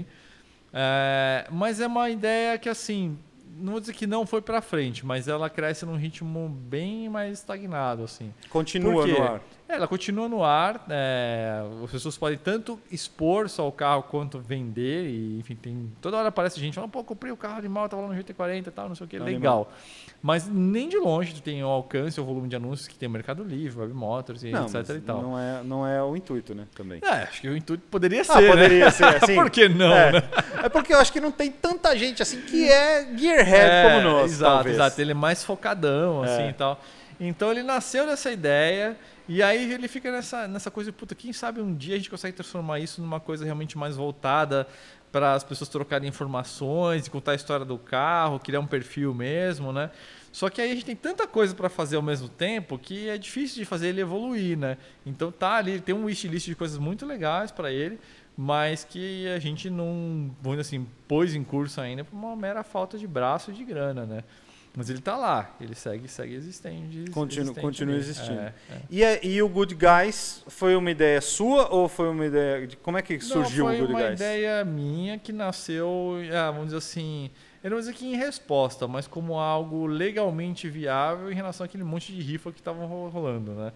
Mas é uma ideia que, assim, não vou dizer que não foi para frente, mas ela cresce num ritmo bem mais estagnado, assim. Continua no ar. Ela continua no ar, as pessoas podem tanto expor só o carro quanto vender, e enfim, toda hora aparece gente falando, pô, comprei o carro animal, tava lá no GT40 e tal, não sei o que, legal. Mas nem de longe tu tem o alcance, o volume de anúncios que tem o Mercado Livre, Web Motors e etc e tal. Não é o intuito, né, também. Acho que o intuito poderia ser, poderia ser, assim. Por que não, né? É porque eu acho que não tem tanta gente assim que é gearhead como nós, exato, ele é mais focadão, assim e tal. Então ele nasceu dessa ideia. E aí ele fica nessa coisa de, puta, quem sabe um dia a gente consegue transformar isso numa coisa realmente mais voltada para as pessoas trocarem informações, contar a história do carro, criar um perfil mesmo, né? Só que aí a gente tem tanta coisa para fazer ao mesmo tempo que é difícil de fazer ele evoluir, né? Então tá ali, tem um wishlist de coisas muito legais para ele, mas que a gente não, vamos dizer assim, pôs em curso ainda por uma mera falta de braço e de grana, né? Mas ele está lá, ele segue existente. Continua existindo. E o Good Guys foi uma ideia sua ou foi uma ideia... Como é que surgiu o Good Guys? Foi uma ideia minha que nasceu, vamos dizer assim, eu não vou dizer que em resposta, mas como algo legalmente viável em relação àquele monte de rifa que estavam rolando, né?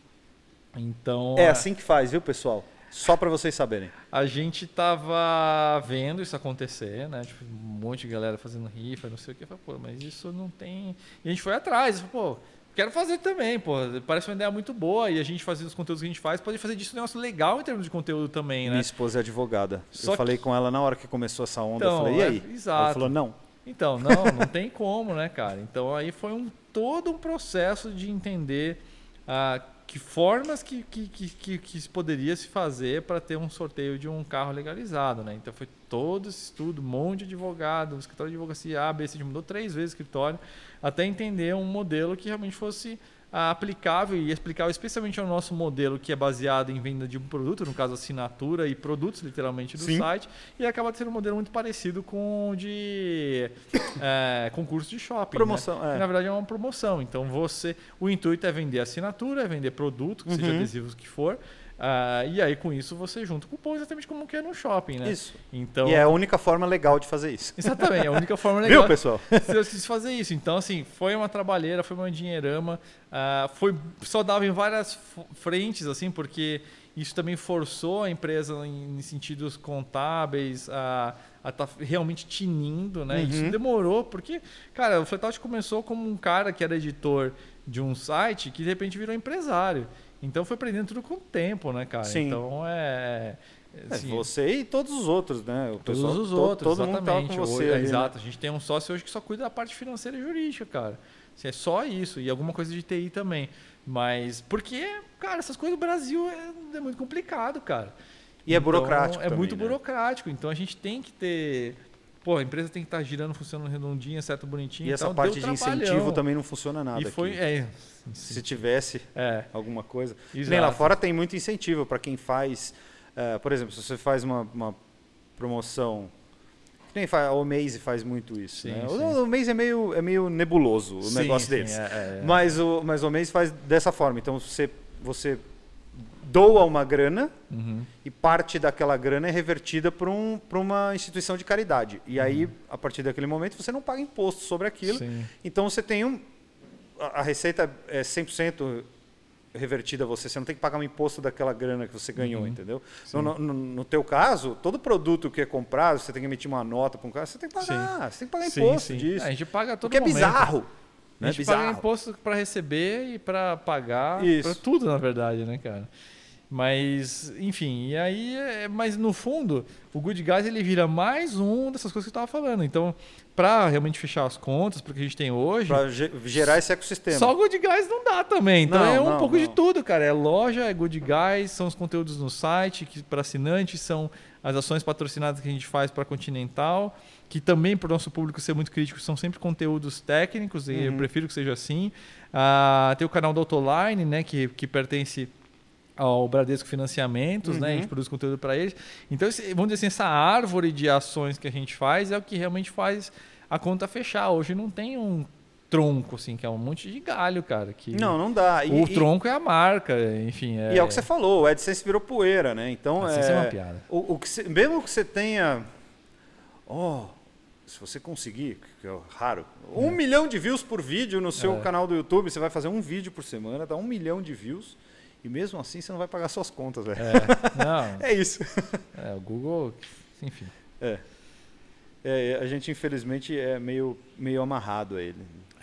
Então... É assim que faz, viu, pessoal? Só para vocês saberem. A gente tava vendo isso acontecer, né? Tipo, um monte de galera fazendo rifa, não sei o que. Falei, pô, mas isso não tem... E a gente foi atrás. Falei, pô, quero fazer também, pô. Parece uma ideia muito boa. E a gente fazendo os conteúdos que a gente faz, pode fazer disso um negócio legal em termos de conteúdo também, né? Minha esposa é advogada. Eu falei com ela na hora que começou essa onda. Eu falei, e aí? Exato. Ela falou, não. Então, não tem como, né, cara? Então aí foi todo um processo de entender que formas que poderia se fazer para ter um sorteio de um carro legalizado, né? Então foi todo esse estudo, um monte de advogado, o escritório de advocacia A, B, C, a gente mudou 3 vezes o escritório, até entender um modelo que realmente fosse aplicável e explicável especialmente ao nosso modelo que é baseado em venda de um produto, no caso assinatura e produtos literalmente do site, e acaba sendo um modelo muito parecido com o de concurso de shopping. Promoção, né? Que, na verdade é uma promoção. Então o intuito é vender assinatura, é vender produto, que seja adesivos que for. E aí, com isso, você junta cupom exatamente como que é no shopping, né? Isso. Então, e é a única forma legal de fazer isso. Exatamente, é a única forma legal. Viu, pessoal? De fazer isso. Então, assim, foi uma trabalheira, foi uma dinheirama. Foi saudável em várias frentes, assim, porque isso também forçou a empresa em sentidos contábeis a estar realmente tinindo, né? Isso demorou, porque, cara, o Flatout começou como um cara que era editor de um site que, de repente, virou empresário. Então foi aprendendo tudo com o tempo, né, cara? Sim. Então assim, você e todos os outros, né? Todos os outros, todo mundo tava com você. Hoje, ali, exato. Né? A gente tem um sócio hoje que só cuida da parte financeira e jurídica, cara. Assim, é só isso. E alguma coisa de TI também. Mas porque, cara, essas coisas do Brasil é muito complicado, cara. E é burocrático É também, muito né? burocrático. Então a gente tem que ter... Pô, a empresa tem que estar girando, funcionando redondinha, certo, bonitinho. E essa parte de incentivo também não funciona nada. E foi... Se tivesse alguma coisa. Exato. Nem lá fora tem muito incentivo para quem faz... por exemplo, se você faz uma promoção... Nem faz, a Omaze faz muito isso. Sim, né? sim. O Omaze é meio nebuloso, o negócio deles. Mas o Omaze faz dessa forma. Então, você doa uma grana e parte daquela grana é revertida para uma instituição de caridade. E aí, a partir daquele momento, você não paga imposto sobre aquilo. Sim. Então, você tem a receita é 100% revertida a você não tem que pagar um imposto daquela grana que você ganhou, entendeu? Então, no teu caso, todo produto que é comprado, você tem que emitir uma nota para um cara, você tem que pagar, você tem que pagar imposto disso. A gente paga todo Porque momento. é bizarro. A gente paga imposto para receber e para pagar, para tudo, na verdade, né, cara? Mas, enfim, e aí, mas no fundo, o Good Guys ele vira mais um dessas coisas que eu estava falando. Então, para realmente fechar as contas, para o que a gente tem hoje... Para gerar esse ecossistema. Só o Good Guys não dá também. Então Não, um pouco de tudo, cara. É loja, é Good Guys, são os conteúdos no site, que para assinantes são as ações patrocinadas que a gente faz para Continental, que também, para o nosso público ser muito crítico, são sempre conteúdos técnicos, e eu prefiro que seja assim. Tem o canal do Autoline, né, que pertence ao Bradesco Financiamentos, né? A gente produz conteúdo para eles. Então, vamos dizer assim, essa árvore de ações que a gente faz é o que realmente faz a conta fechar. Hoje não tem um tronco, assim, que é um monte de galho, cara. Que não dá. Tronco é a marca, enfim. E é o que você falou, o AdSense virou poeira, né? Então, AdSense é uma piada. Mesmo que você tenha... se você conseguir, que é raro, 1 milhão de views por vídeo no seu canal do YouTube, você vai fazer um vídeo por semana, dá 1 milhão de views. E mesmo assim você não vai pagar suas contas, velho. É isso. O Google, enfim. A gente, infelizmente, é meio amarrado a ele.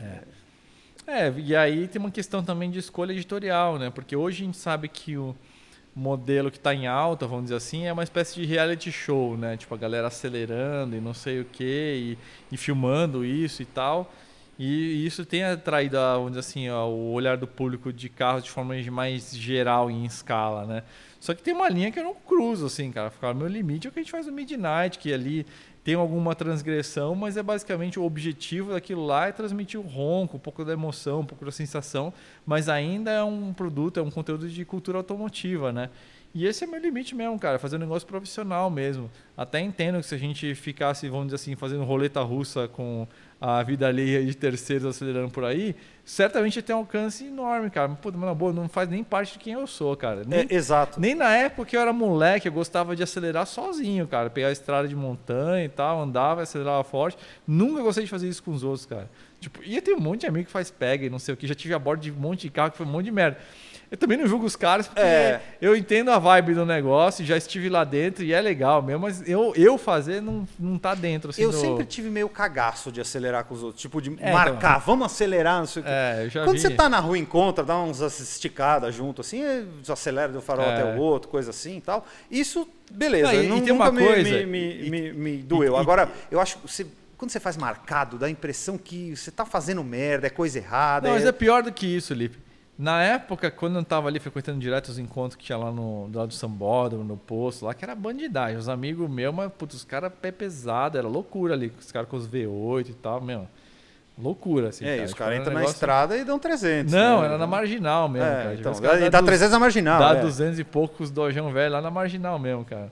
E aí tem uma questão também de escolha editorial, né? Porque hoje a gente sabe que o modelo que está em alta, vamos dizer assim, é uma espécie de reality show, né? Tipo, a galera acelerando e não sei o quê, e filmando isso e tal. E isso tem atraído, vamos dizer assim, o olhar do público de carros de forma mais geral e em escala, né? Só que tem uma linha que eu não cruzo, assim, cara. O meu limite é o que a gente faz no Midnight, que ali tem alguma transgressão, mas é basicamente o objetivo daquilo lá é transmitir o ronco, um pouco da emoção, um pouco da sensação, mas ainda é um produto, é um conteúdo de cultura automotiva, né? E esse é meu limite mesmo, cara, fazer um negócio profissional mesmo. Até entendo que se a gente ficasse, vamos dizer assim, fazendo roleta russa com a vida alheia de terceiros acelerando por aí, certamente tem um alcance enorme, cara. Pô, mas na boa, não faz nem parte de quem eu sou, cara. Exato. Nem na época que eu era moleque, eu gostava de acelerar sozinho, cara. Pegar a estrada de montanha e tal, andava, acelerava forte. Nunca gostei de fazer isso com os outros, cara. Tipo, ia ter um monte de amigo que faz pega e não sei o que. Já tive a bordo de um monte de carro que foi um monte de merda. Eu também não julgo os caras, porque eu entendo a vibe do negócio, já estive lá dentro e é legal mesmo, mas eu fazer não tá dentro. Assim, eu sempre tive meio cagaço de acelerar com os outros, tipo de marcar, então, vamos acelerar, não sei o que. Eu já Quando você tá na rua e encontra, dá uns esticadas junto, assim, acelera do farol até o outro, coisa assim e tal. Isso, beleza, e tem uma coisa, me doeu. Agora, eu acho que quando você faz marcado, dá a impressão que você tá fazendo merda, é coisa errada. Não, mas é pior do que isso, Lipe. Na época, quando eu tava ali frequentando direto os encontros que tinha lá do lado do Sambódromo, no posto, lá que era bandidagem. Os amigos meus, mas putz, os caras pé pesado, era loucura ali. Os caras com os V8 e tal, mesmo. Loucura, assim. E os caras entram na estrada e dão 300. Não, né? era na marginal mesmo, cara. Então, e dá 300 na marginal. Dá 200 e poucos dojão velho lá na marginal mesmo, cara.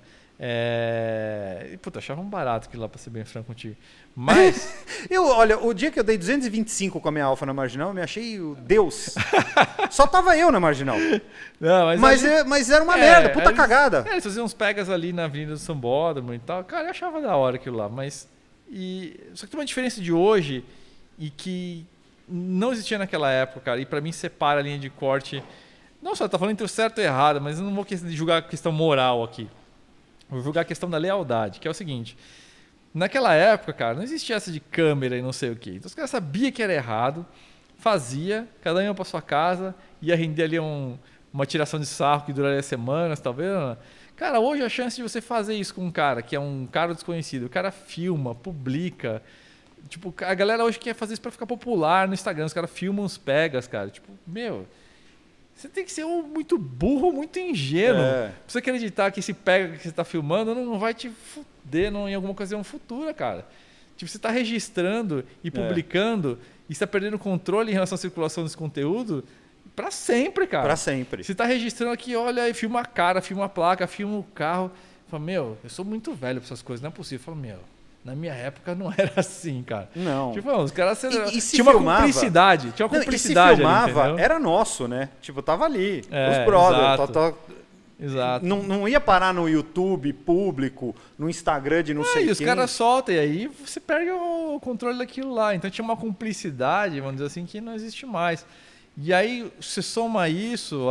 Puta, achava um barato aquilo lá, pra ser bem franco contigo. Mas... Olha, o dia que eu dei 225 com a minha Alfa na marginal, eu me achei o Deus. Só tava eu na marginal. Não, mas era uma merda, puta cagada. Eles faziam uns pegas ali na Avenida do Sambódromo e tal. Cara, eu achava da hora aquilo lá. Só que tem uma diferença de hoje e que não existia naquela época, cara. E pra mim separa a linha de corte. Não só tá falando entre o certo e o errado, mas eu não vou julgar a questão moral aqui. Vou julgar a questão da lealdade, que é o seguinte. Naquela época, cara, não existia essa de câmera e não sei o quê. Então os caras sabiam que era errado, fazia, cada um ia para sua casa, ia render ali uma tiração de sarro que duraria semanas, talvez. Cara, hoje a chance de você fazer isso com um cara que é um cara desconhecido, o cara filma, publica. Tipo, a galera hoje quer fazer isso para ficar popular no Instagram. Os caras filmam os pegas, cara. Tipo, você tem que ser muito burro, muito ingênuo. Pra você acreditar que esse pega que você está filmando não vai te fuder em alguma ocasião futura, cara. Tipo, você está registrando e publicando e está perdendo controle em relação à circulação desse conteúdo para sempre, cara. Para sempre. Você está registrando aqui, olha, e filma a cara, filma a placa, filma o carro. Fala, eu sou muito velho para essas coisas, não é possível. Fala, na minha época não era assim, cara. Não. Tipo, os caras tinha uma cumplicidade. Tinha uma cumplicidade. E se filmava, ali, era nosso, né? Tipo, tava ali. Os brothers. Exato. Não ia parar no YouTube público, no Instagram de não sei quem. E os caras soltam, e aí você perde o controle daquilo lá. Então tinha uma cumplicidade, vamos dizer assim, que não existe mais. E aí você soma isso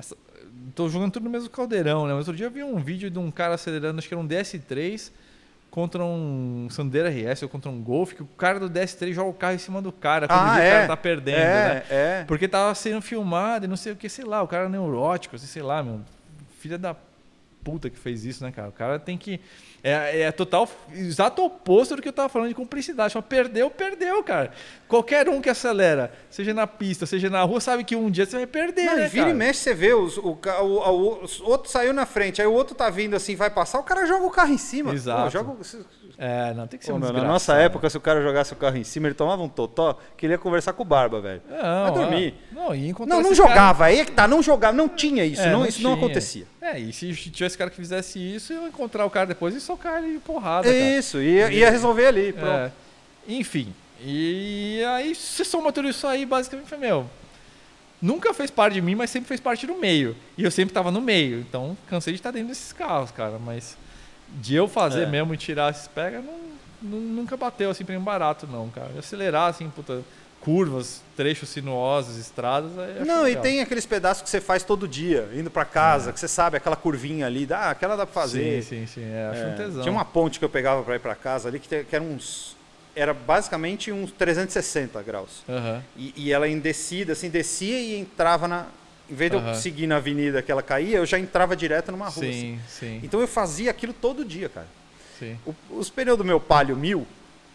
Tô jogando tudo no mesmo caldeirão, né? Mas outro dia eu vi um vídeo de um cara acelerando, acho que era um DS3, contra um Sandero RS ou contra um Golf, que o cara do DS3 joga o carro em cima do cara quando o é. cara tá perdendo, né? É. Porque tava sendo filmado e não sei o que, sei lá, o cara é neurótico, sei lá, meu. Filha da puta que fez isso, né, cara? O cara tem que... É total, exato oposto do que eu tava falando de cumplicidade. Só perdeu, cara. Qualquer um que acelera, seja na pista, seja na rua, sabe que um dia você vai perder, Não, né, e vira cara? e mexe, você vê, o outro saiu na frente, aí o outro tá vindo assim, vai passar, o cara joga o carro em cima. Exato. Pô, Não, tem que ser Pô, um meu, na desgraçado. nossa época, se o cara jogasse o carro em cima, ele tomava um totó, que ele ia conversar com o Barba, velho. Vai dormir. Ia encontrar Não esse jogava, cara... aí é que tá, não jogava, não tinha isso, isso não tinha. acontecia. E se tivesse cara que fizesse isso, eu ia encontrar o cara depois e socar ele de porrada, cara. Isso, ia resolver ali, pronto. Enfim, e aí você soma tudo isso aí, basicamente foi, nunca fez parte de mim, mas sempre fez parte do meio. E eu sempre tava no meio, então cansei de estar dentro desses carros, cara. Mas de eu fazer mesmo e tirar esses pega, nunca bateu assim pra mim barato, não, cara. Acelerar, assim, curvas, trechos sinuosos, estradas... Não, e legal. tem aqueles pedaços que você faz todo dia, indo pra casa, que você sabe, aquela curvinha ali, aquela dá pra fazer. Sim, acho um tesão. Tinha uma ponte que eu pegava pra ir pra casa ali, que era era basicamente uns 360 graus. Uhum. E ela em descida, assim, descia e entrava na... Em vez de eu seguir na avenida que ela caía, eu já entrava direto numa rua. Sim, assim. sim. Então eu fazia aquilo todo dia, cara. Sim. Os pneus do meu Palio 1000,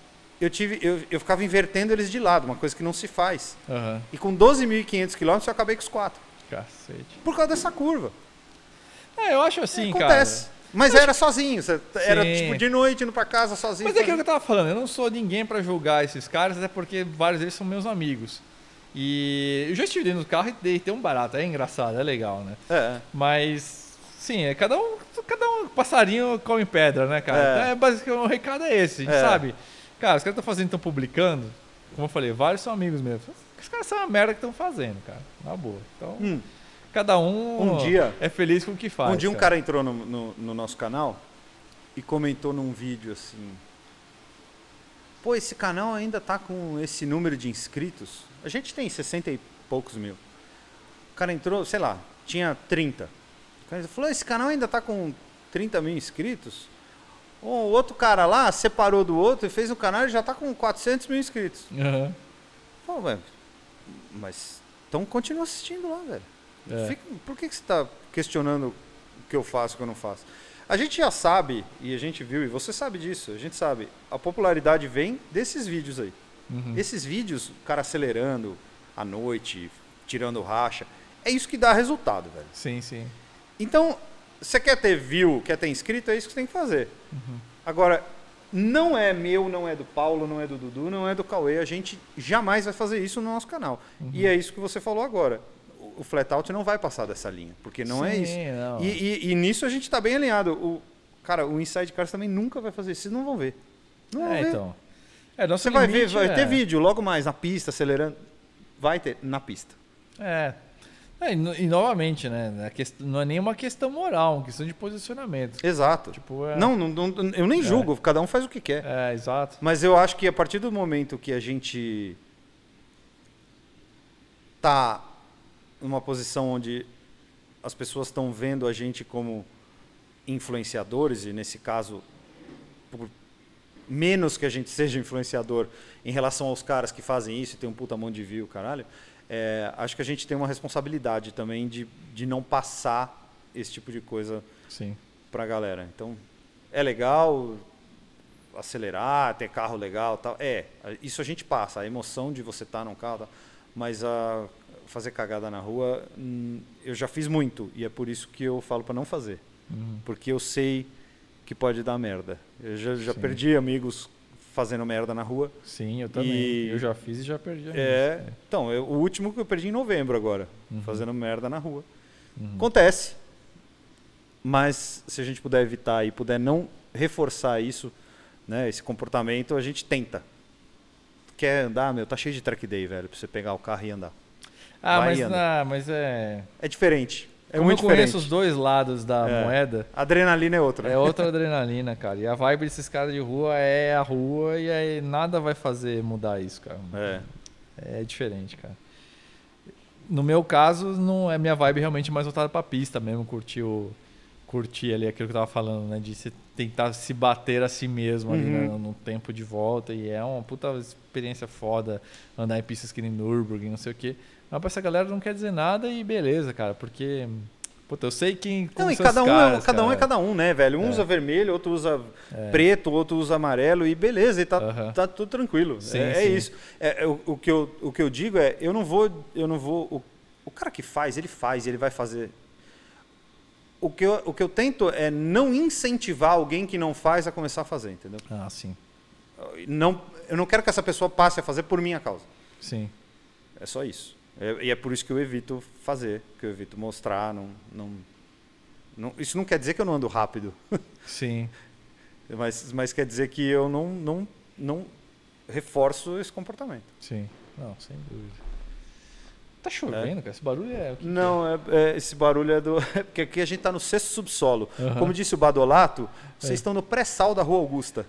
eu ficava invertendo eles de lado, uma coisa que não se faz. Uhum. E com 12.500 km eu acabei com os 4. Cacete. Por causa dessa curva. Eu acho assim, Acontece. cara. Mas era sozinho. Era Sim. tipo de noite, indo pra casa sozinho. Mas é aquilo que eu tava falando, eu não sou ninguém pra julgar esses caras, até porque vários deles são meus amigos. E eu já estive dentro do carro e deitei um barato, é engraçado, é legal, né? Mas, sim, cada um passarinho come pedra, né, cara? Então, basicamente, o recado é esse, a gente sabe. Cara, os caras estão fazendo, estão publicando, como eu falei, vários são amigos meus. Os caras são a merda que estão fazendo, cara, na boa. Então, cada um dia, é feliz com o que faz. Um dia um cara entrou no nosso canal e comentou num vídeo assim: pô, esse canal ainda tá com esse número de inscritos? A gente tem 60 e poucos mil. O cara entrou, sei lá, tinha 30. O cara falou: esse canal ainda tá com 30 mil inscritos? O outro cara lá separou do outro e fez um canal e já tá com 400 mil inscritos. Uhum. Pô, velho, mas então continua assistindo lá, velho. Por que você está questionando o que eu faço e o que eu não faço? A gente já sabe, e a gente viu, e você sabe disso, a gente sabe, a popularidade vem desses vídeos aí. Uhum. Esses vídeos, o cara acelerando à noite, tirando racha, é isso que dá resultado, velho. Sim, sim. Então, você quer ter view, quer ter inscrito, é isso que você tem que fazer. Uhum. Agora, não é meu, não é do Paulo, não é do Dudu, não é do Cauê, a gente jamais vai fazer isso no nosso canal. Uhum. E é isso que você falou agora. O Flatout não vai passar dessa linha, porque não é isso. Não. E nisso a gente está bem alinhado. Cara, o Inside Cars também nunca vai fazer isso, vocês não vão ver. Não vão ver. Então. Você vai ver, vai ter vídeo logo mais na pista, acelerando. Vai ter, na pista. E novamente, né? Não é nenhuma questão moral, é uma questão de posicionamento. Exato. Tipo, não, eu nem julgo, cada um faz o que quer. Exato. Mas eu acho que a partir do momento que a gente tá numa posição onde as pessoas estão vendo a gente como influenciadores, e nesse caso, por menos que a gente seja influenciador em relação aos caras que fazem isso e tem um puta monte de view, caralho, acho que a gente tem uma responsabilidade também de não passar esse tipo de coisa pra galera. Então, é legal acelerar, ter carro legal, tal. Isso a gente passa, a emoção de você estar num carro, tal, mas fazer cagada na rua, eu já fiz muito, e é por isso que eu falo para não fazer. Porque eu sei que pode dar merda. Eu já perdi amigos fazendo merda na rua. Sim, eu também. Eu já fiz e já perdi amigos. Então, o último que eu perdi em novembro agora, fazendo merda na rua. Acontece. Mas se a gente puder evitar e puder não reforçar isso, né, esse comportamento, a gente tenta. Quer andar, tá cheio de track day, velho, pra você pegar o carro e andar. Mas é... É diferente. Como eu conheço os dois lados da moeda... A adrenalina é outra. É outra adrenalina, cara. E a vibe desses caras de rua é a rua e aí nada vai fazer mudar isso, cara. É diferente, cara. No meu caso, não é minha vibe realmente mais voltada pra pista mesmo, curtir curtir ali aquilo que eu tava falando, né? De você tentar se bater a si mesmo ali no tempo de volta. E é uma puta experiência foda andar em pistas que nem Nürburgring, não sei o quê. Mas pra essa galera não quer dizer nada e beleza, cara. Porque, puta, eu sei quem... Não, e cada um é cada um, né, velho? Um usa vermelho, outro usa preto, outro usa amarelo e beleza, e tá tudo tranquilo. Sim, é sim. isso. O que eu digo é, eu não vou... O cara que faz, ele vai fazer... O que eu tento é não incentivar alguém que não faz a começar a fazer, entendeu? Ah, sim. Eu não quero que essa pessoa passe a fazer por minha causa. Sim. É só isso. E é por isso que eu evito fazer, que eu evito mostrar. Isso não quer dizer que eu não ando rápido. Sim. Mas quer dizer que eu não reforço esse comportamento. Sim. Não, sem dúvida. Tá chovendo, cara? Esse barulho é... Não, esse barulho é do... Porque aqui a gente está no sexto subsolo. Como disse o Badolato, vocês estão no pré-sal da Rua Augusta.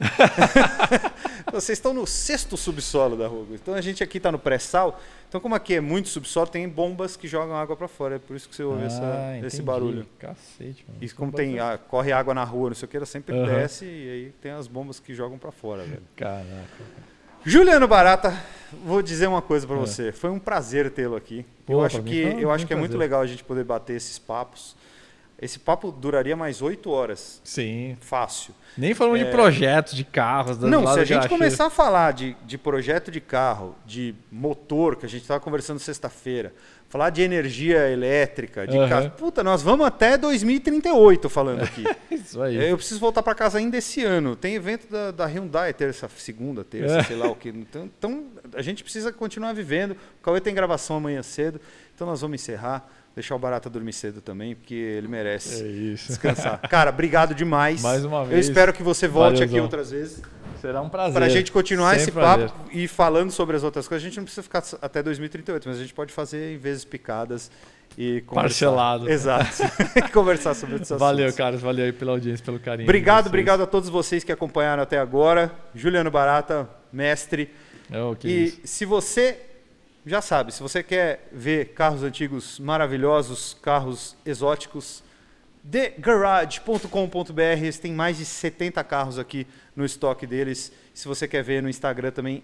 Vocês estão no sexto subsolo da Rua Augusta. Então a gente aqui está no pré-sal. Então como aqui é muito subsolo, tem bombas que jogam água para fora. É por isso que você ouve esse barulho. Cacete, mano. E como corre água na rua, não sei o que, ela sempre desce e aí tem as bombas que jogam para fora, velho. Caraca. Juliano Barata, vou dizer uma coisa para você. Foi um prazer tê-lo aqui. Eu acho que é muito legal a gente poder bater esses papos. Esse papo duraria mais 8 horas. Sim. Fácil. Nem falando de projetos, de carros. Não, se a gente começar a falar de projeto de carro, de motor, que a gente estava conversando sexta-feira, falar de energia elétrica, de carro. Puta, nós vamos até 2038 falando aqui. Isso aí. Eu preciso voltar para casa ainda esse ano. Tem evento da Hyundai, segunda, terça, sei lá o que. Então, a gente precisa continuar vivendo. O Cauê tem gravação amanhã cedo, então nós vamos encerrar. Deixar o Barata dormir cedo também, porque ele merece descansar. Cara, obrigado demais. Mais uma vez. Eu espero que você volte aqui outras vezes. Será um prazer. Para a gente continuar Sempre esse papo e falando sobre as outras coisas. A gente não precisa ficar até 2038, mas a gente pode fazer em vezes picadas e conversar. Parcelado. Exato. Conversar sobre esses assuntos. Valeu, Carlos. Valeu aí pela audiência, pelo carinho. Obrigado a todos vocês que acompanharam até agora. Juliano Barata, mestre. Se você... Já sabe, se você quer ver carros antigos maravilhosos, carros exóticos, thegarage.com.br, eles têm mais de 70 carros aqui no estoque deles. Se você quer ver no Instagram também,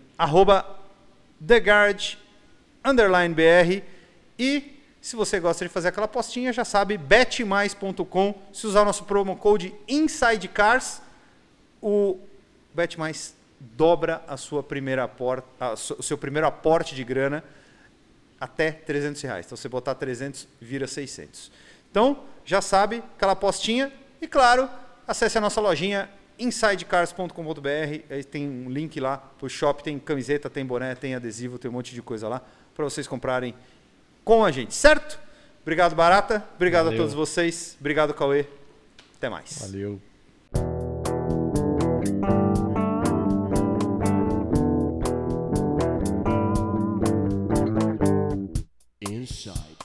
@thegarage_br. E se você gosta de fazer aquela apostinha, já sabe, betmais.com. Se usar o nosso promo code INSIDECARS, o BetMais dobra a sua o seu primeiro aporte de grana até R$300. Então, você botar 300, vira 600. Então, já sabe, aquela apostinha. E, claro, acesse a nossa lojinha insidecars.com.br. Aí tem um link lá para o shop. Tem camiseta, tem boné, tem adesivo, tem um monte de coisa lá para vocês comprarem com a gente, certo? Obrigado, Barata. Obrigado a todos vocês. Obrigado, Cauê. Até mais. Valeu. Inside